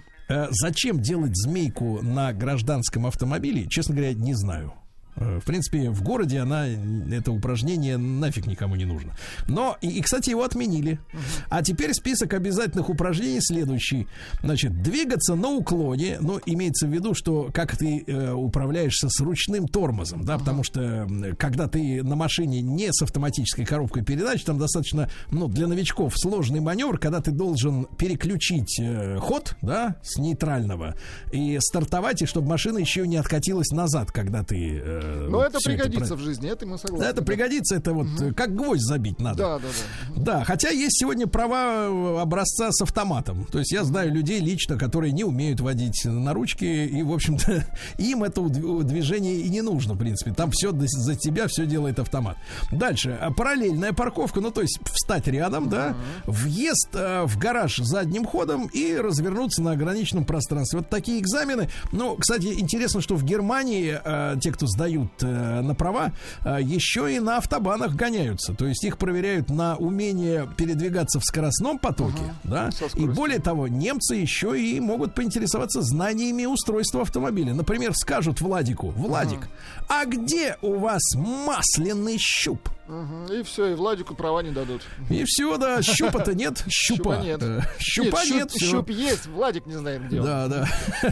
Зачем делать змейку на гражданском автомобиле, честно говоря, не знаю. В принципе, в городе это упражнение нафиг никому не нужно. Но, и кстати, его отменили. А теперь список обязательных упражнений следующий. Значит, двигаться на уклоне. Но имеется в виду, что как ты управляешься с ручным тормозом, да, потому что когда ты на машине не с автоматической коробкой передач, там достаточно, для новичков сложный маневр, когда ты должен переключить ход, да, с нейтрального и стартовать, и чтобы машина еще не откатилась назад, когда ты... Но это пригодится в жизни, это мы согласны. Это пригодится, это вот как гвоздь забить надо. Да, хотя есть сегодня права образца с автоматом. То есть я знаю людей лично, которые не умеют водить на ручке, и, в общем-то, им это движение и не нужно, в принципе. Там все за тебя, все делает автомат. Дальше, параллельная парковка, то есть встать рядом, да, въезд в гараж задним ходом и развернуться на ограниченном пространстве. Вот такие экзамены. Кстати, интересно, что в Германии те, кто сдают на права, еще и на автобанах гоняются. То есть их проверяют на умение передвигаться в скоростном потоке, да? И более того, немцы еще и могут поинтересоваться знаниями устройства автомобиля. Например, скажут Владику: Владик, а где у вас масляный щуп? И все, и Владику права не дадут. И все, да, щупа-то нет. Щупа нет. Щупа нет. Щуп есть, Владик не знает, где он. Да.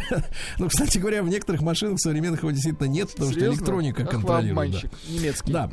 Кстати говоря, в некоторых машинах современных его действительно нет, потому что электроника контролирует. Немецкий. Да.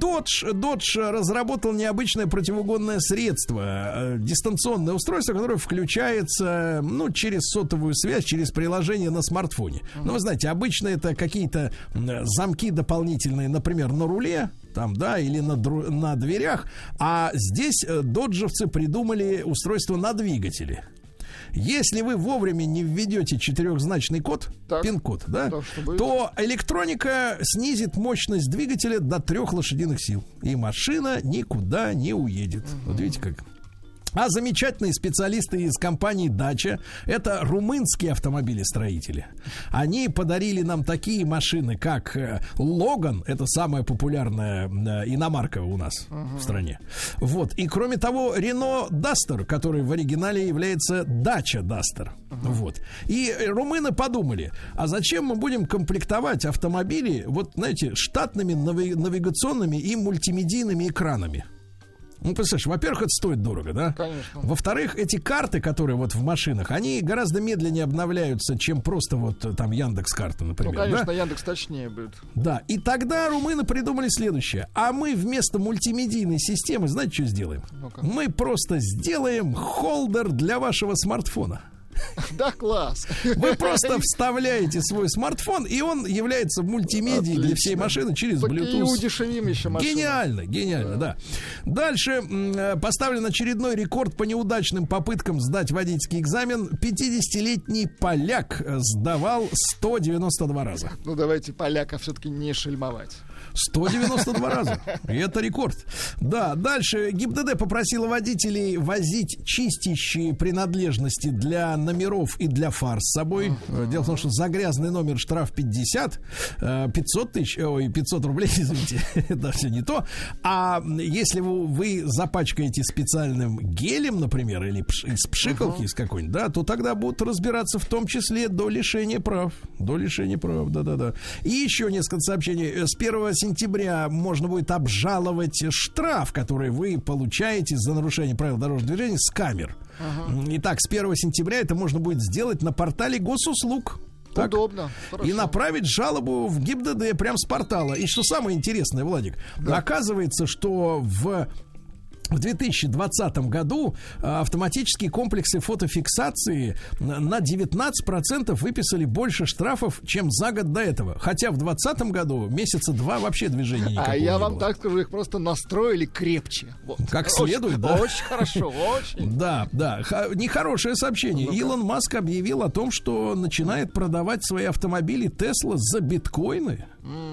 Dodge разработал необычное противоугонное средство, дистанционное устройство, которое включается, через сотовую связь, через приложение на смартфоне. Вы знаете, обычно это какие-то замки дополнительные, например, на руле, там, да, или на дверях. А здесь доджевцы придумали устройство на двигателе. Если вы вовремя не введете 4-значный код, пин-код, да, то электроника снизит мощность двигателя до 3 лошадиных сил. И машина никуда не уедет. Вот видите как. А замечательные специалисты из компании «Дача» — это румынские автомобилестроители. Они подарили нам такие машины, как «Логан», это самая популярная иномарка у нас в стране. Вот. И кроме того, «Рено Дастер», который в оригинале является «Дача Дастер». Вот. И румыны подумали, а зачем мы будем комплектовать автомобили, вот, знаете, штатными навигационными и мультимедийными экранами? Ну, представляешь, во-первых, это стоит дорого, да? Конечно. Во-вторых, эти карты, которые вот в машинах, они гораздо медленнее обновляются, чем просто вот там Яндекс.Карта, например. Ну, конечно, да? Яндекс точнее будет. Да, и тогда румыны придумали следующее. А мы вместо мультимедийной системы, знаете, что сделаем? Ну-ка. Мы просто сделаем холдер для вашего смартфона. Да, класс. Вы просто вставляете свой смартфон, и он является мультимедией для всей машины через Bluetooth. И удешевим еще машину. Гениально, да. Дальше поставлен очередной рекорд по неудачным попыткам сдать водительский экзамен. 50-летний поляк сдавал 192 раза. Ну, давайте поляка все-таки не шельмовать. 192 раза. И это рекорд. Да, дальше ГИБДД попросила водителей возить чистящие принадлежности для номеров и для фар с собой. Дело в том, что за грязный номер штраф 500 рублей, извините, это все не то. А если вы запачкаете специальным гелем, например, или из пшикалки из какой-нибудь, да, то тогда будут разбираться в том числе до лишения прав. До лишения прав, да-да-да. И еще несколько сообщений. С 1 сентября можно будет обжаловать штраф, который вы получаете за нарушение правил дорожного движения с камер. Итак, с 1 сентября это можно будет сделать на портале госуслуг. Так? Удобно. Хорошо. И направить жалобу в ГИБДД прямо с портала. И что самое интересное, Владик, оказывается, что в 2020 году автоматические комплексы фотофиксации на 19% выписали больше штрафов, чем за год до этого. Хотя в 2020 году месяца 2 вообще движения никакого не я было. вам так скажу, их просто настроили крепче. Вот. Как следует, да? Очень хорошо, очень. Да. Нехорошее сообщение. Илон Маск объявил о том, что начинает продавать свои автомобили Тесла за биткоины.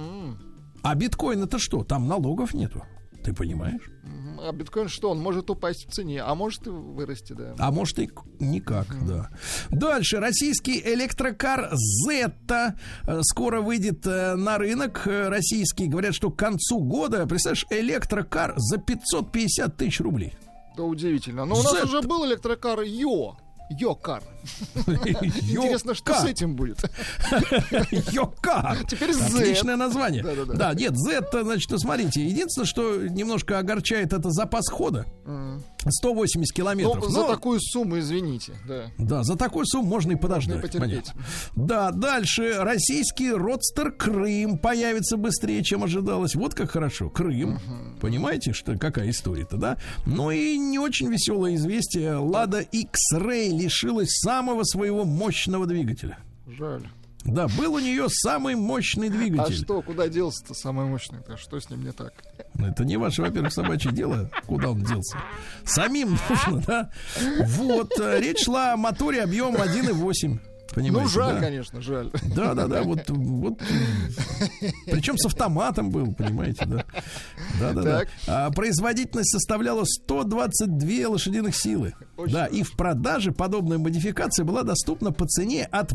А биткоин это что? Там налогов нету. Ты понимаешь? А биткоин что? Он может упасть в цене, а может и вырасти, да. А может и никак, да. Дальше. Российский электрокар Zeta скоро выйдет на рынок. Российский. Говорят, что к концу года, представляешь, электрокар за 550 тысяч рублей. Да удивительно. Но у нас уже был электрокар Йокар. Интересно, что с этим будет? Йокар. Теперь Z. Отличное название. Да-да-да. Да, нет, Z, значит, смотрите, единственное, что немножко огорчает, это запас хода. 180 километров. Ну, за такую сумму, извините. Да, за такую сумму можно и подождать. Потерпеть. Да, дальше. Российский родстер Крым появится быстрее, чем ожидалось. Вот как хорошо. Крым. Понимаете, что какая история-то, да? Ну и не очень веселое известие. Лада X-Ray лишилась самого своего мощного двигателя. Жаль. Да, был у нее самый мощный двигатель. А что, куда делся-то самый мощный-то? Что с ним не так? Это не ваше, во-первых, собачье дело, куда он делся. Самим нужно, да? Вот, речь шла о моторе объемом 1,8. Понимаете, ну, жаль, да? Конечно, жаль. Да, вот. Причем с автоматом был, понимаете, да. Да. А производительность составляла 122 лошадиных силы. Очень да, хорошо. И в продаже подобная модификация была доступна по цене от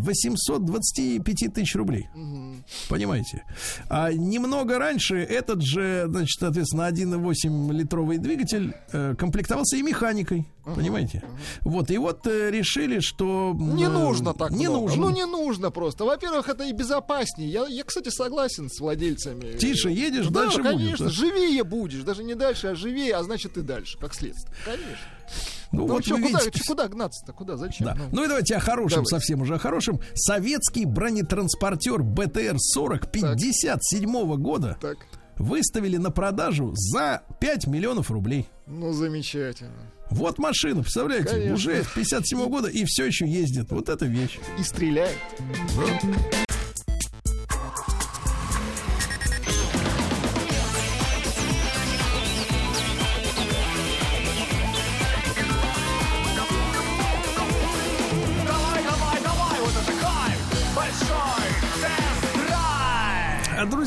825 тысяч рублей. Понимаете? А немного раньше этот же, значит, соответственно, 1,8 литровый двигатель комплектовался и механикой. Понимаете? Вот, и вот решили, что... Не нужно так не много. Нужно. Ну, не нужно просто. Во-первых, это и безопаснее. Я, кстати, согласен с владельцами. Тише едешь, да, дальше конечно, будет. Да? Живее будешь. Даже не дальше, а живее, а значит и дальше, как следствие. Конечно. Ну, вот что, видите... куда гнаться-то? Куда? Зачем? Да. Ну и давайте о хорошем, совсем уже о хорошем. Советский бронетранспортер БТР-40 57-го года выставили на продажу за 5 миллионов рублей. Ну, замечательно. Вот машина, представляете? Конечно. Уже 57-го года и все еще ездит. Вот эта вещь. И стреляет. Да.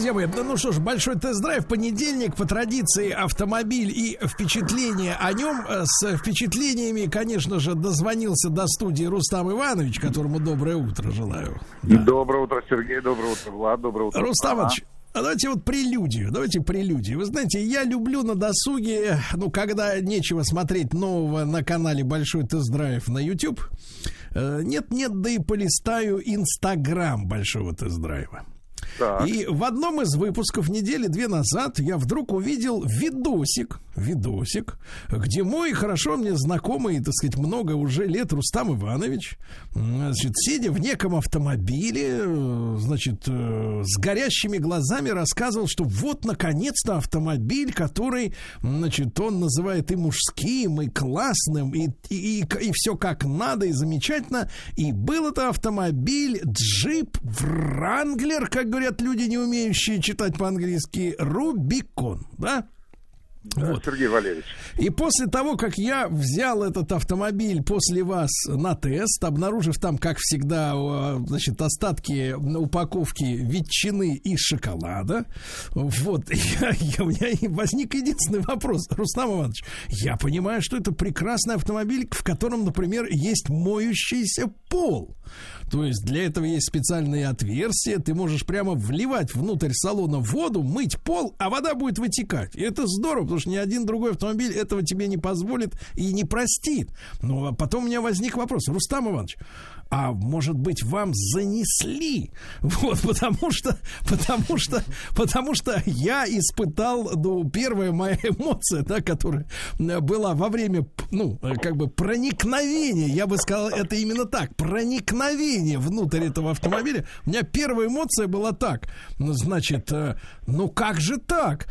друзья мои, ну что ж, большой тест-драйв, понедельник, по традиции автомобиль и впечатления о нем. С впечатлениями, конечно же, дозвонился до студии Рустам Иванович, которому доброе утро желаю. Да. Доброе утро, Сергей, доброе утро, Влад, доброе утро. Рустам Иванович, давайте вот прелюдию. Вы знаете, я люблю на досуге, ну, когда нечего смотреть нового на канале Большой тест-драйв на YouTube, нет-нет, да и полистаю Инстаграм Большого тест-драйва. Так. И в одном из выпусков недели 2 назад я вдруг увидел видосик, где мой хорошо мне знакомый, так сказать, много уже лет Рустам Иванович, значит, сидя в неком автомобиле, значит, с горящими глазами рассказывал, что вот, наконец-то, автомобиль, который, значит, он называет и мужским, и классным, и все как надо, и замечательно. И был это автомобиль Jeep Wrangler, как говорят люди, не умеющие читать по-английски, Рубикон, да? Да, вот. Сергей Валерьевич. И после того, как я взял этот автомобиль после вас на тест, обнаружив там, как всегда, значит, остатки упаковки ветчины и шоколада, вот, у меня возник единственный вопрос. Рустам Иванович, я понимаю, что это прекрасный автомобиль, в котором, например, есть моющийся пол. То есть для этого есть специальные отверстия, ты можешь прямо вливать внутрь салона воду, мыть пол, а вода будет вытекать. И это здорово, потому что ни один другой автомобиль этого тебе не позволит и не простит. Но потом у меня возник вопрос. Рустам Иванович, а может быть, вам занесли? Вот, потому что я испытал, ну, первая моя эмоция, да, которая была во время, ну, как бы проникновения, я бы сказал, это именно так, проникновение внутрь этого автомобиля. У меня первая эмоция была так, значит, ну как же так?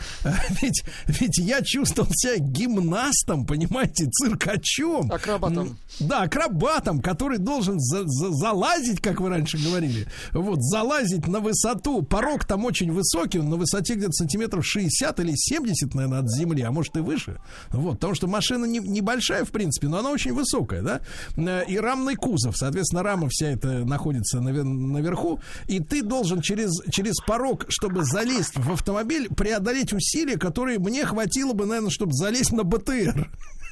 Ведь я чувствовал себя гимнастом, понимаете, циркачом. Акробатом. Да, акробатом, который должен залазить, как вы раньше говорили, вот, залазить на высоту, порог там очень высокий, он на высоте где-то сантиметров 60 или 70, наверное, от земли, а может и выше, вот, потому что машина небольшая, в принципе, но она очень высокая, да, и рамный кузов, соответственно, рама вся эта находится наверху, и ты должен через порог, чтобы залезть в автомобиль, преодолеть усилия, которые мне хватило бы, наверное, чтобы залезть на БТР.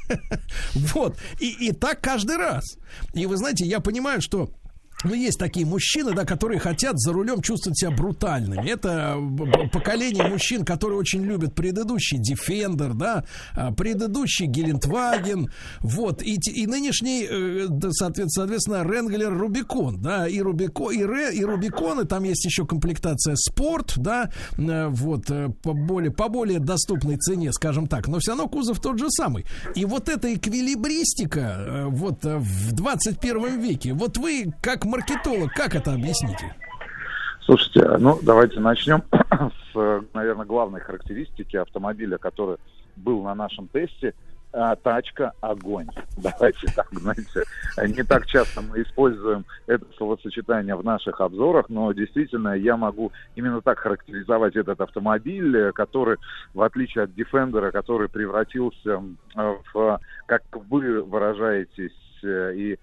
Вот. И так каждый раз. И вы знаете, я понимаю, что ну, есть такие мужчины, да, которые хотят за рулем чувствовать себя брутальными. Это поколение мужчин, которые очень любят предыдущий Defender, да, предыдущий Гелендваген, вот, и нынешний, соответственно, Wrangler Rubicon, да, и Rubicon, и там есть еще комплектация Sport, да, вот, по более доступной цене, скажем так, но все равно кузов тот же самый. И вот эта эквилибристика, вот, в 21 веке, вот вы, как маркетолог, как это объясните? Слушайте, ну давайте начнем с, наверное, главной характеристики автомобиля, который был на нашем тесте. Тачка — огонь. Давайте так, знаете, не так часто мы используем это словосочетание в наших обзорах, но действительно я могу именно так характеризовать этот автомобиль, который, в отличие от Defender, который превратился в, как вы выражаетесь, и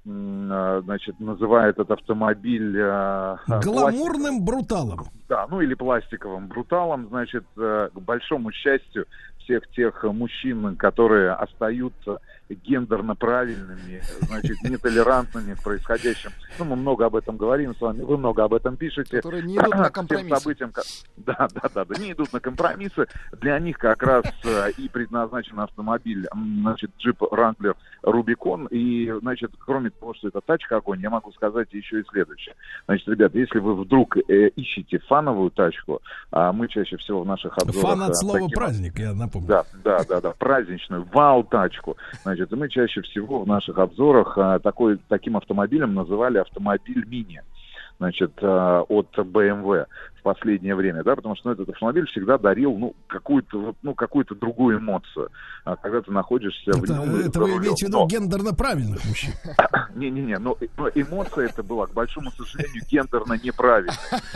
значит, называет этот автомобиль гламурным бруталом. Да, ну или пластиковым бруталом, значит, к большому счастью всех тех мужчин, которые остаются гендерно правильными, значит, нетолерантными к происходящим. Ну, мы много об этом говорим с вами, вы много об этом пишете. Которые не идут на компромиссы. Событиям, да, не идут на компромиссы. Для них как раз и предназначен автомобиль, значит, Jeep Wrangler Rubicon. И, значит, кроме того, что это тачка огонь, я могу сказать еще и следующее. Значит, ребят, если вы вдруг ищете фановую тачку, а мы чаще всего в наших обзорах... Фан от слова праздник, я напомню. Да, праздничную вау-тачку. Значит, мы чаще всего в наших обзорах таким автомобилем называли автомобиль мини, значит, от BMW в последнее время, да, потому что этот автомобиль всегда дарил, какую-то другую эмоцию, когда ты находишься в нем. Это вы имеете в виду гендерно правильных мужчин? Не-не-не, но эмоция это была, к большому сожалению, гендерно неправильная.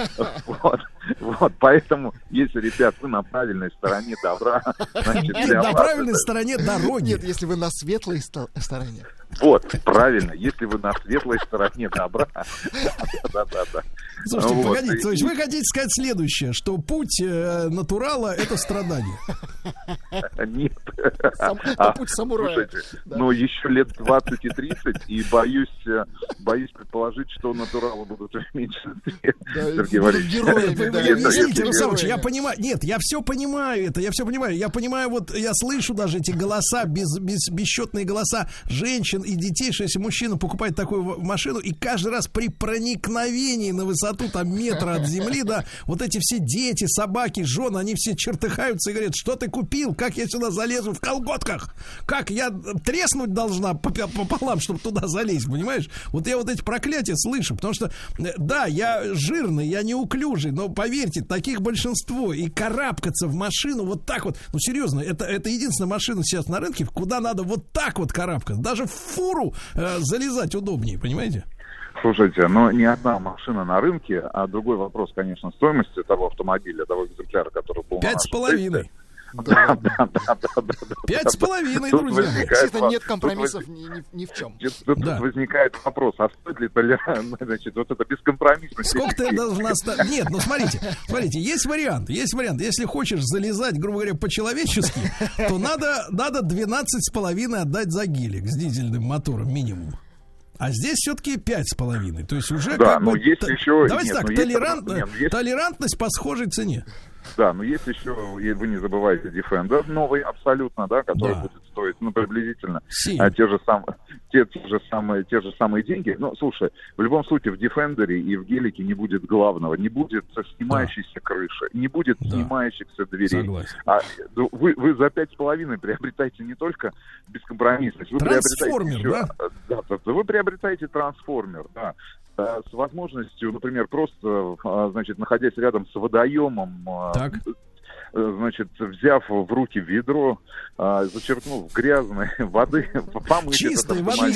Вот, поэтому, если, ребят, вы на правильной стороне добра, значит, на правильной стороне дороги. Нет, если вы на светлой стороне. Вот, правильно, если вы на светлой стороне добра. Да. Слушайте, погодите, то есть вы хотите сказать следующее, что путь натурала — это страдание? Нет. Путь самурая. Ну, еще лет 20 и 30, и боюсь предположить, что натуралы будут в меньшинстве. Сергей Валерьевич. Я понимаю, нет, я все понимаю это, я понимаю, вот я слышу даже эти голоса, бесчетные голоса женщин и детей, что если мужчина покупает такую машину, и каждый раз при проникновении на высоту там метра от земли, да, вот эти все дети, собаки, жены, они все чертыхаются и говорят, что ты купил, как я сюда залезу в колготках, как я треснуть должна пополам, чтобы туда залезть, понимаешь? Вот я вот эти проклятия слышу, потому что, да, я жирный, я неуклюжий, но поверьте, таких большинство, и карабкаться в машину вот так вот, ну серьезно, это единственная машина сейчас на рынке, куда надо вот так вот карабкаться, даже в фуру залезать удобнее, понимаете? Слушайте, но не одна машина на рынке, а другой вопрос, конечно, стоимости того автомобиля, того экземпляра, который был 5,5. Да. 5,5, друзья. Действительно, нет компромиссов ни в чем. Тут возникает вопрос, а стоит ли значит, вот это бескомпромиссность? Сколько ты должна стать? Нет, ну смотрите, есть вариант. Если хочешь залезать, грубо говоря, по-человечески, то надо 12,5 отдать за гелик с дизельным мотором минимум. А здесь все-таки 5,5. То есть уже да, но есть еще... Давайте так, толерантность по схожей цене. Да, но есть еще, вы не забывайте, Defender новый абсолютно, да, который будет стоить, ну, приблизительно те же самые деньги. Но, слушай, в любом случае в Defender и в гелике не будет главного, не будет снимающейся крыши, не будет снимающихся дверей. Согласен. Вы за 5,5 приобретаете не только бескомпромиссность, вы трансформер, вы приобретаете трансформер, да. С возможностью, например, просто, значит, находясь рядом с водоемом, значит, взяв в руки ведро, зачерпнув грязной воды, помыть чистой воды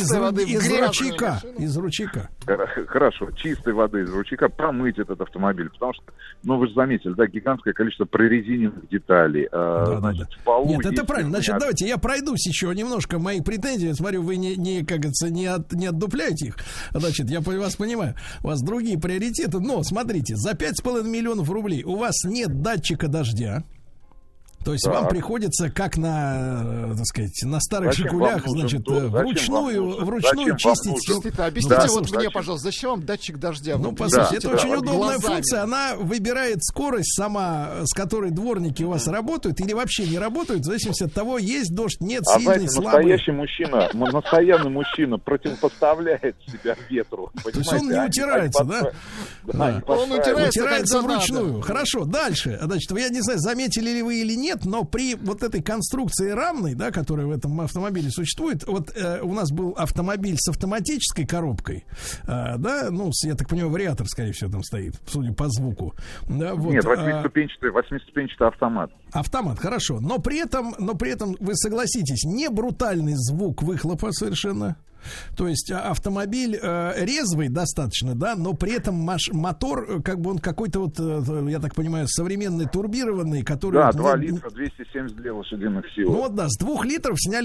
из ручейка. Хорошо, чистой воды из ручейка помыть этот автомобиль, потому что, ну, вы же заметили, да, гигантское количество прорезиненных деталей. Значит, в полу. Нет, это правильно. Значит, давайте я пройдусь еще немножко мои претензии. Смотрю, вы как говорится, не отдупляете их. Значит, я вас понимаю, у вас другие приоритеты. Но смотрите, за 5,5 миллионов рублей у вас нет датчика дождя. То есть вам приходится, как на, так сказать, на старых «Жигулях», значит, вручную чистить. Объясните вот мне, пожалуйста, зачем вам датчик дождя? Ну, по сути, это очень удобная функция. Она выбирает скорость сама, с которой дворники у вас работают или вообще не работают, в зависимости от того, есть дождь, нет, сильный, слабый. Настоящий мужчина противопоставляет себя ветру. То есть он не утирается, да? Он утирается вручную. Хорошо, дальше. Значит, я не знаю, заметили ли вы или нет, но при вот этой конструкции рамной, да, которая в этом автомобиле существует, вот у нас был автомобиль с автоматической коробкой, да, ну, я так понимаю, вариатор, скорее всего, там стоит, судя по звуку. Да, вот, нет, восьмиступенчатый автомат. Автомат, хорошо, но при этом вы согласитесь, не брутальный звук выхлопа совершенно. То есть автомобиль резвый достаточно, да, но при этом мотор, как бы он какой-то вот, я так понимаю, современный, турбированный, который... Да, 2 литра, 272 лошадиных сил. Ну вот, да, с 2 литров сняли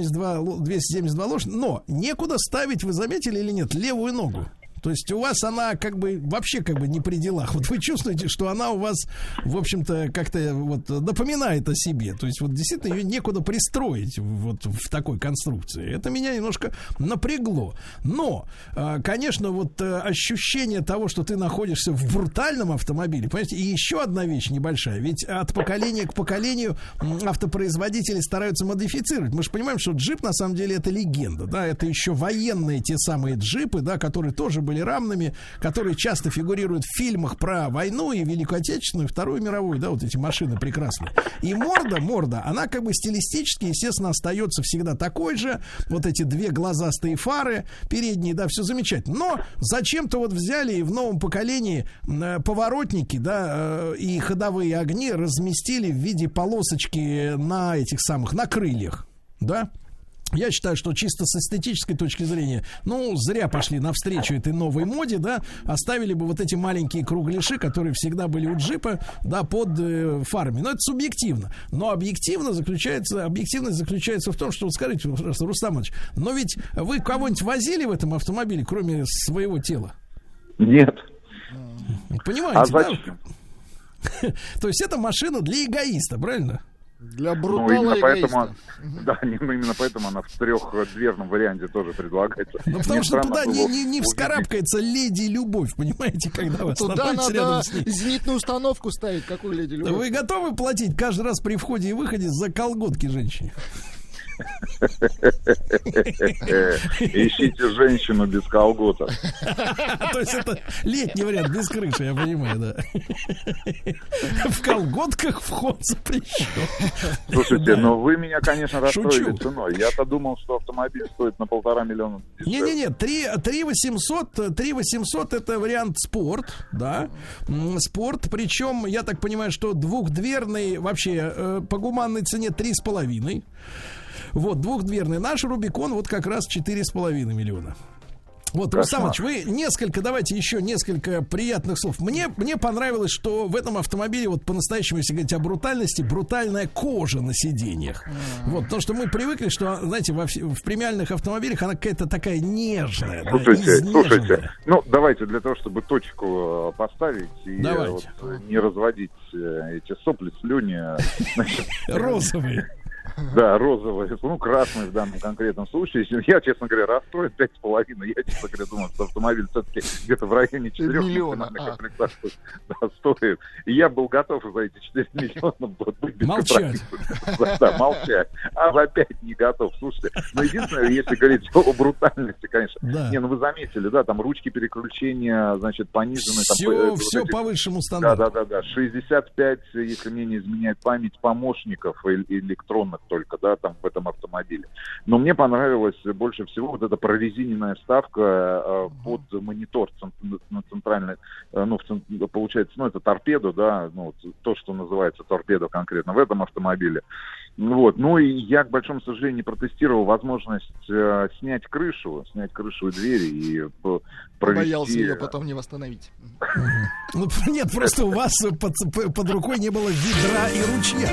272 лошадь, но некуда ставить, вы заметили или нет, левую ногу. То есть у вас она как бы вообще как бы не при делах. Вот вы чувствуете, что она у вас, в общем-то, как-то вот напоминает о себе. То есть вот действительно ее некуда пристроить вот в такой конструкции. Это меня немножко напрягло. Но, конечно, вот ощущение того, что ты находишься в брутальном автомобиле, понимаете, и еще одна вещь небольшая. Ведь от поколения к поколению автопроизводители стараются модифицировать. Мы же понимаем, что джип на самом деле это легенда, да, это еще военные те самые джипы, да, которые тоже были рамными, которые часто фигурируют в фильмах про войну и Великую Отечественную, и Вторую мировую, да, вот эти машины прекрасные. И морда, она как бы стилистически, естественно, остается всегда такой же. Вот эти две глазастые фары передние, да, все замечательно. Но зачем-то вот взяли и в новом поколении поворотники, да, и ходовые огни разместили в виде полосочки на этих самых, на крыльях, да. Я считаю, что чисто с эстетической точки зрения, ну, зря пошли навстречу этой новой моде, да, оставили бы вот эти маленькие кругляши, которые всегда были у джипа, да, под фарами. Но это субъективно. Но объективность заключается в том, что, вот скажите, Рустам Иванович, но ведь вы кого-нибудь возили в этом автомобиле, кроме своего тела? Нет. Понимаете, а зачем? Да? То есть это машина для эгоиста, правильно? Для брутала эгоиста. Да, именно поэтому она в трехдверном варианте тоже предлагается. Ну, потому что туда не вскарабкается леди любовь, понимаете, когда вас туда надо зенитную установку ставить, какую леди любовь. Вы готовы платить каждый раз при входе и выходе за колготки женщине? Ищите женщину без колготок. То есть это летний вариант, без крыши, я понимаю, да. В колготках вход запрещен. Слушайте, но вы меня, конечно, расстроили ценой. Я-то думал, что автомобиль стоит на 1,5 миллиона. Не-не-не, 3 800 это вариант спорт, да. Спорт, причем, я так понимаю, что двухдверный вообще по гуманной цене 3,5. Вот, двухдверный. Наш Рубикон вот как раз 4,5 миллиона. Вот, Рустам Ильич, вы давайте еще несколько приятных слов. Мне понравилось, что в этом автомобиле, вот по-настоящему, если говорить о брутальности, брутальная кожа на сиденьях. Вот, потому что мы привыкли, что, знаете, в премиальных автомобилях она какая-то такая нежная. Слушайте, ну, давайте для того, чтобы точку поставить и вот, не разводить эти сопли, слюни. Розовые. Да, розовые, ну, красные в данном конкретном случае. Я, честно говоря, расстроен 5,5. Я, честно говоря, думал, что автомобиль все-таки где-то в районе 4 миллионов стоит. И я был готов за эти 4 миллиона быть без молчать. Да, молчать. А за 5 не готов. Слушайте, ну, единственное, если говорить о брутальности, конечно. Да. Не, ну, вы заметили, да, там ручки переключения, значит, понижены. Все по высшему стандарту. Да. 65, если мне не изменяет память, помощников электронных только, да, там в этом автомобиле. Но мне понравилось больше всего вот эта прорезиненная вставка под монитор центральный, ну, получается, ну, это торпеда, да, ну, то, что называется торпеда конкретно в этом автомобиле. Вот. Ну, и я, к большому сожалению, не протестировал возможность снять крышу и двери и провести... Боялся ее потом не восстановить. Нет, просто у вас под рукой не было ведра и ручья.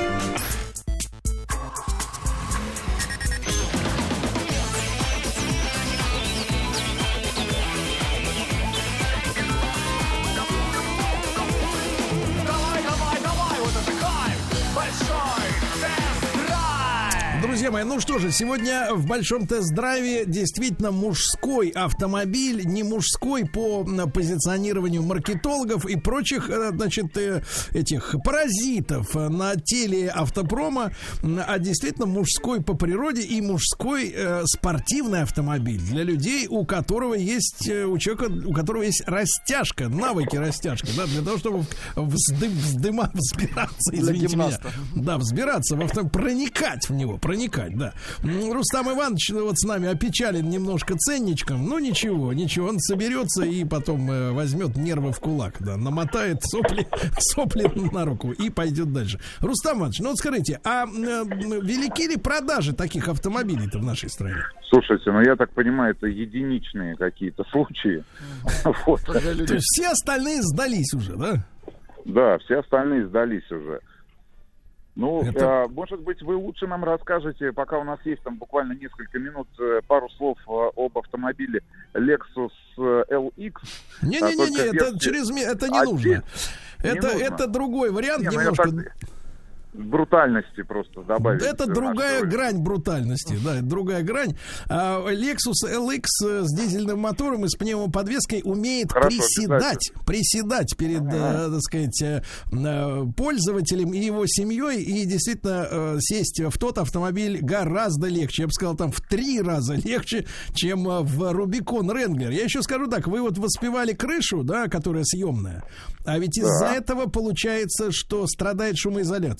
Друзья мои, ну что же, сегодня в большом тест-драйве действительно мужской автомобиль, не мужской по позиционированию маркетологов и прочих, значит, этих паразитов на теле автопрома, а действительно мужской по природе и мужской спортивный автомобиль для людей, у которого есть, у человека, у которого есть растяжка, навыки растяжки, да, для того, чтобы взбираться, извините меня. Да, взбираться в автомобиль, проникать в него, да. Рустам Иванович вот с нами опечален немножко ценничком. Ну, ничего, он соберется и потом возьмет нервы в кулак, да, намотает сопли на руку и пойдет дальше. Рустам Иванович, ну вот скажите, а велики ли продажи таких автомобилей-то в нашей стране? Слушайте, ну я так понимаю, это единичные какие-то случаи. То есть все остальные сдались уже, да? Да, все остальные сдались уже. Ну, может быть, вы лучше нам расскажете, пока у нас есть там буквально несколько минут, пару слов об автомобиле Lexus LX. Не-не-не, это не нужно. Это другой вариант немножко. Брутальности просто добавить. Это другая грань брутальности, да, это другая грань. Lexus LX с дизельным мотором и с пневмоподвеской умеет приседать перед, так сказать, пользователем и его семьей, и действительно сесть в тот автомобиль гораздо легче. Я бы сказал, там в 3 раза легче, чем в Rubicon Wrangler. Я еще скажу так, вы вот воспевали крышу, да, которая съемная, а ведь из-за этого получается, что страдает шумоизоляция.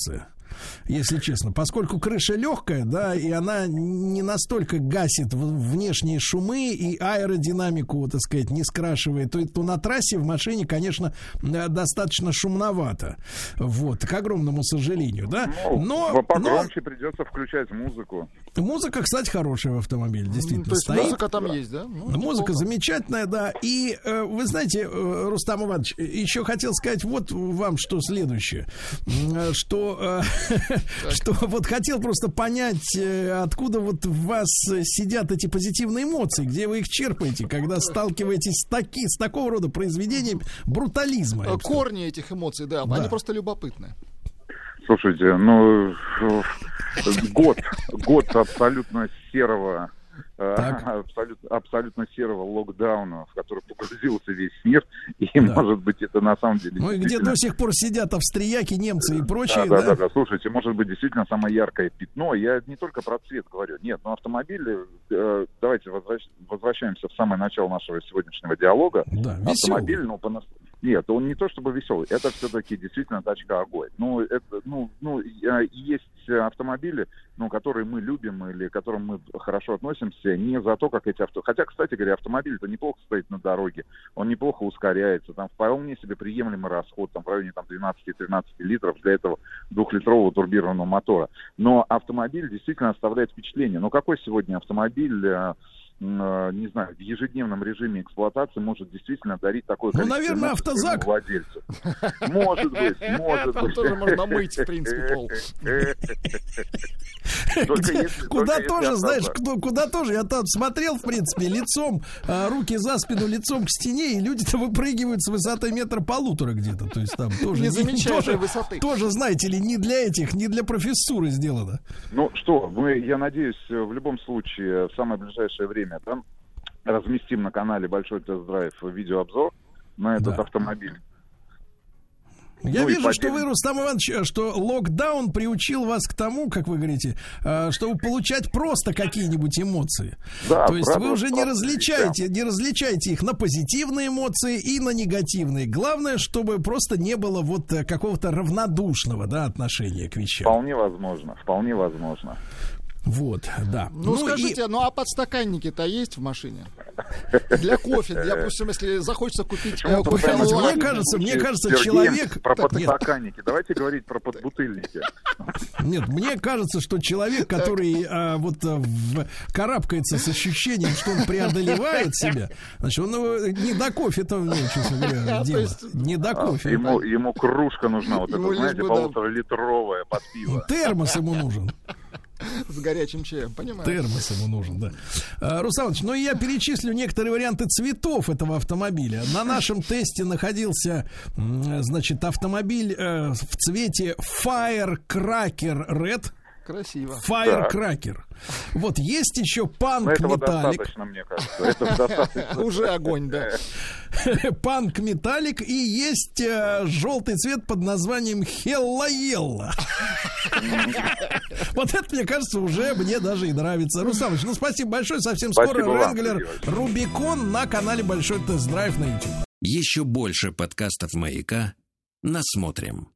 если честно, поскольку крыша легкая, да, и она не настолько гасит внешние шумы и аэродинамику, так сказать, не скрашивает, то на трассе в машине, конечно, достаточно шумновато. Вот, к огромному сожалению, да. Но погромче придется включать музыку. Музыка, кстати, хорошая в автомобиле, действительно. То есть стоит. музыка там есть, да? Музыка замечательная, да. И вы знаете, Рустам Иванович, еще хотел сказать вот вам что следующее, что вот хотел просто понять, откуда вот в вас сидят эти позитивные эмоции, где вы их черпаете, когда сталкиваетесь с такого рода произведениями брутализма. Корни этих эмоций, да, они просто любопытны. Слушайте, год абсолютно серого, абсолютно серого локдауна, в который погрузился весь мир, и, может быть, это на самом деле... Ну и где до сих пор сидят австрияки, немцы и прочие, да. Слушайте, может быть, действительно самое яркое пятно. Я не только про цвет говорю. Нет, но автомобили... Давайте возвращаемся в самое начало нашего сегодняшнего диалога. Да, автомобиль, нет, он не то чтобы веселый, это все-таки действительно тачка огонь. Есть автомобили, которые мы любим или к которым мы хорошо относимся, не за то, как эти Хотя, кстати говоря, автомобиль-то неплохо стоит на дороге, он неплохо ускоряется, там вполне себе приемлемый расход, там в районе 12-13 литров для этого 2-литрового турбированного мотора. Но автомобиль действительно оставляет впечатление. Но какой сегодня автомобиль... не знаю, в ежедневном режиме эксплуатации может действительно дарить такое количество наверное, автозак. Владельцу. Может быть. Там тоже можно мыть, в принципе, пол. Куда тоже, знаешь, куда тоже. Я там смотрел, в принципе, лицом, руки за спину, лицом к стене, и люди-то выпрыгивают с высоты 1,5 метра где-то. То есть там тоже... Не замечая высоты. Тоже, знаете ли, не для профессуры сделано. Ну что, я надеюсь, в любом случае, в самое ближайшее время там разместим на канале Большой тест-драйв видеообзор на этот автомобиль. Я вижу, что вы, Рустам Иванович, что локдаун приучил вас к тому, как вы говорите, чтобы получать просто какие-нибудь эмоции. Да, то есть вы уже не различаете их на позитивные эмоции и на негативные. Главное, чтобы просто не было вот какого-то равнодушного, да, отношения к вещам. Вполне возможно. Вот, да. Скажите, а подстаканники-то есть в машине? Для кофе, допустим, если захочется купить кофе. Мне кажется, человек... Про подстаканники. Давайте говорить про подбутыльники. Нет, мне кажется, что человек, который карабкается с ощущением, что он преодолевает себя, значит, он не до кофе-то, честно говоря, дело. Не до кофе. Ему кружка нужна, вот это, знаете, 1,5-литровая под пиво. Термос ему нужен. С горячим чаем, понимаешь? Термос ему нужен, да. Рустам Иванович, я перечислю некоторые варианты цветов этого автомобиля. На нашем тесте находился, значит, автомобиль в цвете Firecracker Red. Красиво. Firecracker. Вот есть еще Punk Metallic. Достаточно, мне кажется. Это достаточно. Уже огонь, да. Punk Metallic и есть желтый цвет под названием Hella Yella. Вот это, мне кажется, уже мне даже и нравится. Рустам Иванович, спасибо большое. Совсем скоро Wrangler Rubicon на канале Большой тест-драйв на YouTube. Еще больше подкастов «Маяка» насмотрим.